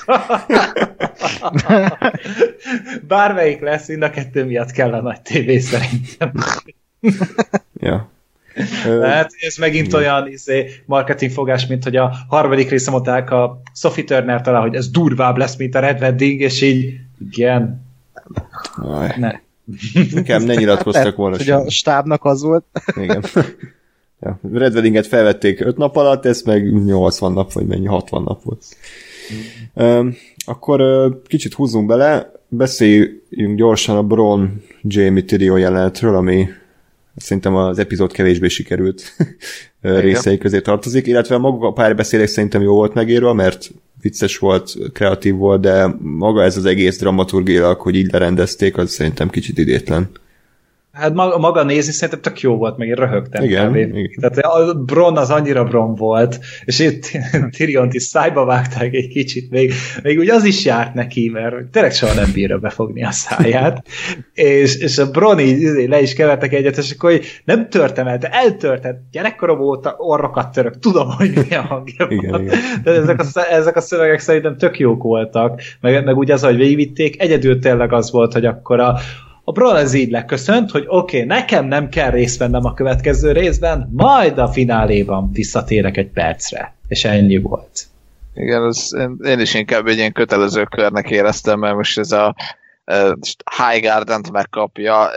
bármelyik lesz, mind a kettő miatt kell a nagy tévé szerintem. Ja. Hát ez megint olyan marketingfogás, mint hogy a harmadik része mondták a Sophie Turner talán, hogy ez durvább lesz, mint a Red Wedding, és így igen. Nekem ne nyilatkoztak volna hogy a stábnak az volt. Igen. Ja, Red Weddinget felvették 5 nap alatt, ez meg 80 nap, vagy mennyi, 60 nap volt. Akkor kicsit húzzunk bele, beszéljünk gyorsan a Bronn Jaime Tyrion jelenetről, ami szerintem az epizód kevésbé sikerült részei közé tartozik, illetve maguk a párbeszédek szerintem jó volt megírva, mert vicces volt, kreatív volt, de maga ez az egész dramaturgiailag, hogy így lerendezték, az szerintem kicsit idétlen. Hát maga nézni szerintem tök jó volt, meg én röhögtem. Igen. Tehát a Bronn az annyira Bronn volt, és itt Tyriont is szájba vágták egy kicsit, még úgy az is járt neki, mert tényleg soha nem bírja befogni a száját, és a Bronn így le is kevertek egyet, és akkor nem törtem el, de eltörted, gyerekkorom óta orrokat török, tudom, hogy milyen hangja van. De ezek a szövegek szerintem tök jók voltak, meg úgy az, hogy végigvitték, egyedül tényleg az volt, hogy akkor a Bronn az így leköszönt, hogy oké, nekem nem kell részt vennem a következő részben, majd a fináléban visszatérek egy percre. És ennyi volt. Igen, én is inkább egy ilyen kötelező körnek éreztem, mert most ez a Highgardent megkapja.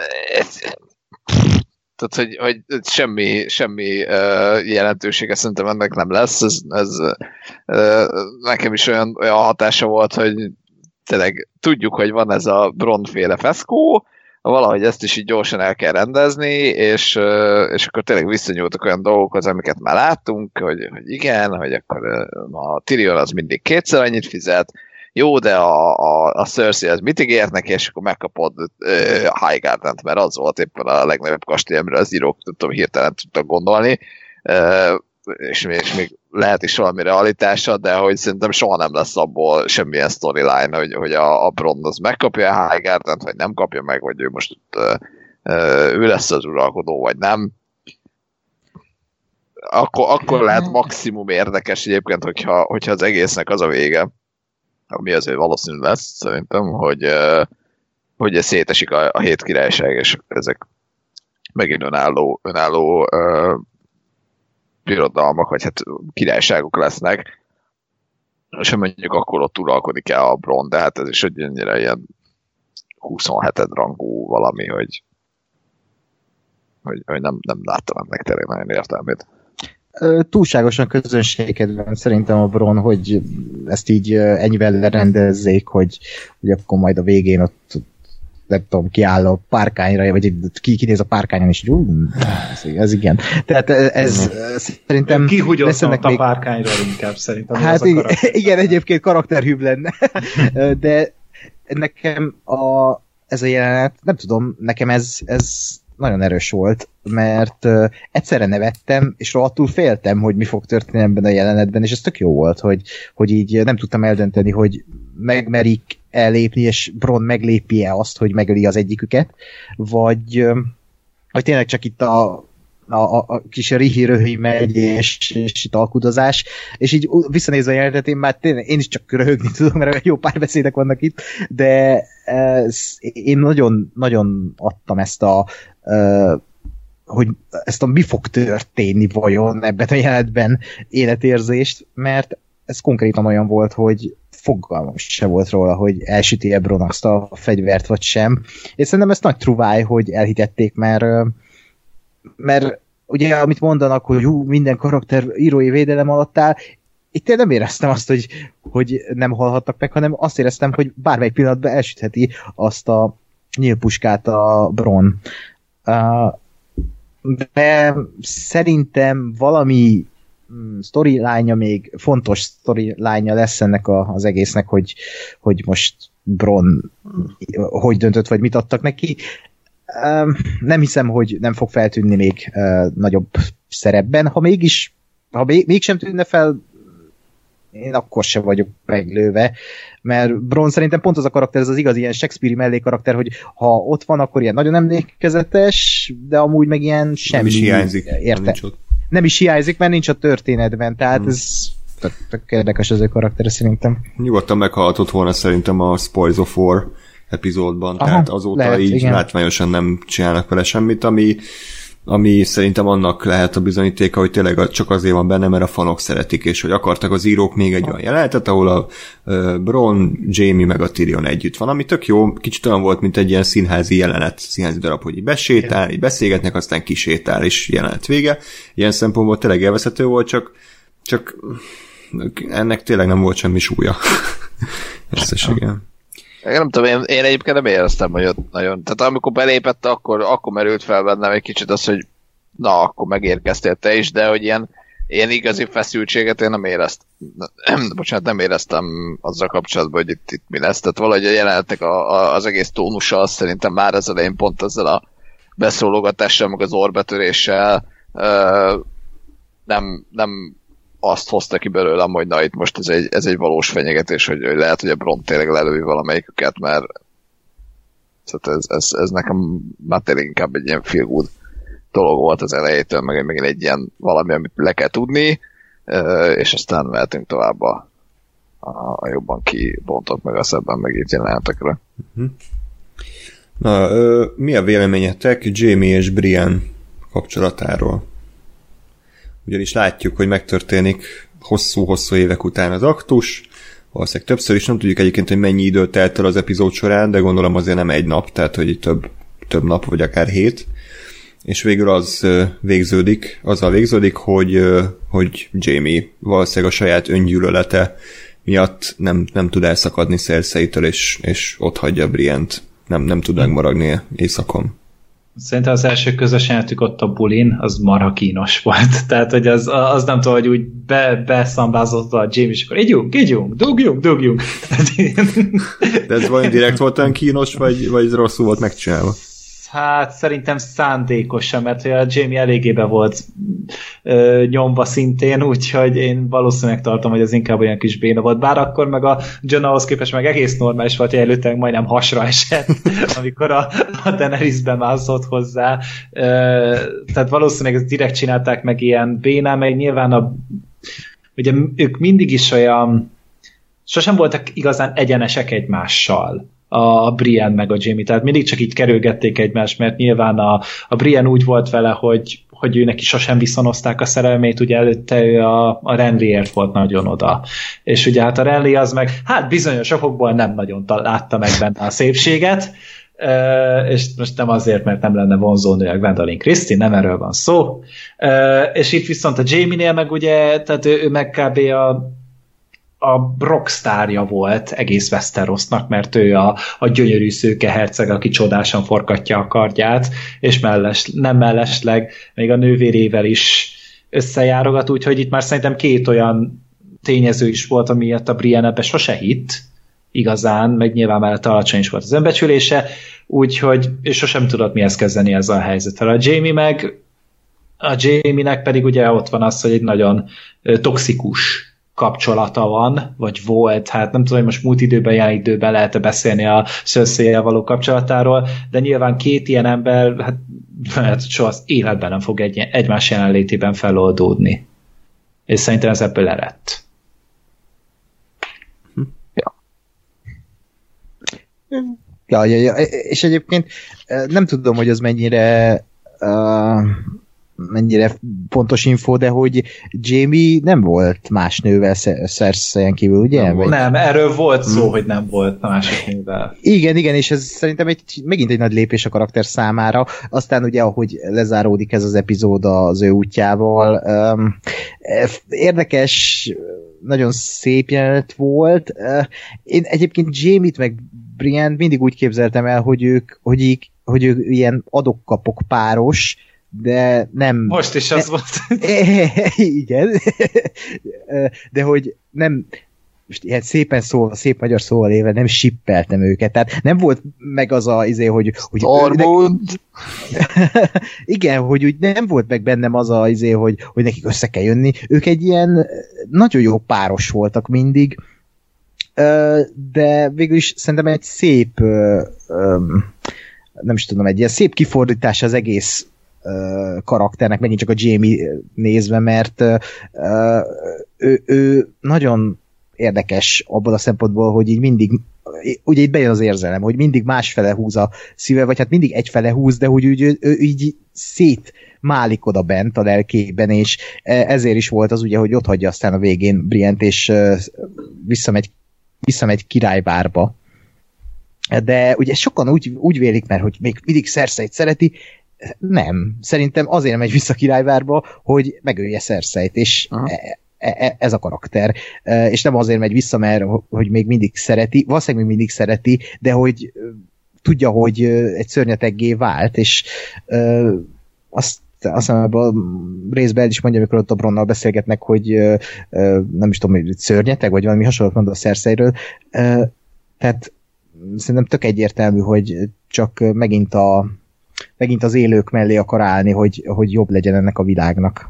Tehát, hogy semmi jelentősége szerintem ennek nem lesz. Ez nekem is olyan hatása volt, hogy tényleg tudjuk, hogy van ez a Bronn-féle feszkó, valahogy ezt is így gyorsan el kell rendezni, és akkor tényleg visszanyúltak olyan dolgokhoz, amiket már láttunk, hogy igen, hogy akkor a Tyrion az mindig 2-szer annyit fizet, jó, de a Cersei az mit ígért neki, és akkor megkapod a Highgardent, mert az volt éppen a legnagyobb kastély, amire az írók hirtelen tudtak gondolni, és még lehet is valami realitása, de hogy szerintem soha nem lesz abból semmilyen storyline, hogy a Bronn az megkapja a Highgardent, vagy nem kapja meg, vagy ő most ő lesz az uralkodó, vagy nem. Akkor lehet maximum érdekes egyébként, hogyha az egésznek az a vége, ami azért valószínű lesz, szerintem, hogy szétesik a 7 királyság, és ezek megint önálló birodalmak, vagy hát királyságok lesznek, és mondjuk akkor ott uralkodik el a Bronn, de hát ez is egy ennyire ilyen 27. rangú valami, hogy nem láttam ennek tényleg nagyon értelmét. Túlságosan közönségkedven szerintem a Bronn, hogy ezt így ennyivel lerendezzék, hogy akkor majd a végén ott nem tudom, kiáll a párkányra, vagy kinéz a párkányon, és ez igen. Tehát ez szerintem... Kihugyozott a párkányról inkább, szerintem. Hát igen, egyébként karakterhűbb lenne. De nekem ez a jelenet, nem tudom, nekem ez nagyon erős volt, mert egyszerre nevettem, és rohadtul féltem, hogy mi fog történni ebben a jelenetben, és ez tök jó volt, hogy így nem tudtam eldönteni, hogy megmerik ellépni, és Bronn meglépi-e azt, hogy megöli az egyiküket, vagy tényleg csak itt a kis rihi-röhi megy, és itt alkudozás, és így visszanézve a jelenetet, én is csak röhögni tudom, mert jó párbeszédek vannak itt, de én nagyon adtam ezt hogy ezt mi fog történni vajon ebben a jelenetben életérzést, mert ez konkrétan olyan volt, hogy fogalmam se volt róla, hogy elsüti-e Bronn azt a fegyvert, vagy sem. És szerintem ez nagy truváj, hogy elhitették, mert ugye, amit mondanak, hogy minden karakter írói védelem alatt áll, itt én nem éreztem azt, hogy nem halhattak meg, hanem azt éreztem, hogy bármelyik pillanatban elsütheti azt a nyílpuskát a Bronn. De szerintem valami storyline-ja még fontos storyline-ja lesz ennek az egésznek, hogy most Bronn hogy döntött, vagy mit adtak neki. Nem hiszem, hogy nem fog feltűnni még nagyobb szerepben. Ha mégsem tűnne fel, én akkor sem vagyok meglőve, mert Bronn szerintem pont az a karakter, ez az igazi ilyen Shakespeare-i mellékarakter, hogy ha ott van, akkor ilyen nagyon emlékezetes, de amúgy meg ilyen semmi. Nem is hiányzik. Nem is hiányzik, mert nincs a történetben, tehát ez tök érdekes az ő karaktere szerintem. Nyugodtan meghallhatott volna szerintem a Spoils of War epizódban, tehát azóta lehet, így igen. Látványosan nem csinálnak vele semmit, ami ami szerintem annak lehet a bizonyítéka, hogy tényleg csak azért van benne, mert a fanok szeretik, és hogy akartak az írók még egy olyan jelenetet, ahol a Bronn, Jaime meg a Tyrion együtt van, ami tök jó, kicsit olyan volt, mint egy ilyen színházi jelenet, színházi darab, hogy így besétál, így beszélgetnek, aztán kisétál, és jelenet vége. Ilyen szempontból tényleg élvezhető volt, csak ennek tényleg nem volt semmi súlya. Összességében. Nem tudom, én egyébként nem éreztem, hogy ott nagyon... Tehát amikor belépett, akkor merült fel bennem egy kicsit az, hogy na, akkor megérkeztél te is, de hogy ilyen igazi feszültséget én nem éreztem. Nem éreztem azzal kapcsolatban, hogy itt mi lesz. Tehát valahogy a jelenetnek az egész tónusa az szerintem már az elején pont ezzel a beszólogatással, meg az orbetöréssel nem azt hozta ki belőlem, hogy na itt most ez egy valós fenyegetés, hogy lehet, hogy a Bronn tényleg lelői valamelyiküket, mert ez nekem már tényleg inkább egy ilyen feel good dolog volt az elejétől, meg egy ilyen valami, amit le kell tudni, és aztán mehetünk tovább a jobban kibontott meg a szebben megírt jelenetekre. Na, mi a véleményetek Jaime és Brienne kapcsolatáról? Ugyanis látjuk, hogy megtörténik hosszú-hosszú évek után az aktus, valószínűleg többször is, nem tudjuk egyébként, hogy mennyi idő telt el az epizód során, de gondolom azért nem egy nap, tehát hogy több nap, vagy akár 7, és végül azzal végződik, hogy Jaime valószínűleg a saját öngyűlölete miatt nem tud elszakadni Cersei-től, és ott hagyja Brienne-t. Nem tud megmaradni éjszakon. Szerintem az első közös jelentük ott a bulin, az marha kínos volt. Tehát, hogy az nem tudom, hogy úgy beszambázott a Jaime, és akkor ígyunk, dugjunk. De ez vajon direkt volt olyan kínos, vagy rosszul volt megcsinálva? Hát szerintem szándékosan, mert a Jaime eléggé be volt nyomva szintén, úgyhogy én valószínűleg tartom, hogy ez inkább olyan kis béna volt. Bár akkor meg a Jon ahhoz képest meg egész normális volt, hogy előtte majdnem hasra esett, amikor a Daenerys bemászott hozzá. Tehát valószínűleg ezt direkt csinálták meg ilyen bénán, meg nyilván ugye ők mindig is olyan sosem voltak igazán egyenesek egymással. A Brienne meg a Jaime, tehát mindig csak így kerülgették egymást, mert nyilván a Brienne úgy volt vele, hogy ő neki sosem viszonozták a szerelmét, ugye előtte ő a Renlyért volt nagyon oda. És ugye hát a Renly az meg, hát bizonyos okokból nem nagyon látta meg benne a szépséget, és most nem azért, mert nem lenne vonzónő a Gwendolyn Christie, nem erről van szó. És itt viszont a Jaime-nél meg ugye, tehát ő meg kb. A rockstárja volt egész Westerosnak, mert ő a gyönyörű szőke herceg, aki csodásan forgatja a kardját, és nem mellesleg még a nővérével is összejárogat, úgyhogy itt már szerintem 2 olyan tényező is volt, amiatt a Brienne ebbe sose hitt igazán, meg nyilván mellett alacsony is volt az önbecsülése, úgyhogy és sosem tudott mihez kezdeni ezzel a helyzettel. A Jaime-nek pedig ugye ott van az, hogy egy nagyon toxikus kapcsolata van, vagy volt, hát nem tudom, hogy most múlt időben, jelen időben lehet-e beszélni a Cersei-jel való kapcsolatáról, de nyilván 2 ilyen ember hát soha az életben nem fog egymás jelenlétében feloldódni. És szerintem ez ebből eredt. Ja, és egyébként nem tudom, hogy az mennyire pontos info, de hogy Jaime nem volt más nővel Cersei-en kívül, ugye? Nem, erről volt szó, hogy nem volt más nővel. Igen, és ez szerintem megint egy nagy lépés a karakter számára. Aztán ugye, ahogy lezáródik ez az epizód az ő útjával, érdekes, nagyon szép jelenet volt. Én egyébként Jaime-t meg Brienne mindig úgy képzeltem el, hogy ők ilyen adok-kapok páros, de nem... Most is az volt. Igen. De hogy nem... Most ilyen szépen szólva, szép magyar szóval éve nem sippeltem őket. Tehát nem volt meg az a hogy igen, hogy úgy nem volt meg bennem az a hogy nekik össze kell jönni. Ők egy ilyen nagyon jó páros voltak mindig, de végül is szerintem egy szép nem is tudom, egy ilyen szép kifordítás az egész karakternek, megint csak a Jaime nézve, mert ő nagyon érdekes abból a szempontból, hogy így mindig ugye itt bejön az érzelem, hogy mindig másfele húz a szíve, vagy hát mindig egyfele húz, de hogy ő így szétmálik oda bent a lelkében, és ezért is volt az ugye, hogy ott hagyja aztán a végén Brienne-t, és visszamegy királybárba. De ugye sokan úgy vélik, mert hogy még mindig Cersei-t szereti, nem. Szerintem azért megy vissza királybárba, hogy megölje Cersei-t, és ez a karakter. És nem azért megy vissza, mert hogy még mindig szereti, valószínűleg még mindig szereti, de hogy tudja, hogy egy szörnyeteggé vált, és azt ebben a részben el is mondja, amikor ott a Bronnal beszélgetnek, hogy nem is tudom, hogy szörnyeteg, vagy valami hasonlót mond a Cerseiről. Tehát szerintem tök egyértelmű, hogy csak megint az élők mellé akar állni, hogy jobb legyen ennek a világnak.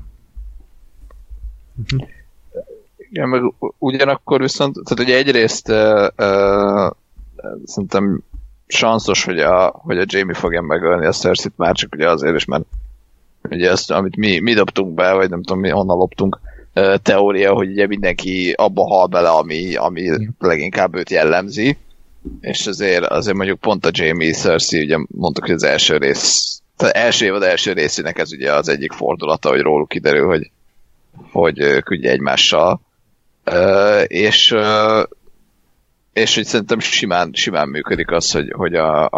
Igen, meg ugyanakkor viszont, tehát ugye egyrészt szerintem sanszos, hogy a Jaime fogja megölni a Cersei-t, már csak ugye azért is, mert ugye ezt, amit mi dobtunk be, vagy nem tudom, mi honnan loptunk, teória, hogy ugye mindenki abba hal bele, ami leginkább őt jellemzi, és azért mondjuk pont a Jaime Cersei, ugye mondtuk, hogy az első rész, tehát első évad első részének ez ugye az egyik fordulata, hogy róluk kiderül, hogy ők ugye egymással, és hogy szerintem simán működik az, hogy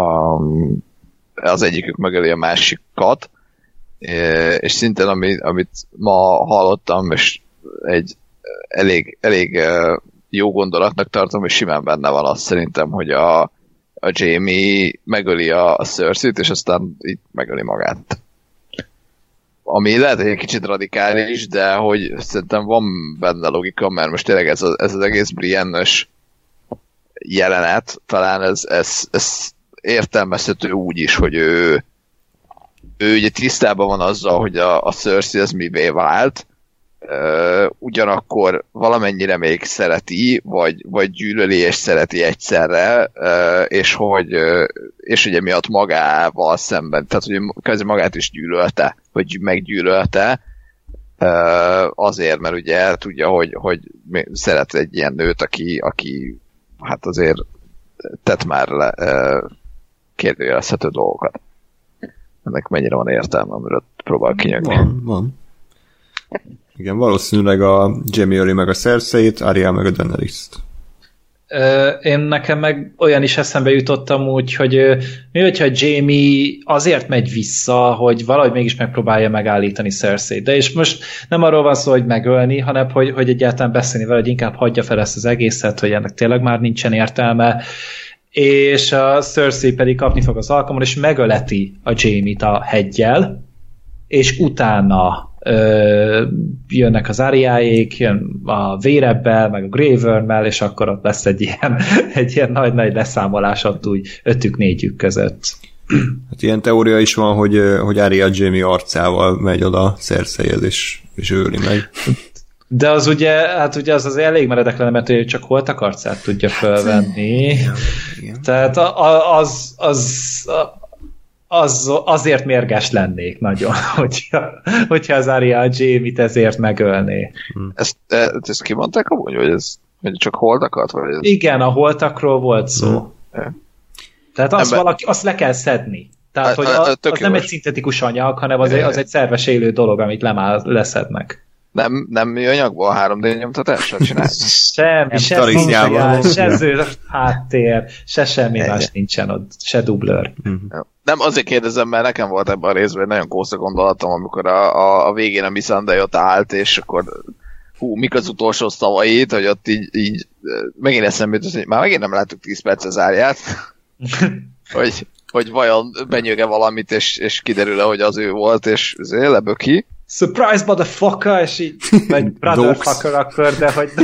az egyikük megöli a másikat, és szintén amit ma hallottam, és egy elég jó gondolatnak tartom, és simán benne van az szerintem, hogy a Jaime megöli a Cersei-t, és aztán így megöli magát. Ami lehet, hogy egy kicsit radikális, de hogy szerintem van benne logika, mert most tényleg ez az egész Brienne-ös jelenet, talán ez értelmezhető úgy is, hogy ő ugye tisztában van azzal, hogy a Cersei az mivé vált, ugyanakkor valamennyire még szereti, vagy gyűlöli és szereti egyszerre, és ugye miatt magával szemben, tehát hogy kvázi magát is gyűlölte, vagy meggyűlölte, azért, mert ugye tudja, hogy szeret egy ilyen nőt, aki hát azért tett már kérdőjelezhető dolgokat. Ennek mennyire van értelme, amiről próbál kinyögni. Van. Igen, valószínűleg a Jaime öli meg a Cersei-t, Arya meg a Daenerys-t. Én nekem meg olyan is eszembe jutottam úgy, hogy mi hogyha Jaime azért megy vissza, hogy valahogy mégis megpróbálja megállítani Cersei-t. De és most nem arról van szó, hogy megölni, hanem hogy egyáltalán beszélni vele, hogy inkább hagyja fel ezt az egészet, hogy ennek tényleg már nincsen értelme, és a Cersei pedig kapni fog az alkalmon, és megöleti a Jaime-t a heggyel, és utána jönnek az Aryaék, jön a Vérebbel, meg a Grey Wormmel, és akkor ott lesz egy ilyen nagy leszámolás ott úgy ötük-négyük között. Hát ilyen teória is van, hogy Arya Jaime arcával megy oda Cerseihez, és őli meg. De az ugye, hát ugye az elég meredek lenne, mert ő csak Holtak arcát tudja fölvenni. Igen. Tehát azért mérges lennék nagyon, hogyha az Arya a Jaime-t ezért megölné. Ezt kimondták amúgy, hogy csak holtakat? Vagy ez? Igen, a holtakról volt szó. Tehát azt le kell szedni. Tehát, hogy az nem egy szintetikus anyag, hanem az egy szerves élő dolog, amit leszednek. Nem műanyagból 3D nyomtatásra csinálni? Se zöld háttér, se semmi más nincsen ott, se dublőr. Nem, azért kérdezem, mert nekem volt ebben a részben egy nagyon kósza gondolatom, amikor a végén a Missandei ott állt, és akkor mik az utolsó szavait, hogy ott így megint eszembe jutott, hogy már megint nem láttuk 10 perc az Áryát, hogy vajon benyöge valamit, és kiderül-e, hogy az ő volt, és leböki. Surprise, motherfucker, és így, vagy brotherfucker akkor, de hogy...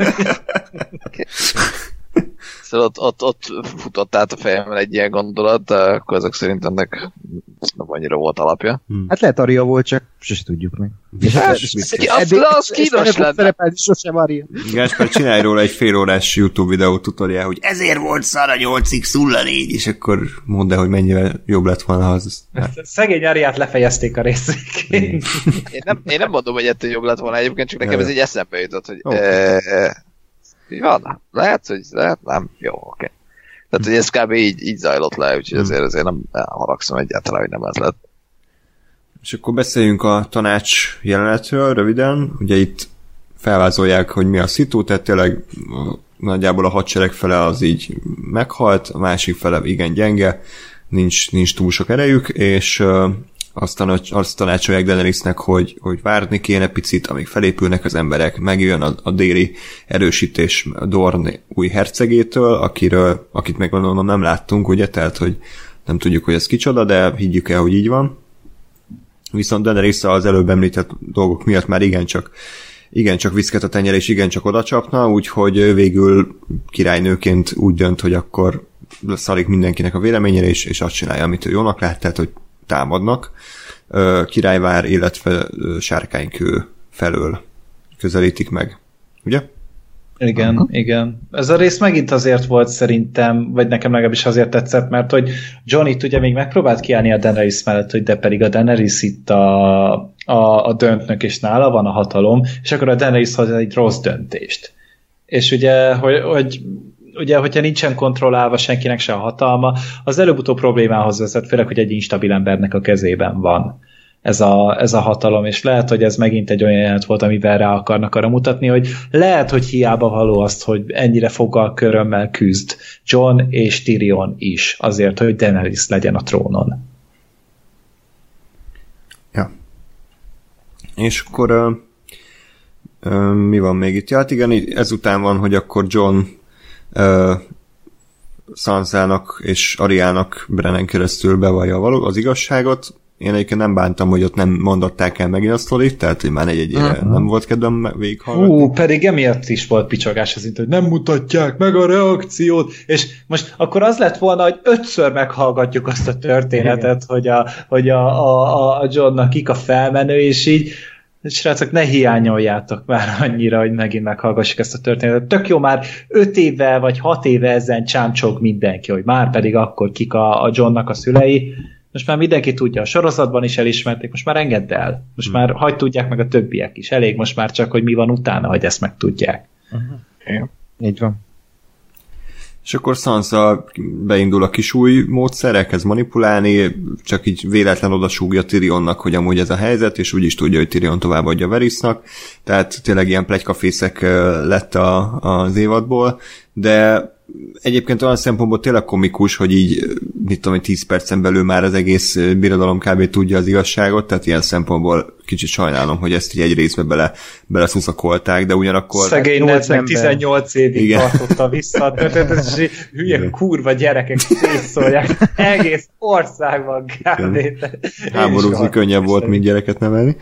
Szóval ott futott át a fejemben egy ilyen gondolat, de akkor azok szerint ennek nem annyira volt alapja. Hát lehet Arya volt, csak sose tudjuk meg. Az kínos lenne. Sosem Arya. Gáspár, csinálj róla egy félórás YouTube videó tutoriál, hogy ezért volt szar a 8x04, és akkor mondd el, hogy mennyivel jobb lett volna az. Szegény Aryát lefejezték a részvékén. Én nem mondom, hogy ettől jobb lett volna egyébként, csak nekem ez egy eszembe jutott, hogy... Mi van? Lehet, nem? Jó, oké. Tehát, hogy ez kb. így zajlott le, úgyhogy azért nem haragszom egyáltalán, hogy nem ez lett. És akkor beszéljünk a tanács jelenetről röviden. Ugye itt felvázolják, hogy mi a szitu, tehát tényleg nagyjából a hadsereg fele az így meghalt, a másik fele igen gyenge, nincs túl sok erejük, és azt tanácsolják Daenerysnek, hogy várni kéne picit, amíg felépülnek az emberek, megjön a déli erősítés Dorne új hercegétől, akit meg gondolom nem láttunk, ugye, tehát hogy nem tudjuk, hogy ez kicsoda, de higgyük el, hogy így van. Viszont Daenerys az előbb említett dolgok miatt már igencsak viszket a tenyere, és igencsak oda csapna, úgyhogy végül királynőként úgy dönt, hogy akkor szarik mindenkinek a véleményére, és azt csinálja, amit ő jónak lát, tehát, hogy támadnak. Királyvár, illetve Sárkánykő felől közelítik meg. Ugye? Igen. Ez a rész megint azért volt szerintem, vagy nekem legalábbis azért tetszett, mert hogy Jon itt ugye még megpróbált kiállni a Daenerys mellett, hogy de pedig a Daenerys itt a döntnök, és nála van a hatalom, és akkor a Daenerys hoz egy rossz döntést. És ugye, hogyha nincsen kontrollálva senkinek se a hatalma, az előbb-utóbb problémához vezet, főleg, hogy egy instabil embernek a kezében van ez a hatalom, és lehet, hogy ez megint egy olyan jelenet volt, amivel rá akarnak arra mutatni, hogy lehet, hogy hiába való azt, hogy ennyire foggal körömmel küzd Jon és Tyrion is, azért, hogy Daenerys legyen a trónon. Ja. És akkor mi van még itt? Ja, hát igen, ezután van, hogy akkor Jon Sansának és Ariának Brennan keresztül bevallja az igazságot. Én egyébként nem bántam, hogy ott nem mondották el megint a sztorit, tehát hogy már egy-egyére nem volt kedvem végighallgatni. Pedig emiatt is volt picsogás az hogy nem mutatják meg a reakciót, és most akkor az lett volna, hogy 5-ször meghallgatjuk azt a történetet, hogy a Johnnak kik a felmenő, és így srácok, ne hiányoljátok már annyira, hogy megint meghallgassuk ezt a történetet. Tök jó, már 5 éve vagy 6 éve ezen csámcsog mindenki, hogy már pedig akkor kik a Johnnak a szülei. Most már mindenki tudja, a sorozatban is elismerték, most már engedd el. Most már hagyd tudják meg a többiek is. Elég most már csak, hogy mi van utána, hogy ezt megtudják. Okay. Így van. És akkor Sansa beindul a kis új módszer, elkezd manipulálni, csak így véletlen odasúgja Tyrionnak, hogy amúgy ez a helyzet, és úgy is tudja, hogy Tyrion továbbadja Varysnak, tehát tényleg ilyen pletykafészek lett az évadból, de egyébként olyan szempontból tényleg komikus, hogy így, mit tudom, 10 percen belül már az egész birodalom kb. Tudja az igazságot, tehát ilyen szempontból kicsit sajnálom, hogy ezt így egy részbe beleszuszakolták, de ugyanakkor... Szegény Ned meg 18 évig tartotta vissza, tehát hülye kurva gyerekek szétszólják egész országban kb. Háborúzni könnyebb volt, mint gyereket nevelni.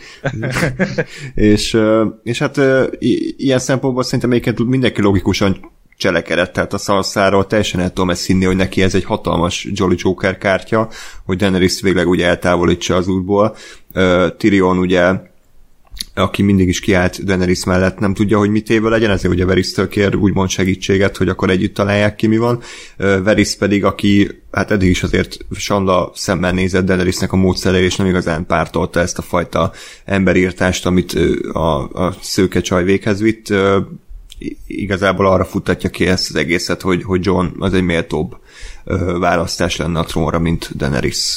és hát ilyen szempontból szerintem egyébként mindenki logikusan cselekedett, tehát a Sansáról teljesen el tudom ezt hinni, hogy neki ez egy hatalmas Jolly Joker kártya, hogy Daenerys végleg ugye eltávolítsa az útból. Tyrion ugye, aki mindig is kiállt Daenerys mellett, nem tudja, hogy mit éve legyen, ezért ugye Varys-től kér úgymond segítséget, hogy akkor együtt találják ki, mi van. Varys pedig, aki hát eddig is azért Sanda szemmel nézett Daenerysnek a módszerére, és nem igazán pártolta ezt a fajta emberírtást, amit a szőke csaj véghez vitt, igazából arra futtatja ki ezt az egészet, hogy Jon az egy méltóbb választás lenne a trónra, mint Daenerys.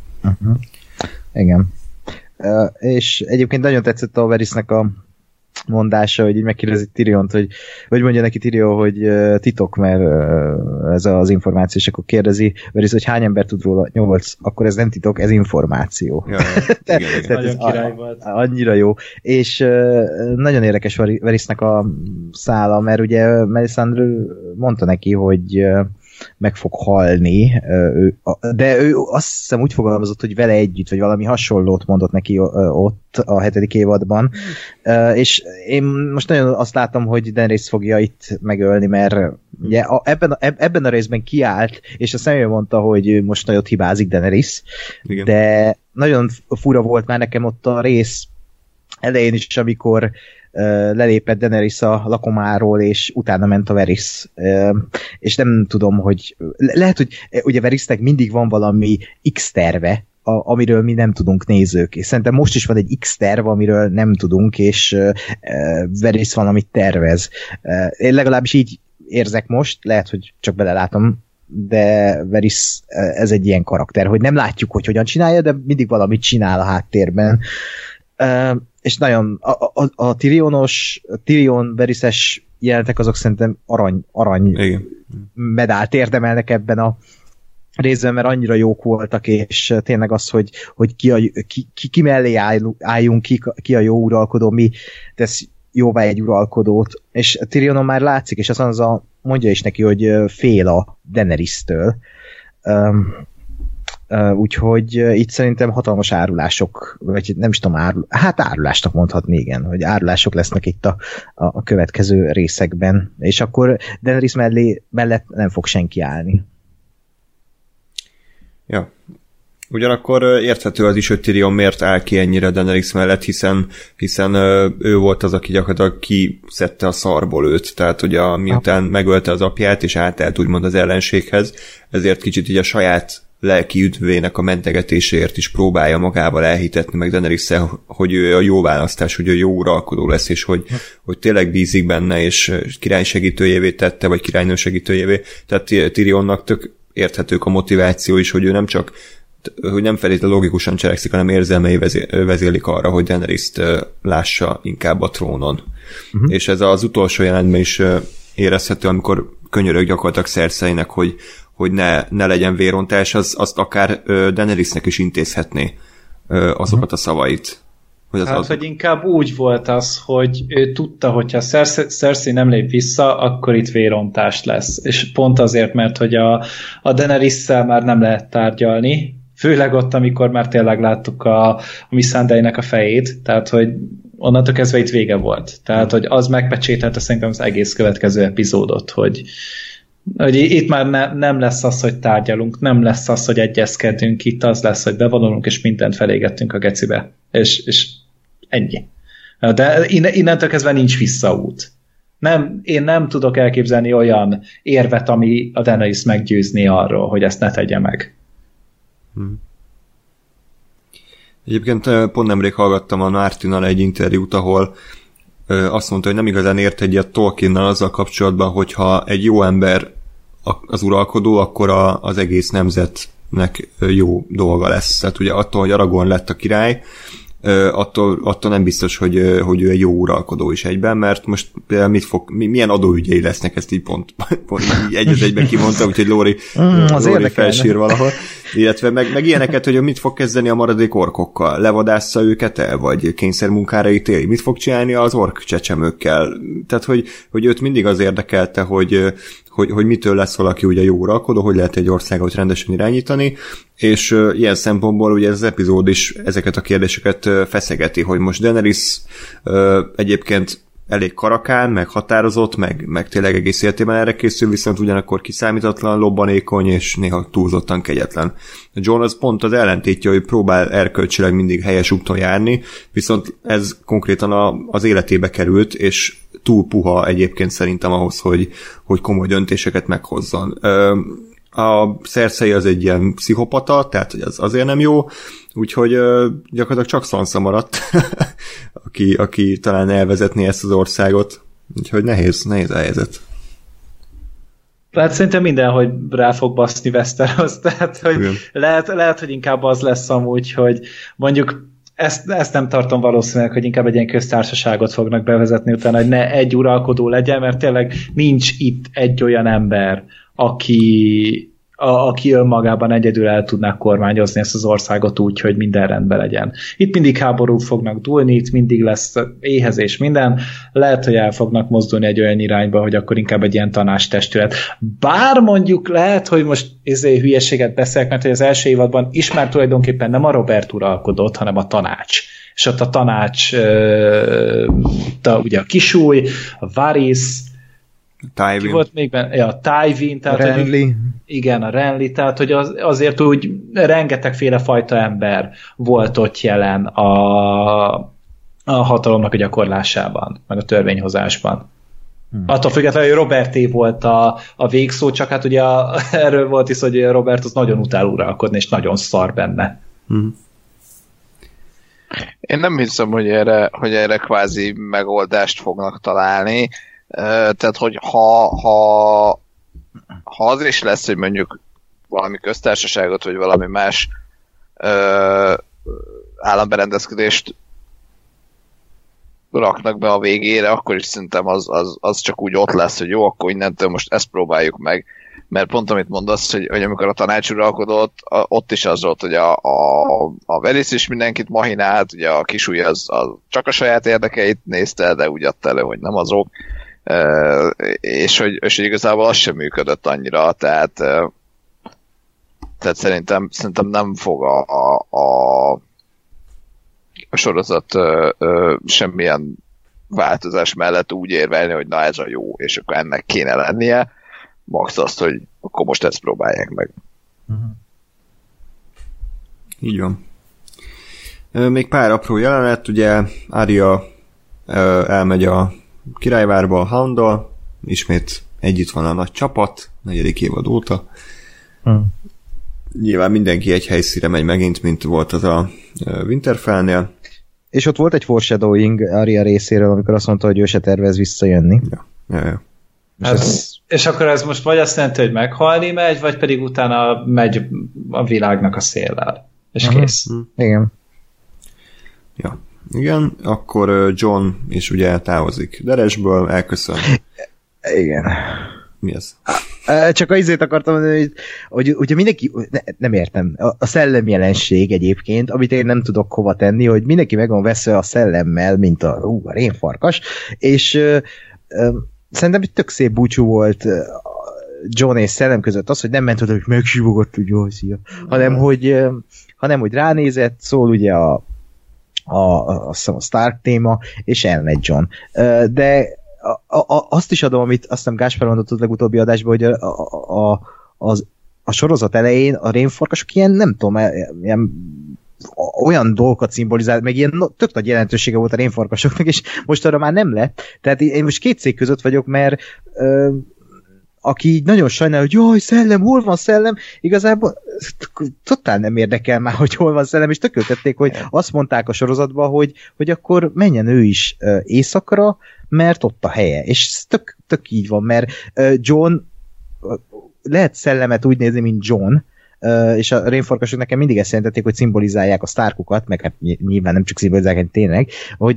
Igen. És egyébként nagyon tetszett a Varysnek a mondása, hogy így megkérdezi Tyriont, hogy mondja neki Tyrion, hogy titok, mert ez az információ, és akkor kérdezi Varys, hogy hány ember tud róla? 8. Akkor ez nem titok, ez információ. Ja, igen. Nagyon király volt. Annyira jó. És nagyon érdekes Varysnek a szála, mert ugye Melisandre mondta neki, hogy meg fog halni, de ő azt hiszem úgy fogalmazott, hogy vele együtt, vagy valami hasonlót mondott neki ott a 7. évadban, és én most nagyon azt látom, hogy Daenerys fogja itt megölni, mert ugye ebben a részben kiállt, és a személyben mondta, hogy most nagyot hibázik Daenerys, igen. De nagyon fura volt már nekem ott a rész elején is, amikor lelépett Daenerys a lakomáról, és utána ment a Varys. És nem tudom, hogy lehet, hogy ugye Varysnek mindig van valami X-terve, amiről mi nem tudunk nézők. És szerintem most is van egy X-terv, amiről nem tudunk, és Varys valamit tervez. Én legalábbis így érzek most, lehet, hogy csak belelátom de Varys ez egy ilyen karakter, hogy nem látjuk, hogy hogyan csinálja, de mindig valamit csinál a háttérben. És nagyon a Tyrion Varys-es jelenetek azok szerintem arany medált érdemelnek ebben a részben, mert annyira jók voltak, és tényleg az, hogy ki mellé álljunk, ki a jó uralkodó, mi tesz jóvá egy uralkodót, és Tyrionon már látszik, és azon mondja is neki, hogy fél a Daenerys-től. Úgyhogy itt szerintem hatalmas árulások, vagy nem is tudom, árulásnak mondhatni, igen, hogy árulások lesznek itt a következő részekben, és akkor Daenerys mellett nem fog senki állni. Ja. Ugyanakkor érthető az is, hogy Tyrion miért áll ki ennyire Daenerys mellett, hiszen ő volt az, aki gyakorlatilag kiszedte a szarból őt, tehát hogy miután megölte az apját, és átállt úgymond az ellenséghez, ezért kicsit így a saját lelki üdvének a mentegetéséért is próbálja magával elhitetni meg Daenerys-szel, hogy ő a jó választás, hogy ő jó uralkodó lesz, és hogy tényleg bízik benne, és király segítőjévé tette, vagy királynő segítőjévé. Tehát Tyrionnak tök érthetők a motiváció is, hogy ő nem csak hogy nem feltétlenül logikusan cselekszik, hanem érzelmei vezérlik arra, hogy Daenerys-t lássa inkább a trónon. És ez az utolsó jelentben is érezhető, amikor könyörög gyakorlatilag Cerseinek, hogy ne legyen vérontás, azt akár Daenerysnek is intézhetné azokat a szavait. Hogy inkább úgy volt az, hogy ő tudta, hogyha Cersei nem lép vissza, akkor itt vérontás lesz. És pont azért, mert hogy a Daenerys-szel már nem lehet tárgyalni, főleg ott, amikor már tényleg láttuk a Missandei-nek a fejét, tehát hogy onnantól kezdve itt vége volt. Tehát, hogy az megpecsételte szerintem az egész következő epizódot, hogy itt már nem lesz az, hogy tárgyalunk, nem lesz az, hogy egyezkedünk, itt az lesz, hogy bevonulunk, és mindent felégettünk a gecibe. És ennyi. De innentől kezdve nincs visszaút. Én nem tudok elképzelni olyan érvet, ami a Daenerys meggyőzni arról, hogy ezt ne tegye meg. Egyébként pont nemrég hallgattam a Martinnal egy interjút, ahol azt mondta, hogy nem igazán ért egyet Tolkiennal azzal kapcsolatban, hogyha egy jó ember az uralkodó, akkor az egész nemzetnek jó dolga lesz. Tehát ugye attól, hogy Aragorn lett a király, attól nem biztos, hogy ő egy jó uralkodó is egyben, mert most például milyen adóügyei lesznek, ezt így pont így egy-egyben kimondta, úgyhogy Lóri felsír valahol. Illetve meg ilyeneket, hogy mit fog kezdeni a maradék orkokkal? Levadásza őket el, vagy kényszermunkára ítéli? Mit fog csinálni az ork csecsemőkkel? Tehát, hogy őt mindig az érdekelte, hogy mitől lesz valaki ugye jó uralkodó, hogy lehet egy országot rendesen irányítani, és ilyen szempontból ugye ez az epizód is ezeket a kérdéseket feszegeti, hogy most Daenerys egyébként elég karakán, meg határozott, meg tényleg egész életében erre készül, viszont ugyanakkor kiszámítatlan, lobbanékony, és néha túlzottan kegyetlen. Jon az pont az ellentétje, hogy próbál erkölcsileg mindig helyes úton járni, viszont ez konkrétan az életébe került, és túl puha egyébként szerintem ahhoz, hogy komoly döntéseket meghozzon. A Cersei az egy ilyen pszichopata, tehát hogy az azért nem jó, úgyhogy gyakorlatilag csak Sansa maradt, aki talán elvezetné ezt az országot. Úgyhogy nehéz a helyzet. Hát szerintem mindenhogy rá fog baszni Westeros, tehát hogy lehet, hogy inkább az lesz amúgy, hogy mondjuk ezt nem tartom valószínűleg, hogy inkább egy ilyen köztársaságot fognak bevezetni utána, hogy ne egy uralkodó legyen, mert tényleg nincs itt egy olyan ember, aki önmagában egyedül el tudná kormányozni ezt az országot úgy, hogy minden rendben legyen. Itt mindig háborúk fognak dúlni, itt mindig lesz éhezés minden, lehet, hogy el fognak mozdulni egy olyan irányba, hogy akkor inkább egy ilyen tanácstestület. Bár mondjuk lehet, hogy most hülyeséget beszélek, mert hogy az első évadban is már tulajdonképpen nem a Robert uralkodott, hanem a tanács. És ott a tanács ugye a Kisúly, a Varys, Tywin. Volt még benne? Ja, Tywin, tehát Renly. Igen, a Renly, tehát hogy azért úgy rengetegféle fajta ember volt ott jelen a hatalomnak a gyakorlásában, meg a törvényhozásban. Attól függetlenül, hogy Roberté volt a végszó, csak hát ugye erről volt is, hogy Robert az nagyon utál uralkodni, és nagyon szar benne. Én nem hiszem, hogy erre kvázi megoldást fognak találni. Tehát, hogy ha ha az is lesz, hogy mondjuk valami köztársaságot, vagy valami más államberendezkedést raknak be a végére, akkor is szerintem az csak úgy ott lesz, hogy jó, akkor innentől most ezt próbáljuk meg. Mert pont amit mondasz, hogy amikor a tanács uralkodott, ott is az volt, hogy a Veris is mindenkit mahinált, ugye a kisúly az csak a saját érdekeit nézte, de úgy adta elő, hogy nem azok. És hogy igazából az sem működött annyira, tehát szerintem nem fog a sorozat semmilyen változás mellett úgy érvelni, hogy na ez a jó, és akkor ennek kéne lennie. Max azt, hogy akkor most ezt próbálják meg. Így van. Még pár apró jelenet, ugye Arya elmegy a királyvárba a Hounddal, ismét együtt van a nagy csapat, 4. évad óta. Nyilván mindenki egy helyszínre megy megint, mint volt az a Winterfellnél. És ott volt egy foreshadowing Arya részéről, amikor azt mondta, hogy ő se tervez visszajönni. Ja. És akkor ez most vagy azt jelenti, hogy meghalni megy, vagy pedig utána megy a világnak a széllel. És kész. Igen. Ja. Igen, akkor John is ugye távozik Deresből, elköszön. Igen. Mi ez? Csak azért akartam mondani, hogy ugye mindenki, nem értem, a szellemjelenség egyébként, amit én nem tudok hova tenni, hogy mindenki meg van veszve a szellemmel, mint a rénfarkas, és szerintem egy tök szép búcsú volt John és szellem között az, hogy nem ment oda, hogy megsívogott, hogy jó, szia, hanem hogy ránézett, szól ugye a Stark téma, és elmegy John. De azt is adom, amit azt hiszem Gáspár mondott a legutóbbi adásban, hogy a sorozat elején a rénfarkasok ilyen, nem tudom, ilyen olyan dolgokat szimbolizált, meg ilyen tök nagy jelentősége volt a rénfarkasoknak, és most arra már nem lett. Tehát én most két szék között vagyok, mert aki így nagyon sajnál, hogy jaj, szellem, hol van szellem, igazából totál nem érdekel már, hogy hol van szellem, és tököltették, hogy azt mondták a sorozatban, hogy akkor menjen ő is éjszakra, mert ott a helye. És tök így van, mert John lehet szellemet úgy nézni, mint John, és a rénfarkasok nekem mindig ezt jelentették, hogy szimbolizálják a Starkokat, meg hát nyilván nem csak szimbolizálják, tényleg, hogy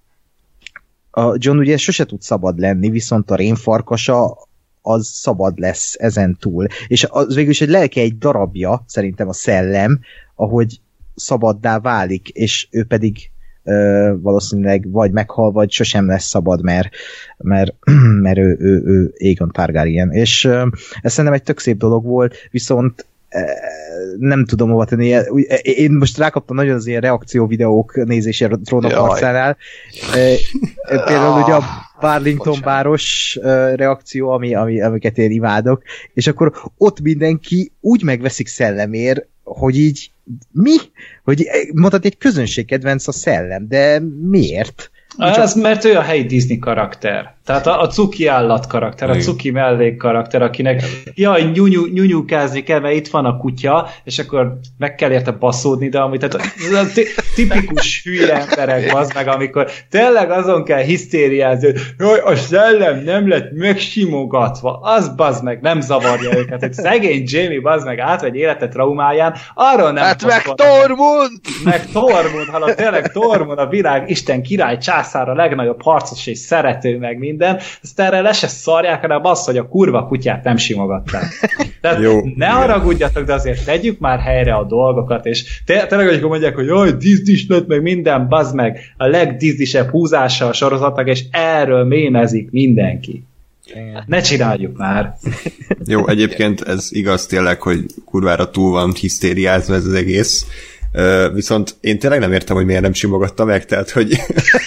a John ugye sose tud szabad lenni, viszont a rénfarkasa az szabad lesz ezen túl. És az végül is egy lelke egy darabja, szerintem a szellem, ahogy szabaddá válik, és ő pedig valószínűleg vagy meghal, vagy sosem lesz szabad, mert ő Aegon Targaryen. És ez szerintem egy tök szép dolog volt, viszont nem tudom hova tenni. Én most rákaptam nagyon az ilyen reakció videók nézésére a Trónok harcánál. Például ugye a Barlington báros reakció, amiket én imádok, és akkor ott mindenki úgy megveszik szellemér, hogy így mi? Hogy mondhatni, egy közönségkedvenc a szellem, de miért? Ez mert ő a helyi Disney karakter. Tehát a cuki állat karakter, a cuki mellék karakter, akinek jaj, nyunyukázni kell, mert itt van a kutya, és akkor meg kell érte baszódni, de amit tehát a tipikus hülye emberek az meg, amikor tényleg azon kell hisztériázni, hogy jaj, a szellem nem lett megsimogatva, az bazd meg, nem zavarja őket, hogy szegény Jamie bazd meg átvegy életet traumáján, arról nem hát meg Tormund! Meg Tormund, ha tényleg Tormund a világ Isten király császár, a legnagyobb harcos és szerető meg minden, ezt erre le se szarják, hanem az, hogy a kurva kutyát nem simogatták. Tehát jó, ne haragudjatok, de azért tegyük már helyre a dolgokat, és tényleg, amikor mondják, hogy jaj, Disney lett meg minden, bazd meg, a legdizdisebb húzása a sorozatnak, és erről mémezik mindenki. Ne csináljuk már. Jó, egyébként ez igaz tényleg, hogy kurvára túl van hisztériázva ez az egész. Viszont én tényleg nem értem, hogy miért nem simogatta meg, tehát hogy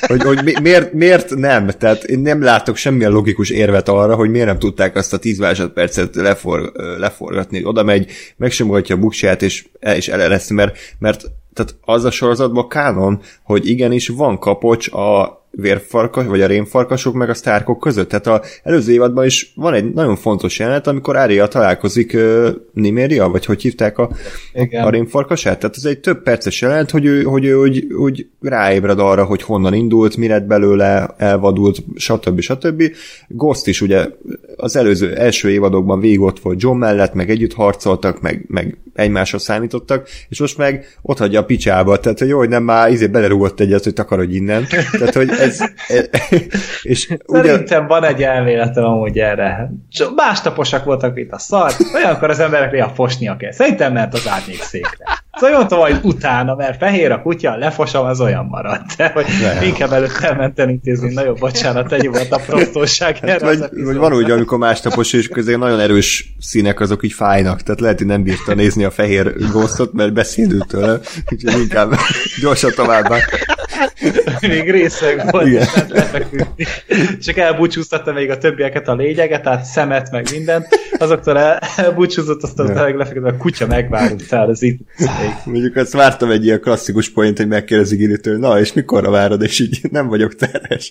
miért nem, tehát én nem látok semmilyen logikus érvet arra, hogy miért nem tudták azt a 10 másodpercet leforgatni, oda megy, megsimogatja a buksát, és elereszti, mert tehát az a sorozatban kánon, hogy igenis van kapocs a vérfarkas, vagy a rémfarkasok meg a Starkok között. Tehát az előző évadban is van egy nagyon fontos jelenet, amikor Arya találkozik Nymeria, vagy hogy hívták a rémfarkasát. Tehát ez egy több perces jelenet, hogy ő úgy ráébred arra, hogy honnan indult, mi lett belőle, elvadult, stb. Ghost is ugye az első évadokban végig ott volt Jon mellett, meg együtt harcoltak, meg egymásra számítottak, és most meg ott hagyja a picsába, tehát hogy jó, hogy nem már belerúgott egyet, hogy takarodj innen. Tehát, hogy ez és szerintem van egy elméletem amúgy erre. Másnaposak voltak, mint a szar, olyankor az emberek néha fosnia kell. Szerintem ment az árnyékszékre. Szóval mondtam, hogy utána, mert fehér a kutya, lefosom, az olyan maradt. De hogy inkább előtt elmentem intézni, nagyon bocsánat, egy volt a prostóság. Hát vagy van úgy, amikor másnapos és közben nagyon erős színek azok így fájnak, tehát lehet, hogy nem bírta nézni a fehér Ghostot, mert beszédült tőle, úgyhogy inkább gyorsan továbbá. Még részeg volt, tehát lefeküdni. Csak elbúcsúztatta még a többieket, a lényeget, tehát szemet, meg mindent. Azoktól elbúcsúzott, aztán lefeküdt, a kutya megvárult fel az itt. Mondjuk azt vártam egy ilyen klasszikus point, hogy megkérdezi Gillytől, na és mikorra várod, és így nem vagyok terhes.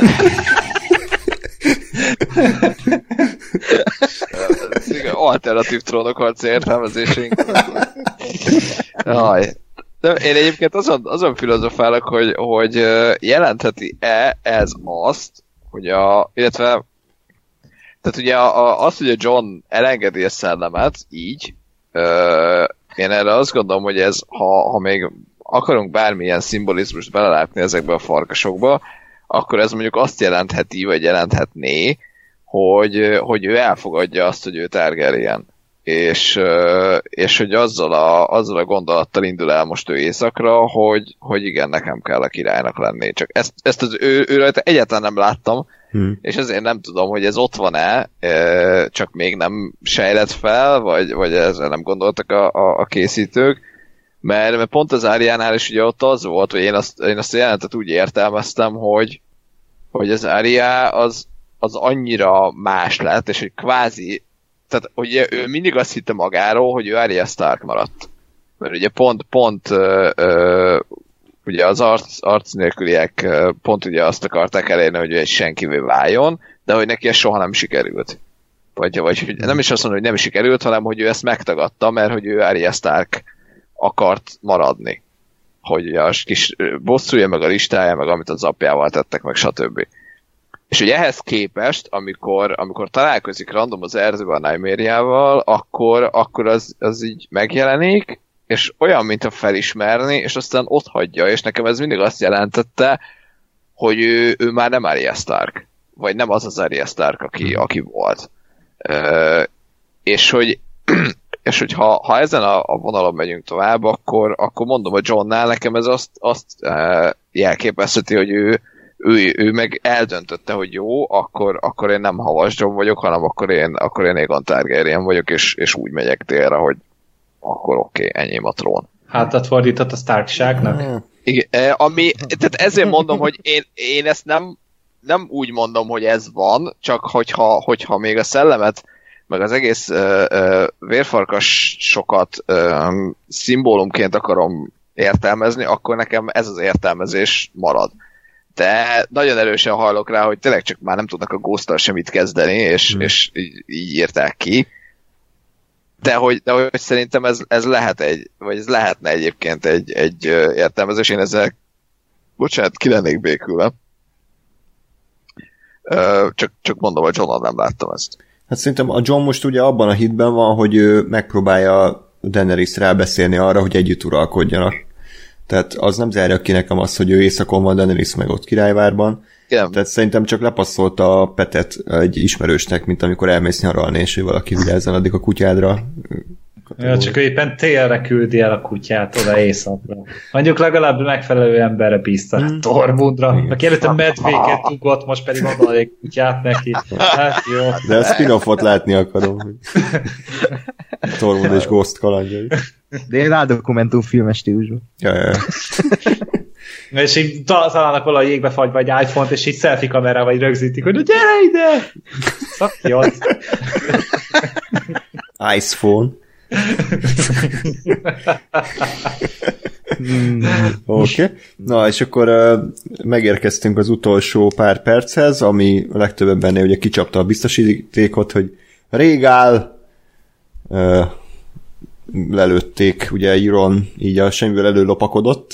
Alternatív trónokharc értelmezésénk. De én egyébként azon filozofálok, hogy jelentheti-e ez azt, hogy illetve tehát ugye azt, hogy a Jon elengedi a szellemet így, én erre azt gondolom, hogy ez, ha még akarunk bármilyen szimbolizmust belelátni ezekbe a farkasokba, akkor ez mondjuk azt jelentheti, vagy jelenthetné, hogy ő elfogadja azt, hogy ő Targaryen. És hogy azzal a gondolattal indul el most ő északra, hogy igen, nekem kell a királynak lenni. Csak ezt az ő rajta egyáltalán nem láttam, és ezért nem tudom, hogy ez ott van-e, csak még nem sejlett fel, vagy ezzel nem gondoltak a készítők, mert pont az Áriánál is ugye ott az volt, hogy én azt a jelentet úgy értelmeztem, hogy az Ária az annyira más lett, és hogy kvázi, tehát ugye ő mindig azt hitte magáról, hogy ő Arya Stark maradt. Mert ugye pont ugye az arc nélküliek pont ugye azt akarták elérni, hogy ő egy senkivé váljon, de hogy neki ez soha nem sikerült. Vagy hogy nem is azt mondom, hogy nem sikerült, hanem hogy ő ezt megtagadta, mert hogy ő Arya Stark akart maradni. Hogy a kis bosszúja, meg a listája, meg amit az apjával tettek, meg stb. És hogy ehhez képest, amikor találkozik random az erdőben a Nymeriával, akkor az így megjelenik, és olyan, mintha felismerni, és aztán ott hagyja, és nekem ez mindig azt jelentette, hogy ő már nem Arya Stark, vagy nem az Arya Stark, aki volt. És hogy ha ezen a vonalon megyünk tovább, akkor mondom, a Johnnál nekem ez azt jelképezheti, hogy ő meg eldöntötte, hogy jó, akkor én nem Havas Jon vagyok, hanem akkor én Aegon Targaryen vagyok, és úgy megyek délre, hogy akkor oké, enyém a trón. Hátat fordított a Starkságnak? Igen, tehát ezért mondom, hogy én ezt nem úgy mondom, hogy ez van, csak hogyha még a szellemet, meg az egész vérfarkasokat szimbólumként akarom értelmezni, akkor nekem ez az értelmezés marad. De nagyon erősen hajlok rá, hogy tényleg csak már nem tudnak a Ghosttal semmit kezdeni, és így írták ki. De hogy szerintem ez lehetne egyébként egy értelmezés. Én ezzel, bocsánat, ki lennék békülve. Csak mondom, hogy Johnnal nem láttam ezt. Hát szerintem a Jon most ugye abban a hitben van, hogy ő megpróbálja Daenerys rábeszélni arra, hogy együtt uralkodjanak. Tehát az nem zárja ki nekem azt, hogy ő északon van, Daenerys meg ott Királyvárban. Igen. Tehát szerintem csak lepasszolta a petet egy ismerősnek, mint amikor elmész nyaralni, és hogy valaki vigyázzon addig a kutyádra. Ja, csak ő éppen télre küldi el a kutyát oda éjszakra. Mondjuk legalább megfelelő emberre bízta Tormundra, aki előtte medvéket dugott, most pedig adod egy kutyát neki. Hát jó. De a spin-offot látni akarom. Tormund és Ghost kalandjai. De én rádokumentumfilmes stílusban. Ja. És így találnak valahogy jégbe fagyva egy iPhone-t, és így selfie kamerával így rögzítik, hogy gyere ide! Szakjad! Icephone. Oké. Na, és akkor megérkeztünk az utolsó pár perchez, ami a legtöbben ugye kicsapta a biztosítékot, hogy Régál lelőtték, ugye Euron így a semmiből előlopakodott.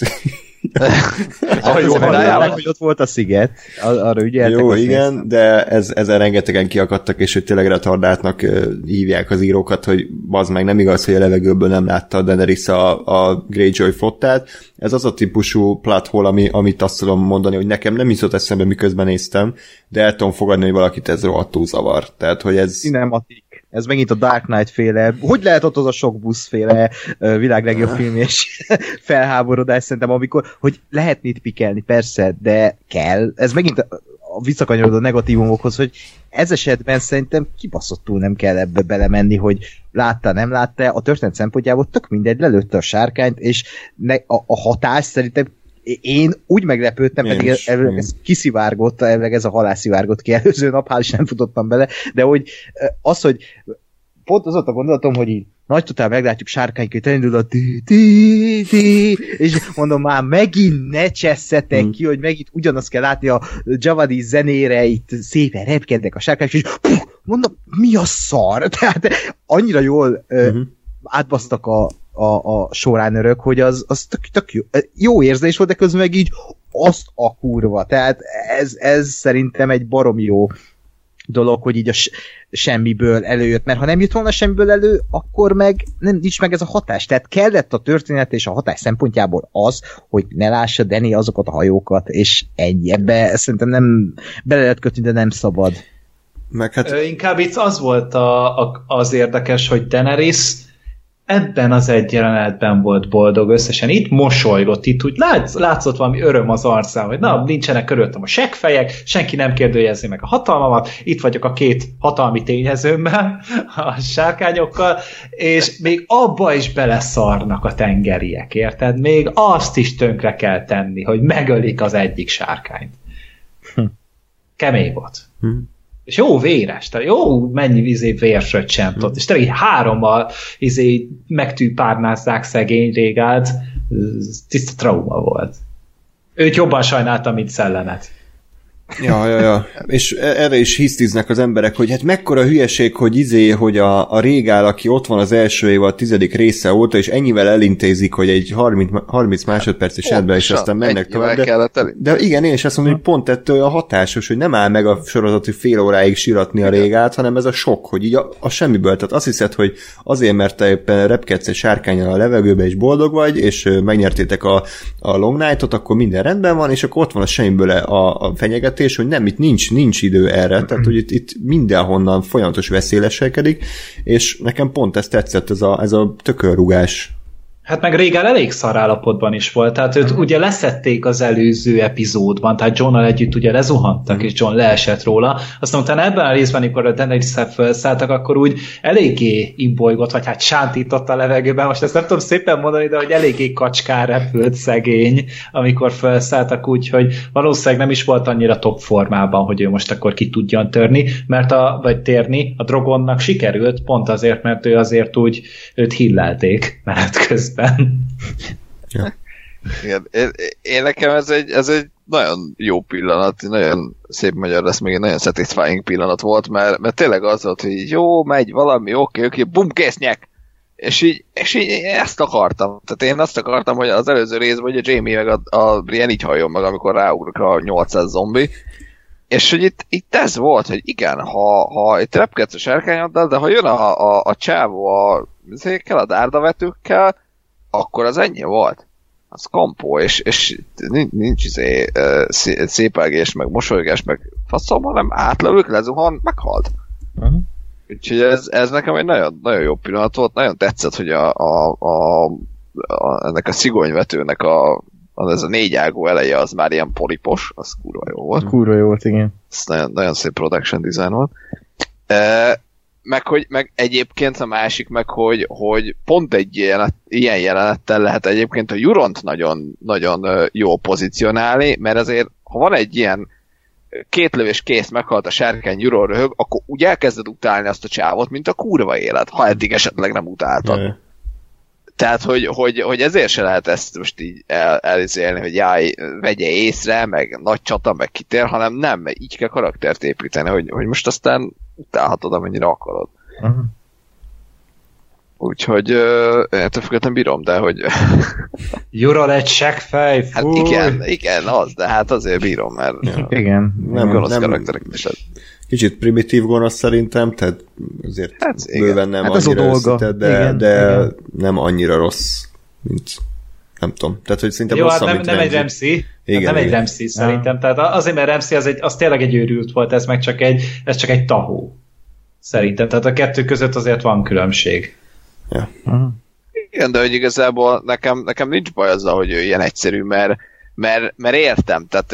Hogy ott volt a sziget, arra ügyeltek. Jó, igen, de ezzel rengetegen kiakadtak, és hogy tényleg retardáltnak hívják az írókat, hogy az meg nem igaz, hogy a levegőből nem látta a Daenerys a Greyjoy flottát. Ez az a típusú plot hole, amit azt tudom mondani, hogy nekem nem jutott eszembe, miközben néztem, de el tudom fogadni, hogy valakit ez rohadtul zavar. Tehát, hogy ez... Cinematic. Ez megint a Dark Knight féle, hogy lehet ott az a sok busz féle világ legjobb film és felháborodás szerintem, amikor, hogy lehet nitpickelni, persze, de kell. Ez megint a visszakanyarodó negatívumokhoz, hogy ez esetben szerintem kibaszottul nem kell ebbe belemenni, hogy látta, nem látta, a történet szempontjából tök mindegy, lelőtte a sárkányt, és a hatás szerintem én úgy meglepődtem, pedig ez kiszivárgott, ez a halál szivárgott ki előző nap, hál' is nem futottam bele, de hogy az, hogy pont az ott a gondolatom, hogy így nagy totál meglátjuk sárkányként, elindul a és mondom már megint ne csesszetek ki, hogy megint ugyanazt kell látni a Javadi zenére, itt szépen repkednek a sárkányok, és mondom, mi a szar? Tehát annyira jól átbasztak a showrunnerök, hogy az tök jó érzés volt, de közben meg így azt a kurva. Tehát ez szerintem egy barom jó dolog, hogy így a semmiből előjött, mert ha nem jött volna semmiből elő, akkor meg nincs meg ez a hatás. Tehát kellett a történet és a hatás szempontjából az, hogy ne lássa Dany azokat a hajókat, és ennyi. Ebbe szerintem nem bele lehet kötni, de nem szabad. Meg hát... Inkább itt az volt az érdekes, hogy Daenerys ebben az egy jelenetben volt boldog összesen. Itt mosolygott, itt úgy látszott valami öröm az arcán, hogy na, nincsenek körülöttem a seggfejek, senki nem kérdőjezi meg a hatalmamat, itt vagyok a két hatalmi tényezőmmel, a sárkányokkal, és még abba is beleszarnak a tengeriek, érted? Még azt is tönkre kell tenni, hogy megölik az egyik sárkányt. Kemény volt. És jó véres, tehát jó mennyi vérsöccsent ott, és tényleg 3-mal megtűpárnázzák szegény Régált, tiszta trauma volt. Őt jobban sajnáltam, mint Szellemet. Ja. És erre is hisztiznek az emberek, hogy hát mekkora hülyeség, hogy a Régál, aki ott van az első év a 10. része óta, és ennyivel elintézik, hogy egy 30 másodperces ebben, és aztán mennek tovább. De igen, én is azt mondom, hogy pont ettől a hatásos, hogy nem áll meg a sorozat, hogy fél óráig síratni a Régált, hanem ez a sok, hogy így a semmiből. Tehát azt hiszed, hogy azért, mert te éppen repkedsz egy sárkánnyal a levegőbe, és boldog vagy, és megnyertétek a Long Night-ot, akkor minden rendben van, és akkor ott van a semmiből a fenyegetés, hogy nem, itt nincs idő erre, tehát hogy itt mindenhonnan folyamatos veszélyleselkedik, és nekem pont ez tetszett, ez a tökörrugás. Hát meg Régál elég szar állapotban is volt, tehát őt ugye leszették az előző epizódban, tehát Johnnal együtt ugye lezuhantak, és John leesett róla, aztán utána ebben a részben, amikor a Daenerys-szel felszálltak, akkor úgy eléggé imbolygott, vagy hát sántított a levegőben, most ezt nem tudom szépen mondani, de hogy eléggé kacskán repült szegény, amikor felszálltak, úgyhogy valószínűleg nem is volt annyira top formában, hogy ő most akkor ki tudjon törni, vagy térni, a Drogonnak sikerült, pont azért, mert ő azért úgy őt hillelték menet közben. Ja. Igen, én nekem ez egy nagyon jó pillanat, nagyon szép magyar lesz, még egy nagyon satisfying pillanat volt, mert tényleg az volt, hogy jó, megy valami, oké, bum, kész, nyek! És így ezt akartam. Tehát én azt akartam, hogy az előző részben, hogy a Jaime meg a Brienne így halljon meg, amikor ráugrok a 800 zombi, és hogy itt ez volt, hogy igen, ha itt repkedsz a sárkányoddal, de ha jön a csávó a dárdavetőkkel, akkor az ennyi volt. Az kampó, és nincs szépelgés, meg mosolygás, meg faszom, hanem átlövök, lezuhan, meghalt. Úgyhogy ez nekem egy nagyon, nagyon jó pillanat volt, nagyon tetszett, hogy ennek a szigonyvetőnek ez a 4 ágú eleje az már ilyen polipos, az kurva jó volt. Kurva jó volt, igen. Ez nagyon, nagyon szép production design volt. Meg egyébként a másik, hogy pont egy ilyen jelenettel lehet egyébként a Euront nagyon, nagyon jól pozícionálni, mert azért, ha van egy ilyen 2 lövés kész, meghalt a sárkány, Euron röhög, akkor úgy elkezded utálni azt a csávot, mint a kurva élet, ha eddig esetleg nem utáltad. Tehát, hogy ezért se lehet ezt most így elizélni, hogy jaj, vegye észre, meg nagy csata, meg kitér, hanem nem, így kell karaktert építeni, hogy most aztán utálhatod, amennyire akarod. Uh-huh. Úgyhogy ettől függetlenül bírom, de hogy... Jural egy seggfej, hát igen, az, de hát azért bírom, mert igen, nem gonosz karakterek is. Kicsit primitív gonosz szerintem, tehát azért hát, bőven nem hát annyira összetett, de nem annyira rossz, mint nem tudom. Tehát, hogy szerintem rosszabb, hát nem egy Ramsey. Igen, nem egy Ramsey szerintem. Tehát azért, mert Ramsey az tényleg egy őrült volt, ez csak egy tahó. Szerintem. Tehát a kettő között azért van különbség. Ja. Igen, de hogy igazából nekem nincs baj azzal, hogy ő ilyen egyszerű, mert értem. Tehát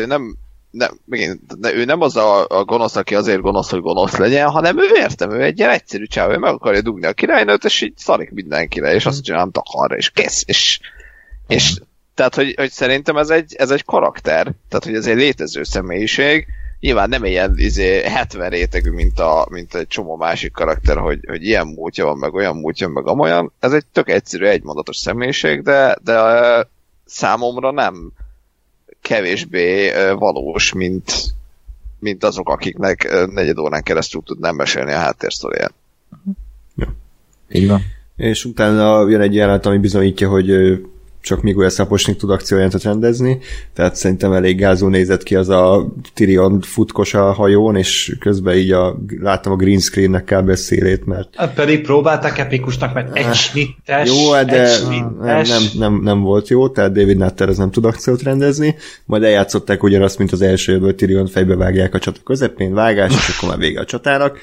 ő nem az a gonosz, aki azért gonosz, hogy gonosz legyen, hanem ő értem, ő egy ilyen egyszerű csáv, ő meg akarja dugni a királynőt, és így szarik mindenkire, és azt csinálom takarra, és kész, és tehát, hogy szerintem ez egy karakter, tehát, hogy ez egy létező személyiség, nyilván nem ilyen 70 rétegű, mint egy csomó másik karakter, hogy ilyen múltja van, meg olyan múltja, meg amolyan, ez egy tök egyszerű, egymondatos személyiség, de számomra nem kevésbé valós, mint azok, akiknek 4 órán keresztül tudnám mesélni a háttérsztoriát. Ja. Így van. És utána jön egy jelenet, ami bizonyítja, hogy csak Miguel Sapochnik tud akciójelentet rendezni, tehát szerintem elég gázul nézett ki az a Tyrion futkos a hajón, és közben így láttam a green screennek kb. Szélét, mert... Hát pedig próbálták epikusnak, mert egy snittes. Jó, de nem volt jó, tehát David Nutter ez nem tud akciót rendezni, majd eljátszották ugyanazt, mint az első évből, Tyrion fejbe vágják a csata közepén, vágás, és akkor már vége a csatának.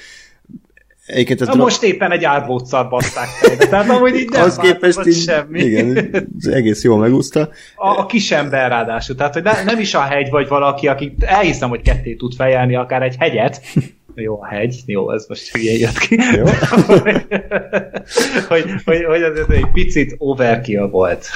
Most éppen egy árbóccal baszták fejbe, tehát amúgy így nem változott semmi. Igen, ez egész jól megúszta. A kisember ráadásul, tehát hogy nem is a hegy vagy valaki, aki elhiszem, hogy ketté tud fejelni akár egy hegyet. Jó, a hegy, jó, ez most hülyén jött ki. Jó. hogy azért egy picit overkill volt.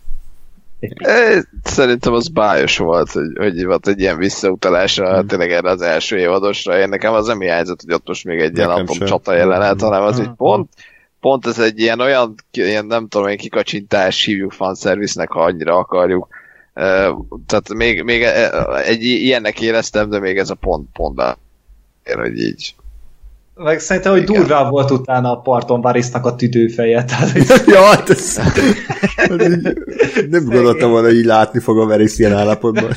Szerintem az bájos volt, hogy volt egy ilyen visszautalásra tényleg erre az első évadosra. Én nekem az nem hiányzott, hogy ott most még egy ilyen atom csata jelenet, hanem az, hogy pont ez egy ilyen nem tudom én kikacsintás, hívjuk fanszerviznek, ha annyira akarjuk. Tehát még egy ilyennek éreztem, de még ez a pont hogy így. Meg szerintem, hogy durvá volt utána a parton Varysnak a tüdőfeje. Ja, hát ez nem gondoltam volna, hogy így látni fogom Varys ilyen állapotban.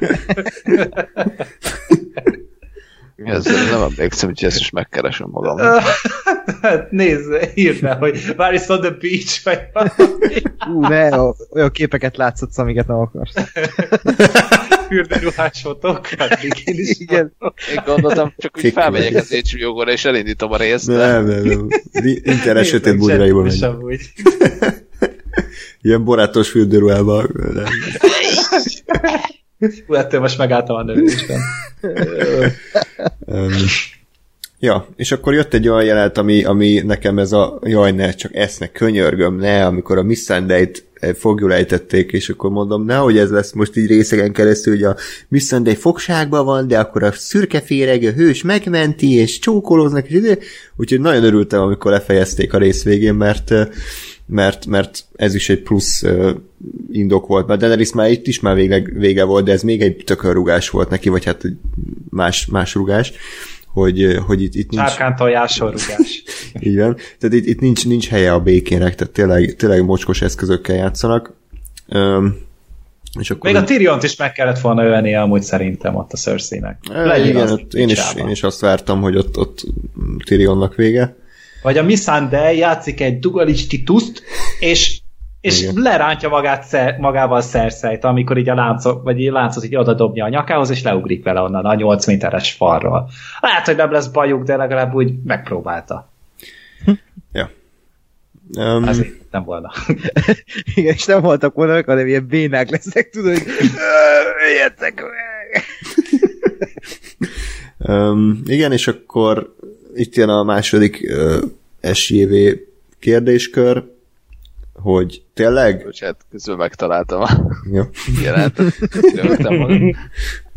Ezzel nem emlékszem, hogy ezt is megkeresem magam. Nézd, írd be, hogy Varys on the beach, vagy valami. Ne, olyan képeket látszotsz, amiket nem akarsz. Fürdőruhás fotókat, bikinis. Igen. Én gondoltam, csak úgy felmegyek az HBO-ra, és elindítom a részt. Nem. Internet sötét bugyraiból megy. Ilyen borátos fürdőruhában. Ettől most megálltam a növésben. Ja, és akkor jött egy olyan jelenet, ami nekem ez a jaj, ne, csak esznek, könyörgöm, ne, amikor a Missandei-t fogjulejtették, és akkor mondom, nehogy ez lesz most így részegen keresztül, hogy a Missandei fogságban van, de akkor a szürkeféregő hős megmenti, és csókolóznak, és ide. Úgyhogy nagyon örültem, amikor lefejezték a rész végén, mert ez is egy plusz indok volt, mert Daenerys már itt is már vége volt, de ez még egy tökörrugás volt neki, vagy hát más rugás, hogy itt nincs... Sárkántojásor rugás. Így van. Tehát itt nincs helye a békének, tehát tényleg mocskos eszközökkel játszanak. És akkor még a Tyriont is meg kellett volna ölni amúgy szerintem ott a Cersei-nek. Igen, én is azt vártam, hogy ott Tyrionnak vége. Vagy a Missandei játszik egy Dugalich Tituszt, és lerántja magával Cersei-t, amikor így a láncot így odadobja a nyakához, és leugrik vele onnan a 8 méteres falról. Lehet, hogy nem lesz bajuk, de legalább úgy megpróbálta. Ja. Ezért nem volna. Igen, és nem voltak volna, hanem ilyen bénák lesznek, tudod, hogy jöjjetek meg! Igen, és akkor itt jön a második SJV kérdéskör, hogy tényleg... Bocsánat, közben megtaláltam a jelentet.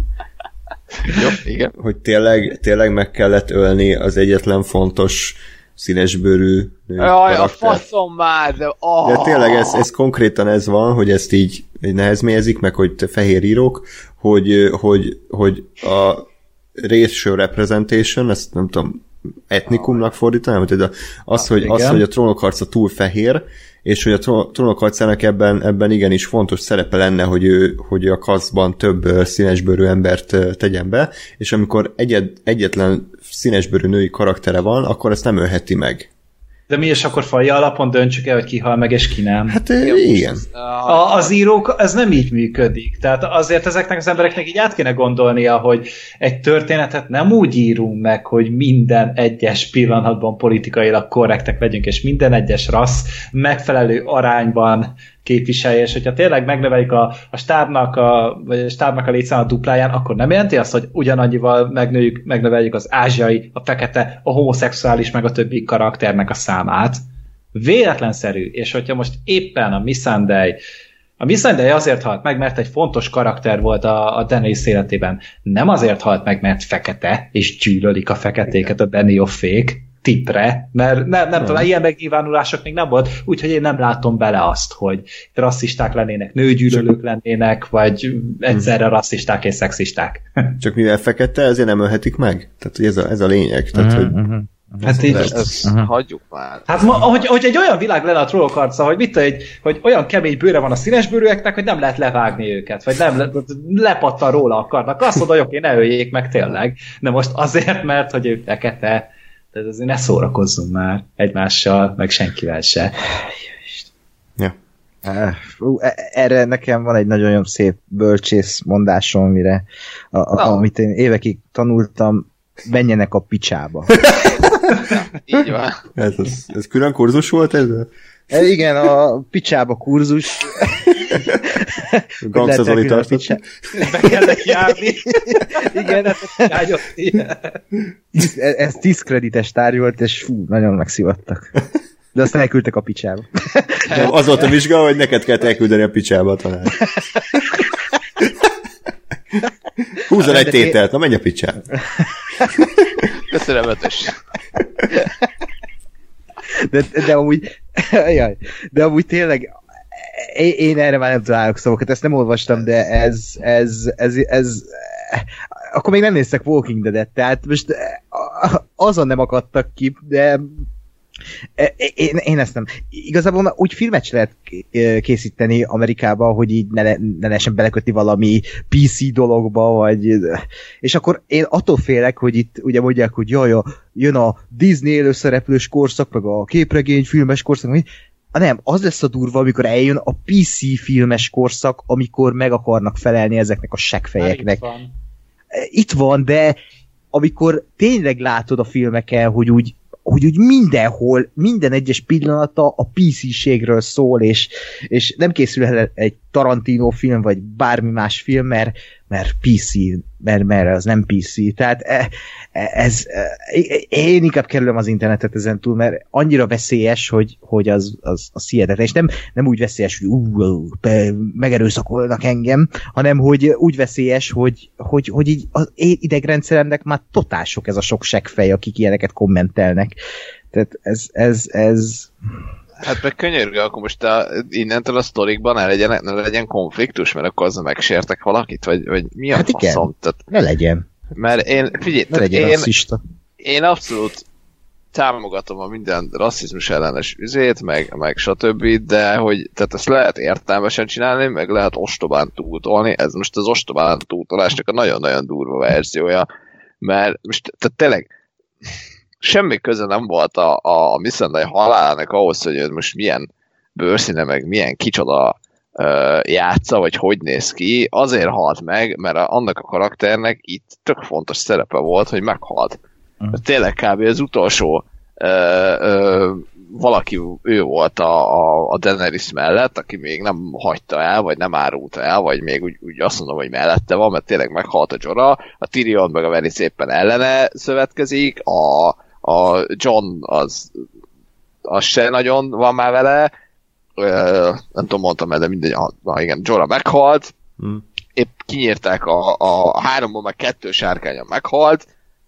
Jó, igen. Hogy tényleg meg kellett ölni az egyetlen fontos színesbőrű karakter. A faszom már, de... De tényleg ez konkrétan ez van, hogy ezt így nehezményezik, meg hogy te fehér írók, hogy a racial representation, ezt nem tudom, etnikumnak fordítanám, hogy az, hogy a Trónok harca túl fehér, és hogy a Trónok harcának ebben igenis fontos szerepe lenne, hogy a kaszban több színesbőrű embert tegyen be, és amikor egyetlen színesbőrű női karaktere van, akkor ezt nem ölheti meg. De mi is akkor faji alapon döntsük el, hogy ki hal meg és ki nem? Hát igen. Az írók, ez nem így működik. Tehát azért ezeknek az embereknek így át kéne gondolnia, hogy egy történetet nem úgy írunk meg, hogy minden egyes pillanatban politikailag korrektek legyünk, és minden egyes rassz megfelelő arányban képviselje, és hogyha tényleg megnöveljük a stábnak a létszámát dupláján, akkor nem jelenti azt, hogy ugyanannyival megnöveljük az ázsiai, a fekete, a homoszexuális, meg a többi karakternek a számát. Véletlenszerű, és hogyha most éppen a Missandei azért halt meg, mert egy fontos karakter volt a Daenerys életében. Nem azért halt meg, mert fekete, és gyűlölik a feketéket a Benioffék, tippre, mert nem tudom, ilyen megnyilvánulások még nem volt, úgyhogy én nem látom bele azt, hogy rasszisták lennének, nőgyűlölők lennének, vagy egyszerre rasszisták és szexisták. Csak mivel fekete, ezért nem ölhetik meg? Tehát hogy ez a lényeg. Tehát, hogy hát így, hagyjuk már. Hát hogy egy olyan világ lenne a Trónok harca, hogy hogy olyan kemény bőre van a színesbőrűeknek, hogy nem lehet levágni őket, vagy nem lepattan róla akarnak. Azt mondja, hogy oké, ne öljék meg tényleg. De most azért, mert hogy ő fekete. Tehát azért ne szórakozzunk már egymással, meg senkivel se. Ja. Erre nekem van egy nagyon szép bölcsész mondásom, amire, amit én évekig tanultam, menjenek a picsába. Így van. Ez külön kurzus volt ez? Igen, a picsába kurzus. Gangsta Zoli tartott. Be kellett járni. Igen. Ez 10 kredites tárgy volt, és nagyon megszivattak. De azt elküldtek a picsába. Az volt a vizsga, hogy neked kell elküldeni a picsába a tanár. Húzzon egy tételt, na menj a picsába. Köszönöm, ötös. De amúgy tényleg én erre már nem találok szavakat, ezt nem olvastam, de ez akkor még nem néztek Walking Dead-et, tehát most azon nem akadtak ki, de én ezt nem. Igazából úgy filmet se lehet készíteni Amerikában, hogy így ne lehessen belekötni valami PC dologba, vagy... És akkor én attól félek, hogy itt ugye mondják, hogy jön a Disney előszereplős korszak, meg a képregény filmes korszak, nem, az lesz a durva, amikor eljön a PC filmes korszak, amikor meg akarnak felelni ezeknek a seggfejeknek. Itt van, de amikor tényleg látod a filmeken, hogy úgy mindenhol, minden egyes pillanata a PC-ségről szól, és nem készül el egy Tarantino film, vagy bármi más film, mert PC, mert az nem PC. Tehát én inkább kerülöm az internetet ezen túl, mert annyira veszélyes, hogy az hihetetlen. És nem úgy veszélyes, hogy megerőszakolnak engem, hanem hogy úgy veszélyes, hogy így az én idegrendszeremnek már totál sok ez a sok seggfej, akik ilyeneket kommentelnek. Tehát ez... Hát meg könyörgő, akkor most innentől a sztorikban ne legyen konfliktus, mert akkor azzal megsértek valakit, vagy mi a hát faszom? Igen, tehát, ne legyen. Mert én abszolút támogatom a minden rasszizmus ellenes üzét, meg stb., de hogy tehát ezt lehet értelmesen csinálni, meg lehet ostobán túltolni, ez most az ostobán túltolásnak a nagyon-nagyon durva verziója, mert most tehát tényleg semmi köze nem volt a Missandei halálának ahhoz, hogy ez most milyen bőrszíne, meg milyen kicsoda játsza, vagy hogy néz ki. Azért halt meg, mert annak a karakternek itt tök fontos szerepe volt, hogy meghalt. Tényleg kb. Az utolsó valaki ő volt a Daenerys mellett, aki még nem hagyta el, vagy nem árulta el, vagy még úgy azt mondom, hogy mellette van, mert tényleg meghalt a Jorah, a Tyrion meg a Varys éppen ellene szövetkezik, a Jon az se nagyon van már vele, nem tudom, mondtam el, de mindegy, igen, Jorah meghalt, épp kinyírták a 3-ból meg 2 sárkányon meghalt,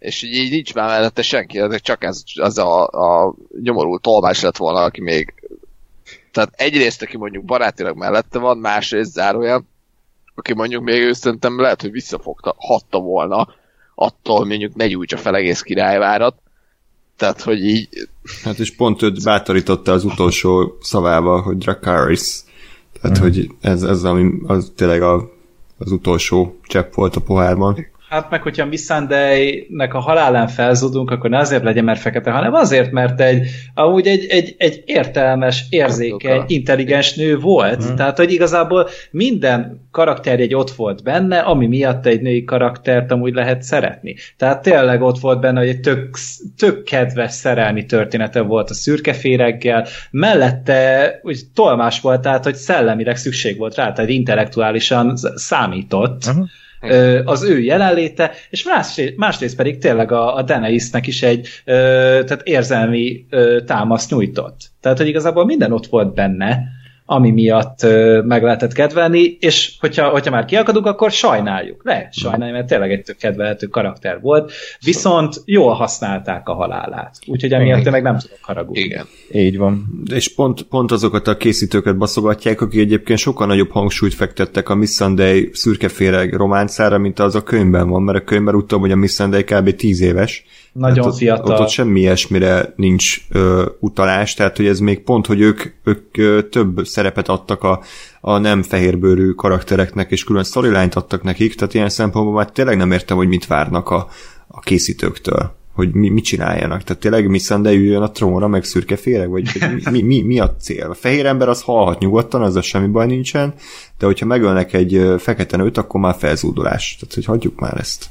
és így nincs már mellette senki, ezek csak ez a nyomorult tolmács lett volna, aki még tehát egyrészt, aki mondjuk barátilag mellette van, másrészt zárójel, aki mondjuk még ő szerintem lehet, hogy visszafoghatta volna attól mondjuk ne gyújtsa fel egész királyvárat. Tehát, hogy így... Hát és pont őt bátorította az utolsó szavával, hogy Dracarys. Tehát, hogy ez az tényleg az utolsó csepp volt a pohárban. Hát meg, hogyha Missandei-nek a halálán felzudunk, akkor ne azért legyen, mert fekete, hanem azért, mert amúgy egy értelmes, érzékeny, intelligens nő volt. Tehát, hogy igazából minden karakterjegy ott volt benne, ami miatt egy női karaktert amúgy lehet szeretni. Tehát tényleg ott volt benne, hogy egy tök kedves szerelmi története volt a szürkeféreggel, mellette úgy tolmás volt, tehát, hogy szellemileg szükség volt rá, tehát intellektuálisan számított. Az ő jelenléte, és másrészt pedig tényleg a Daenerysnek is egy tehát érzelmi támaszt nyújtott. Tehát, hogy igazából minden ott volt benne, ami miatt meg lehetett kedvelni, és hogyha már kiakadunk, akkor sajnáljuk. Sajnáljuk, mert tényleg egy tök kedvelhető karakter volt, viszont jól használták a halálát. Úgyhogy emiatt meg nem tudok haragudni. Igen. Így van. És pont azokat a készítőket baszogatják, akik egyébként sokkal nagyobb hangsúlyt fektettek a Missandei szürkeféreg románcára, mint az a könyvben van, mert a könyvben úgy tudom, hogy a Missandei kb. 10 éves. Nagyon fiatal. Ott semmi ilyesmire nincs utalás, tehát hogy ez még pont, hogy ők több szerepet adtak a nem fehérbőrű karaktereknek, és külön storyline-t adtak nekik, tehát ilyen szempontból már tényleg nem értem, hogy mit várnak a készítőktől, hogy mit csináljanak. Tehát tényleg Missandei üljön a trónra, meg szürkeféreg, vagy mi a cél? A fehér ember az halhat nyugodtan, azzal semmi baj nincsen, de hogyha megölnek egy fekete nőt, akkor már felzúdulás. Tehát, hogy hagyjuk már ezt.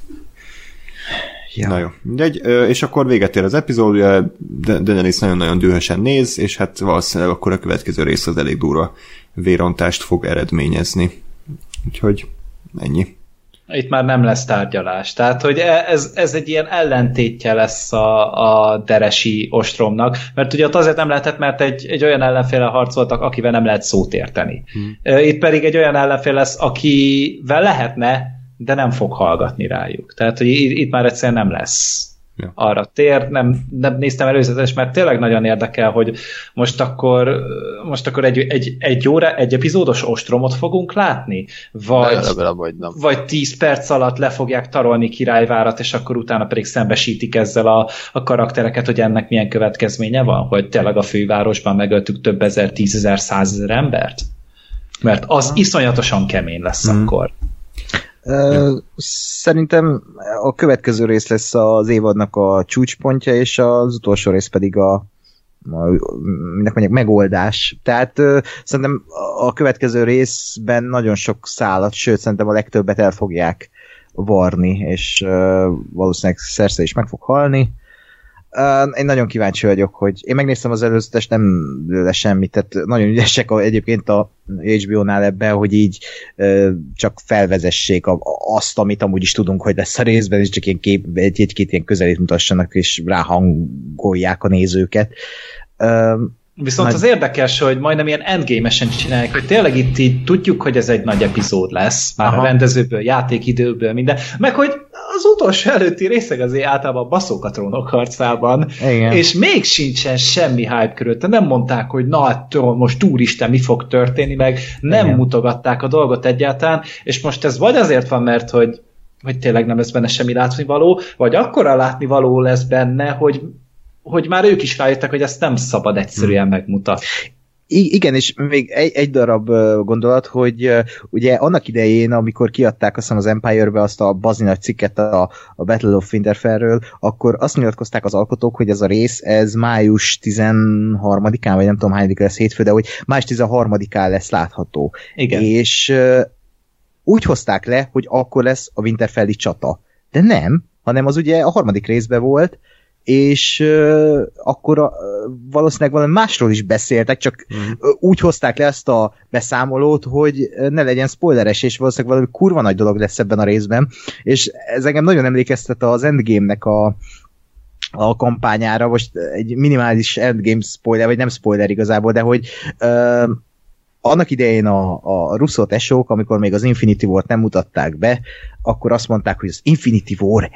Ja. Na jó. És akkor véget ér az epizód, ugye Daenerys nagyon-nagyon dühösen néz, és hát valószínűleg akkor a következő rész az elég durva vérontást fog eredményezni. Úgyhogy ennyi. Itt már nem lesz tárgyalás. Tehát, hogy ez egy ilyen ellentétje lesz a deresi ostromnak, mert ugye ott azért nem lehetett, mert egy olyan ellenféllel harcoltak, akivel nem lehet szót érteni. Itt pedig egy olyan ellenfél lesz, akivel lehetne, de nem fog hallgatni rájuk. Tehát, hogy itt már egyszerűen nem lesz arra tér, nem néztem előzetes, mert tényleg nagyon érdekel, hogy most akkor egy epizódos ostromot fogunk látni? Vagy 10 perc alatt le fogják tarolni Királyvárat, és akkor utána pedig szembesítik ezzel a karaktereket, hogy ennek milyen következménye van? Hogy tényleg a fővárosban megöltük több ezer, 10 000, 100 000 embert? Mert az iszonyatosan kemény lesz akkor. Szerintem a következő rész lesz az évadnak a csúcspontja, és az utolsó rész pedig a megoldás. Tehát szerintem a következő részben nagyon sok szálat, sőt szerintem a legtöbbet el fogják varni, és valószínűleg Cersei is meg fog halni. Én nagyon kíváncsi vagyok, hogy én megnéztem az előzetes, nem lőle semmit, tehát nagyon ügyesek egyébként a HBO-nál ebben, hogy így csak felvezessék azt, amit amúgy is tudunk, hogy lesz a részben, és csak egy-két ilyen közelét mutassanak, és ráhangolják a nézőket. Viszont az érdekes, hogy majdnem ilyen endgame-esen csinálják, hogy tényleg itt így tudjuk, hogy ez egy nagy epizód lesz, már a rendezőből, játékidőből, minden, meg hogy az utolsó előtti részeg azért általában baszók a Trónok harcában, igen. És még sincsen semmi hype körül, nem mondták, hogy na, most úristen, mi fog történni, meg nem mutogatták a dolgot egyáltalán, és most ez vagy azért van, mert hogy tényleg nem lesz benne semmi látnivaló, vagy akkora látnivaló lesz benne, hogy már ők is rájöttek, hogy ezt nem szabad egyszerűen megmutatni. Igen, és még egy darab gondolat, hogy ugye annak idején, amikor kiadták azt az Empire-be azt a bazi nagy cikket a Battle of Winterfellről, akkor azt nyilatkozták az alkotók, hogy ez a rész, ez május 13-án, vagy nem tudom hányadik lesz hétfő, de hogy május 13-án lesz látható. Igen. És úgy hozták le, hogy akkor lesz a Winterfelli csata. De nem, hanem az ugye a harmadik részben volt, és akkor valószínűleg valami másról is beszéltek, csak úgy hozták le ezt a beszámolót, hogy ne legyen spoileres, és valószínűleg valami kurva nagy dolog lesz ebben a részben, és ez engem nagyon emlékeztet az Endgame-nek a kampányára, most egy minimális Endgame spoiler, vagy nem spoiler igazából, de hogy annak idején a Russo tesók, amikor még az Infinity War-t nem mutatták be, akkor azt mondták, hogy az Infinity War egy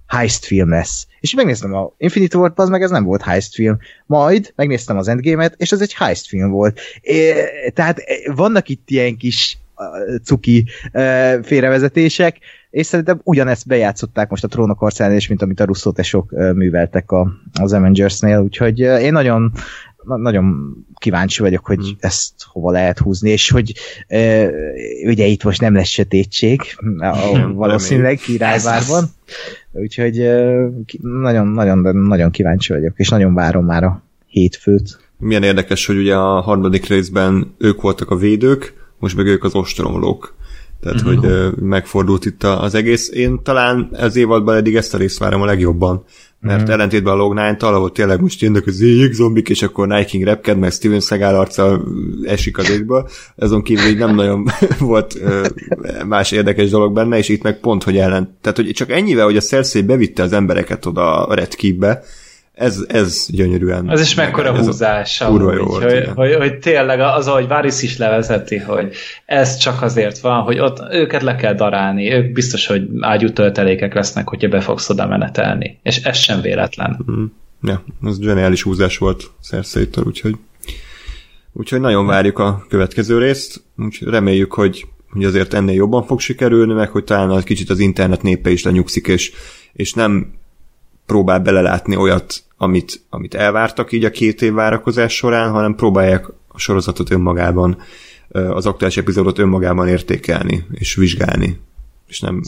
heist film lesz. És megnéztem a Infinity War-t, az meg ez nem volt heist film. Majd megnéztem az Endgame-et, és ez egy heist film volt. Tehát vannak itt ilyen kis cuki félrevezetések, és szerintem ugyanezt bejátszották most a Trónok harcánál is, mint amit a Russo tesók műveltek az Avengers-nél, úgyhogy én nagyon kíváncsi vagyok, hogy ezt hova lehet húzni, és hogy ugye itt most nem lesz sötétség, valószínűleg Királyvárban, úgyhogy nagyon kíváncsi vagyok, és nagyon várom már a hétfőt. Milyen érdekes, hogy ugye a harmadik részben ők voltak a védők, most meg ők az ostromlók. Tehát, hogy megfordult itt az egész. Én talán az évadban eddig ezt a részt várom a legjobban, mert ellentétben a Log9-tal, ahol tényleg most jönnek az zombik, és akkor Night King repked, meg Steven Seagal arccal esik az égből. Azon kívül így nem nagyon volt más érdekes dolog benne, és itt meg pont, hogy tehát, hogy csak ennyivel, hogy a Cersei bevitte az embereket oda a Red Keep-be, ez gyönyörűen. Az is mekkora húzás, hogy tényleg az, ahogy Varys is levezeti, hogy ez csak azért van, hogy ott őket le kell darálni, ők biztos, hogy ágyú töltelékek lesznek, hogyha be fogsz oda menetelni. És ez sem véletlen. Ja, ez zseniális húzás volt Cersei-től, úgyhogy nagyon várjuk a következő részt, úgyhogy reméljük, hogy azért ennél jobban fog sikerülni, meg hogy talán kicsit az internet népe is lenyugszik, és nem próbál belelátni olyat, amit elvártak így a 2 év várakozás során, hanem próbálják a sorozatot önmagában, az aktuális epizódot önmagában értékelni, és vizsgálni. És nem...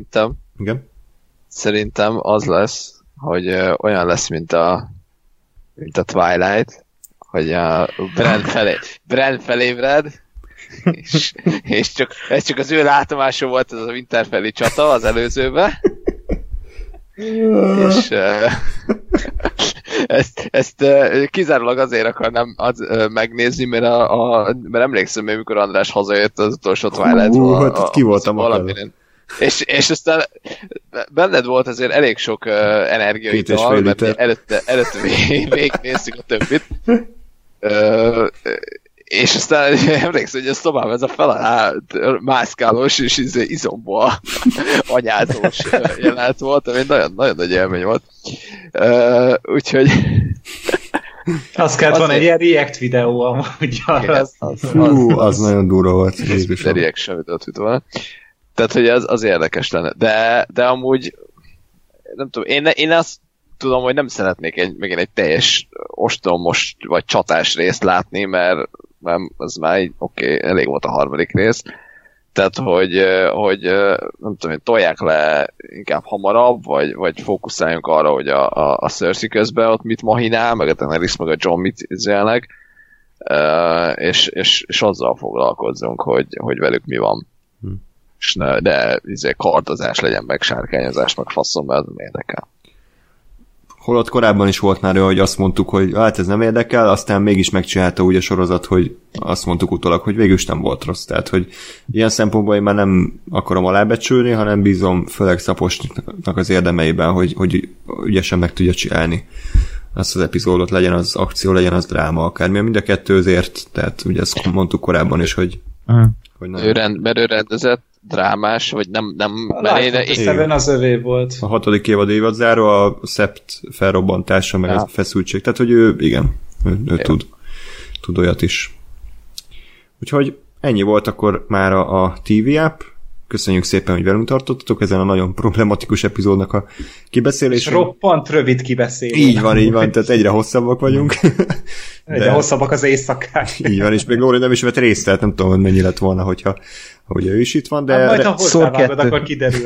Szerintem az lesz, hogy olyan lesz, mint a Twilight, hogy a Bran felébred, és csak az ő látomása volt ez a Winterfelli csata az előzőben, és ezt kizárólag azért akarnám megnézni, mert emlékszem, hogy mikor András hazajött az utolsó Twilight-ról. Ki voltam valamiren. És aztán benned volt azért elég sok energiaital, mert előtte végignéztük a többit. És aztán emlékszem, hogy a szobám ez a felállt mászkálós és izomból anyázós jelenet volt, ami nagyon, nagyon nagy élmény volt. Úgyhogy... Azt kellett volna egy ilyen react videó amúgy. Az nagyon durva volt. De reaction videót tud volna. Tehát, hogy az érdekes lenne. De amúgy nem tudom, én azt tudom, hogy nem szeretnék megint egy teljes ostromos vagy csatás részt látni, mert az már így elég volt a harmadik rész. Tehát, hogy nem tudom, tolják le inkább hamarabb, vagy fókuszáljunk arra, hogy a Cersei közben ott mit mahinál, meg a Daenerys, meg a Jon mit izélnek, és azzal foglalkozzunk, hogy velük mi van. De kardozás legyen, meg sárkányozás, meg faszom, mert az érdekel. Holott korábban is volt már olyan, hogy azt mondtuk, hogy hát ez nem érdekel, aztán mégis megcsinálta úgy a sorozat, hogy azt mondtuk utólag, hogy végül is nem volt rossz. Tehát, hogy ilyen szempontból én már nem akarom alábecsülni, hanem bízom főleg Szaposnak az érdemeiben, hogy ügyesen meg tudja csinálni azt az epizódot, legyen az akció, legyen az dráma, akármilyen, mind a kettő azért, tehát ugye ezt mondtuk korábban is, hogy mert ő rendezett drámás, vagy nem Seven az övé volt. A 6. évadzáró, a Sept felrobbantása, meg a feszültség. Tehát, hogy ő tud olyat is. Úgyhogy ennyi volt akkor már a TV app. Köszönjük szépen, hogy velünk tartottatok ezen a nagyon problematikus epizódnak a kibeszélésén. És roppant rövid kibeszélés. Így van, tehát egyre hosszabbak vagyunk. Egyre hosszabbak az éjszakák. Így van, és még Lóri nem is vett részt, tehát nem tudom, hogy mennyi lett volna, hogyha ő is itt van, de... Majd ha hozzávágod, akkor kiderül.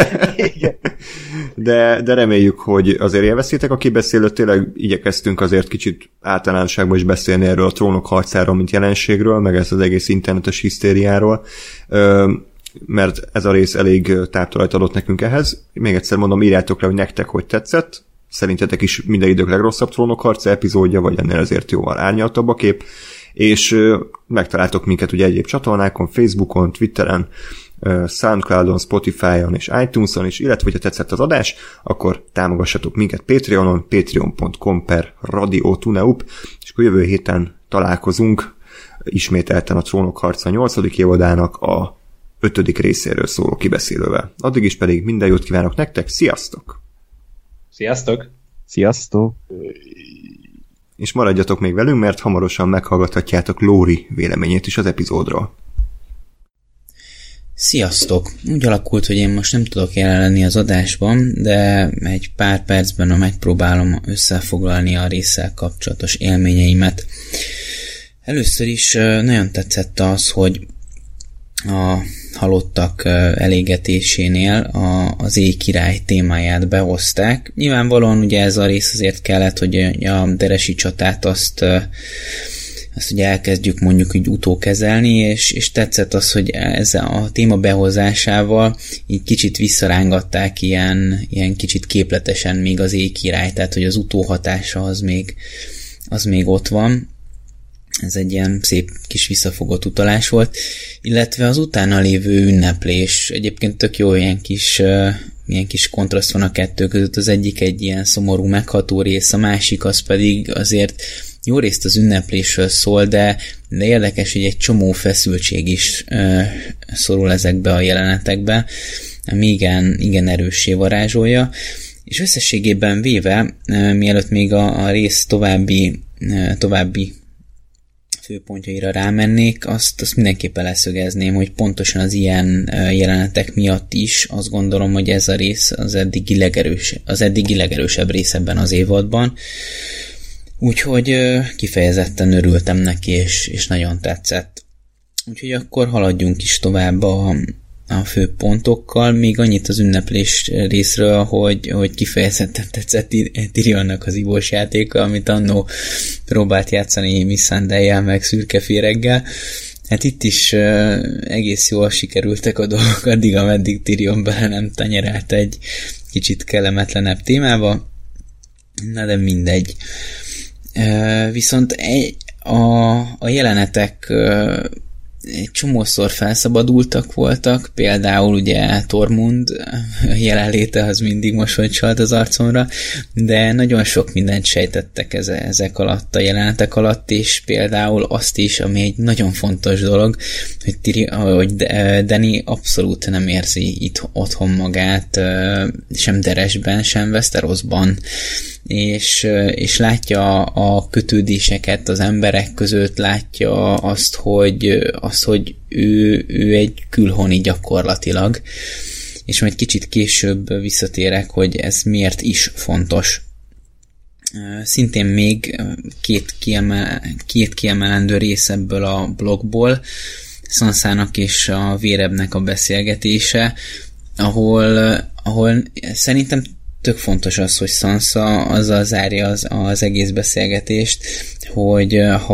de reméljük, hogy azért élveztétek a kibeszélőt, tényleg igyekeztünk azért kicsit általánosságban is beszélni erről a Trónok harcáról, mint jelenségről, meg ez az egész internetes hisztériáról, mert ez a rész elég táptalajt adott nekünk ehhez. Még egyszer mondom, írjátok le, hogy nektek hogy tetszett. Szerintetek is minden idők legrosszabb Trónok harca epizódja, vagy ennél azért jóval árnyaltabb a kép. És megtaláltok minket ugye egyéb csatornákon, Facebookon, Twitteren, Soundcloudon, Spotify-on és iTunes-on is, illetve hogyha tetszett az adás, akkor támogassatok minket Patreonon, patreon.com/radiotuneup, és akkor jövő héten találkozunk ismételten a Trónok harca 8. évadának a 5. részéről szóló kibeszélővel. Addig is pedig minden jót kívánok nektek, sziasztok! Sziasztok! Sziasztok! És maradjatok még velünk, mert hamarosan meghallgathatjátok Lóri véleményét is az epizódról. Sziasztok! Úgy alakult, hogy én most nem tudok jelen lenni az adásban, de egy pár percben megpróbálom összefoglalni a résszel kapcsolatos élményeimet. Először is nagyon tetszett az, hogy a halottak elégetésénél az éjkirály témáját behozták. Nyilvánvalóan ugye ez a rész azért kellett, hogy a deresi csatát azt ugye elkezdjük mondjuk így utókezelni, és tetszett az, hogy ezzel a téma behozásával így kicsit visszarángatták ilyen kicsit képletesen még az éjkirály, tehát hogy az utóhatása az még ott van. Ez egy ilyen szép kis visszafogott utalás volt, illetve az utána lévő ünneplés. Egyébként tök jó, ilyen kis kontraszt van a kettő között, az egyik egy ilyen szomorú, megható rész, a másik az pedig azért jó részt az ünneplésről szól, de érdekes, hogy egy csomó feszültség is szorul ezekbe a jelenetekbe, ami igen erőssé varázsolja, és összességében véve, mielőtt még a rész további főpontjaira rámennék, azt mindenképpen leszögezném, hogy pontosan az ilyen jelenetek miatt is azt gondolom, hogy ez a rész az eddigi legerősebb rész ebben az évadban. Úgyhogy kifejezetten örültem neki, és nagyon tetszett. Úgyhogy akkor haladjunk is tovább a fő pontokkal. Még annyit az ünneplés részről, hogy kifejezetten tetszett Tyrionnak az ivós játéka, amit annó próbált játszani Missandei-jel meg szürkeféreggel. Hát itt is egész jól sikerültek a dolgok, addig, ameddig Tyrion bele nem tanyerált egy kicsit kellemetlenebb témába. Na de mindegy. Viszont a jelenetek egy csomószor felszabadultak voltak, például ugye Tormund jelenléte az mindig mosolyt csalt az arcomra, de nagyon sok mindent sejtettek ezek alatt a jelenetek alatt, és például azt is, ami egy nagyon fontos dolog, hogy Dany abszolút nem érzi itt otthon magát, sem Deresben, sem Westerosban, és látja a kötődéseket az emberek között, látja azt, hogy ő egy külhoni gyakorlatilag, és majd kicsit később visszatérek, hogy ez miért is fontos. Szintén még két kiemelendő rész ebből a blogból, Sansának és a Vérebnek a beszélgetése, ahol szerintem tök fontos az, hogy Sansa azzal zárja az egész beszélgetést, hogy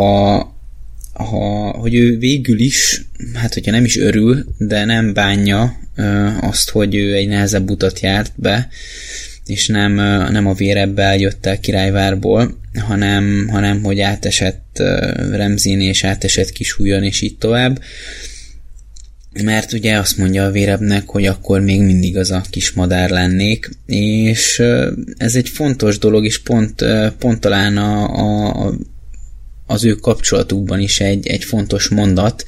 hogy ő végül is, hát hogyha nem is örül, de nem bánja azt, hogy ő egy nehezebb utat járt be, és nem a Vérebbel jött el Királyvárból, hanem hogy átesett Remzin, és átesett Kisújon, és így tovább. Mert ugye azt mondja a Vérebnek, hogy akkor még mindig az a kis madár lennék, és ez egy fontos dolog, és pont talán az ő kapcsolatukban is egy fontos mondat,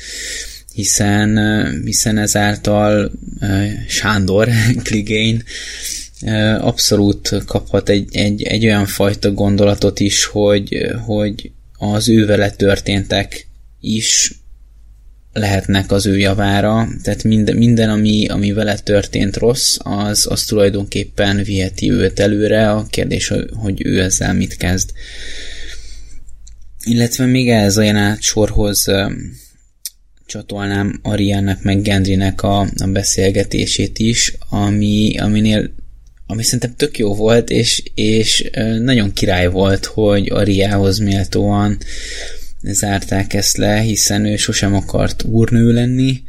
hiszen ezáltal Sándor, Clegane abszolút kaphat egy olyan fajta gondolatot is, hogy az ő vele történtek is lehetnek az ő javára, tehát minden ami vele történt rossz, az tulajdonképpen viheti őt előre, a kérdés, hogy ő ezzel mit kezd. Illetve még ehhez a jelenet sorhoz csatolnám Aryanek meg Gendrynek a beszélgetését is, ami szerintem tök jó volt, és nagyon király volt, hogy Aryához méltóan zárták ezt le, hiszen ő sosem akart úrnő lenni,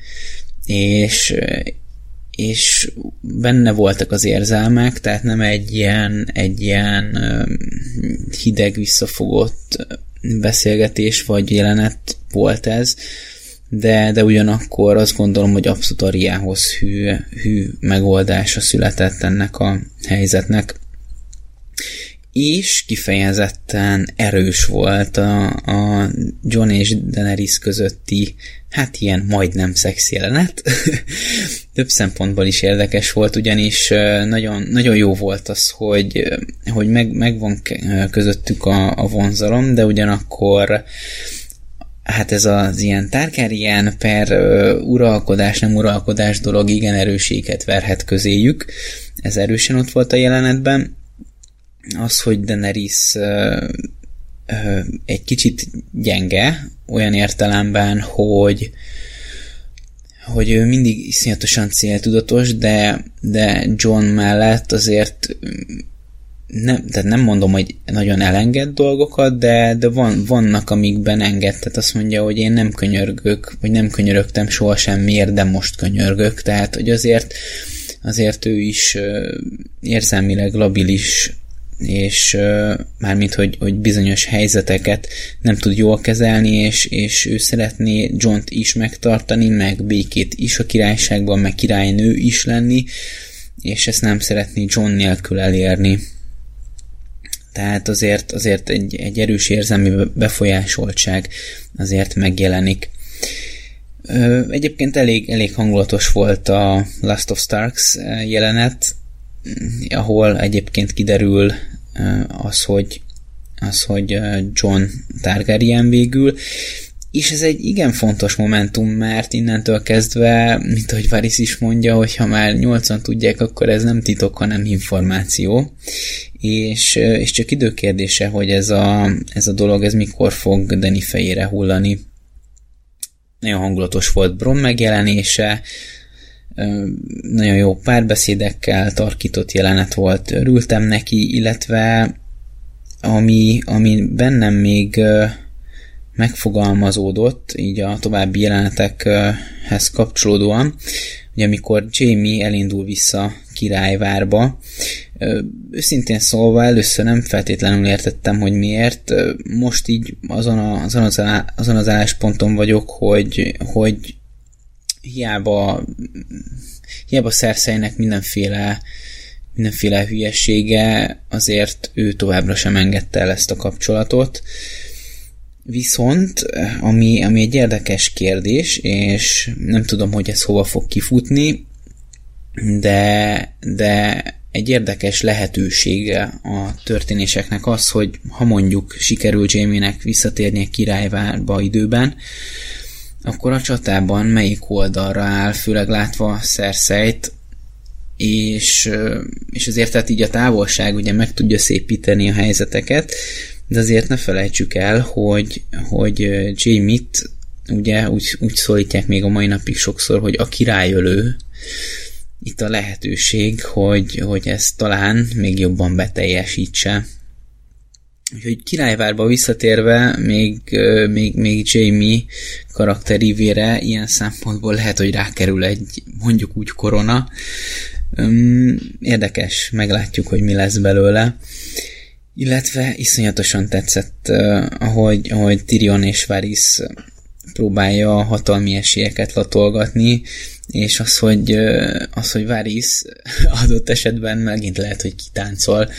és benne voltak az érzelmek, tehát nem egy ilyen hideg, visszafogott beszélgetés vagy jelenet volt ez, de ugyanakkor azt gondolom, hogy abszolút Aryához hű megoldása született ennek a helyzetnek. és kifejezetten erős volt a Jon és Daenerys közötti, hát ilyen majdnem szex jelenet. Több szempontból is érdekes volt, ugyanis nagyon, nagyon jó volt az, hogy megvan közöttük a vonzalom, de ugyanakkor hát ez az ilyen Targaryen per uralkodás, nem uralkodás dolog igen erőséget verhet közéjük. Ez erősen ott volt a jelenetben. Az, hogy Daenerys egy kicsit gyenge, olyan értelemben, hogy ő mindig iszonyatosan céltudatos, de Jon mellett azért tehát nem mondom, hogy nagyon elenged dolgokat, de vannak, amikben enged. Tehát azt mondja, hogy én nem könyörgök, vagy nem könyörögtem sohasem, miért, de most könyörgök. Tehát, hogy azért ő is érzelmileg labilis, és mármint, hogy bizonyos helyzeteket nem tud jól kezelni, és ő szeretné Jont is megtartani, meg békét is a királyságban, meg királynő is lenni, és ezt nem szeretné Jon nélkül elérni. Tehát azért egy erős érzelmi befolyásoltság azért megjelenik. Egyébként elég hangulatos volt a Last of Starks jelenet, ahol egyébként kiderül az, hogy Jon Targaryen végül, és ez egy igen fontos momentum, mert innentől kezdve, mint ahogy Varys is mondja, hogy ha már 8-an tudják, akkor ez nem titok, hanem információ, és csak időkérdése, hogy ez a dolog, ez mikor fog Dany fejére hullani. Nagyon hangulatos volt Bronn megjelenése, nagyon jó párbeszédekkel tarkított jelenet volt, örültem neki, illetve ami bennem még megfogalmazódott, így a további jelenetekhez kapcsolódóan, hogy amikor Jaime elindul vissza Királyvárba, őszintén szólva először nem feltétlenül értettem, hogy miért. Most így azon az állásponton vagyok, hogy hiába Cerseinek mindenféle hülyessége, azért ő továbbra sem engedte el ezt a kapcsolatot. Viszont, ami egy érdekes kérdés, és nem tudom, hogy ez hova fog kifutni, de egy érdekes lehetősége a történéseknek az, hogy ha mondjuk sikerül Jaime-nek visszatérnie Királyvárba időben, akkor a csatában melyik oldalra áll, főleg látva Cerseit, és azért tehát így a távolság ugye meg tudja szépíteni a helyzeteket, de azért ne felejtsük el, hogy Jaime-t ugye úgy szólítják még a mai napig sokszor, hogy a királyölő. Itt a lehetőség, hogy ezt talán még jobban beteljesítse. Úgyhogy Királyvárba visszatérve még Jaime karakterívére ilyen szempontból lehet, hogy rákerül egy mondjuk úgy korona. Érdekes, meglátjuk, hogy mi lesz belőle. Illetve iszonyatosan tetszett, ahogy Tyrion és Varys próbálja a hatalmi esélyeket latolgatni, és az, hogy Varys adott esetben megint lehet, hogy kitáncol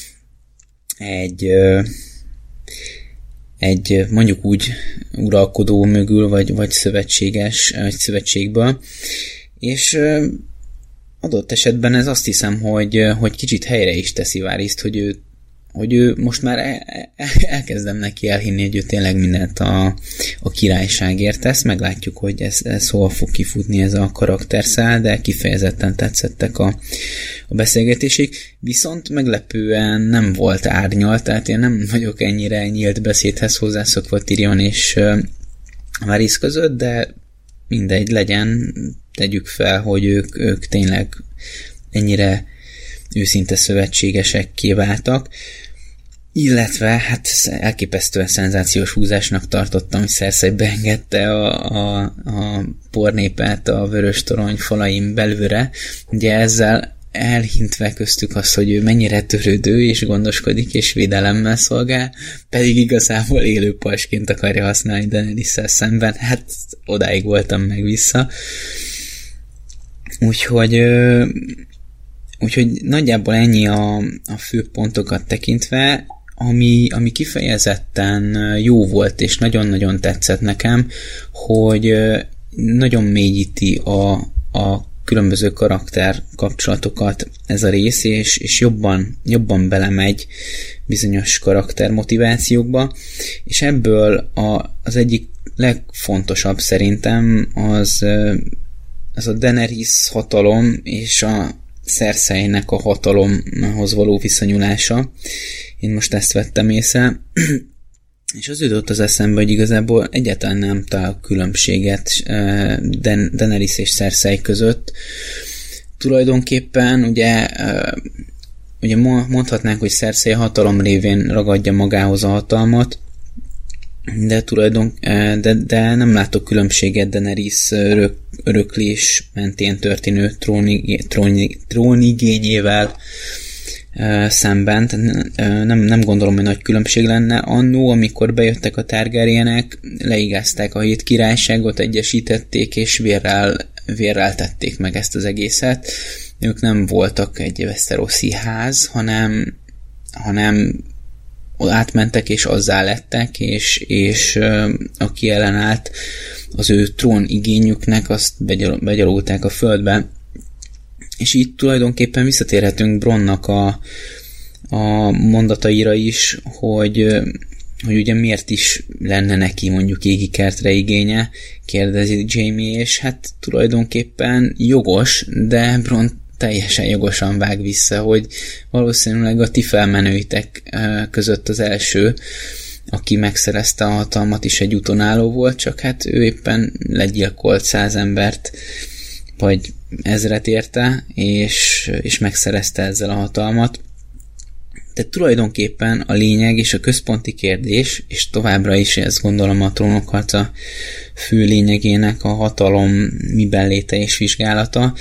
egy mondjuk úgy uralkodó mögül, vagy szövetségből, és adott esetben ez azt hiszem, hogy kicsit helyre is teszi Varys-t, hogy ő most már elkezdem neki elhinni, hogy ő tényleg mindent a királyságért tesz, meglátjuk, hogy ez hol fog kifutni ez a karakterszál, de kifejezetten tetszettek a beszélgetéség, viszont meglepően nem volt árnyalt, tehát én nem vagyok ennyire nyílt beszédhez hozzászokva Tyrion és Varys között, de mindegy, legyen, tegyük fel, hogy ők tényleg ennyire őszinte szövetségesekké váltak, illetve hát elképesztően szenzációs húzásnak tartottam, hogy Cersei beengedte a pornépet a Vöröstorony falain belőle, ugye ezzel elhintve köztük azt, hogy ő mennyire törődő és gondoskodik és védelemmel szolgál, pedig igazából élő pasként akarja használni Daenerys-szel szemben, hát odáig voltam meg vissza. Úgyhogy úgyhogy nagyjából ennyi a fő pontokat tekintve, ami kifejezetten jó volt, és nagyon-nagyon tetszett nekem, hogy nagyon mélyíti a különböző karakter kapcsolatokat ez a rész, és jobban belemegy bizonyos karakter motivációkba, és ebből az egyik legfontosabb szerintem az a Daenerys hatalom és a Cerseinek a hatalomhoz való viszonyulása. Én most ezt vettem észre, és az jutott az eszembe, hogy igazából egyáltalán nem talál különbséget Daenerys és Cersei között. Tulajdonképpen ugye mondhatnánk, hogy Cersei a hatalom révén ragadja magához a hatalmat, de nem látok különbséget Daenerys öröklés mentén történő trónigényével szemben. Nem gondolom, hogy nagy különbség lenne. Annó, amikor bejöttek a Targaryenek, leigázták a 7 királyságot, egyesítették, és vérrel tették meg ezt az egészet. Ők nem voltak egy Westerosi ház, hanem átmentek, és azzá lettek, és aki ellenállt az ő trón igényüknek, azt begyalulták a földbe. És így tulajdonképpen visszatérhetünk Bronnnak a mondataira is, hogy ugye miért is lenne neki mondjuk égikertre igénye, kérdezi Jaime, és hát tulajdonképpen jogos, de Bronn teljesen jogosan vág vissza, hogy valószínűleg a ti felmenőitek között az első, aki megszerezte a hatalmat, is egy útonálló volt, csak hát ő éppen legyilkolt 100 embert, vagy 1000-et érte, és megszerezte ezzel a hatalmat. De tulajdonképpen a lényeg és a központi kérdés, és továbbra is ezt gondolom a Trónokharca fő lényegének a hatalom miben léte és vizsgálata.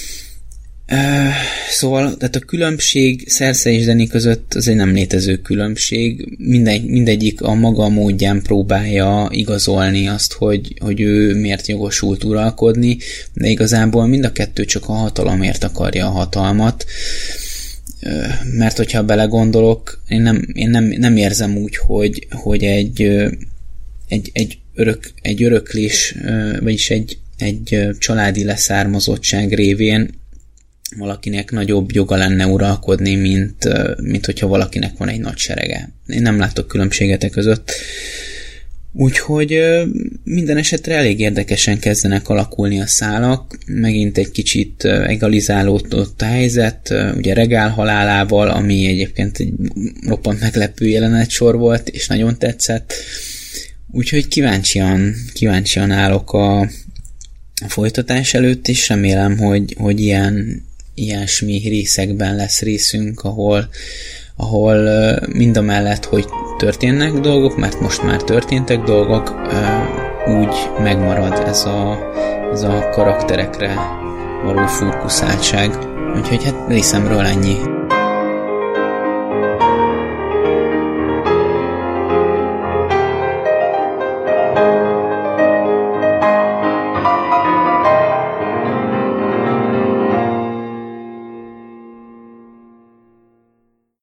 Szóval, tehát a különbség Cersei és Dany között az egy nem létező különbség. Mindegyik a maga módján próbálja igazolni azt, hogy ő miért jogosult uralkodni, de igazából mind a kettő csak a hatalomért akarja a hatalmat. Mert hogyha belegondolok, én nem érzem úgy, hogy egy öröklés, vagyis egy családi leszármazottság révén valakinek nagyobb joga lenne uralkodni, mint hogyha valakinek van egy nagy serege. Én nem látok különbséget között. Úgyhogy minden esetre elég érdekesen kezdenek alakulni a szálak, megint egy kicsit egalizálódott a helyzet, ugye Regál halálával, ami egyébként egy roppant meglepő jelenetsor volt, és nagyon tetszett. Úgyhogy kíváncsian állok a folytatás előtt, és remélem, hogy ilyesmi részekben lesz részünk, ahol mindamellett, hogy történnek dolgok, mert most már történtek dolgok, úgy megmarad ez a karakterekre való fókuszáltság. Úgyhogy hát részemről ennyi.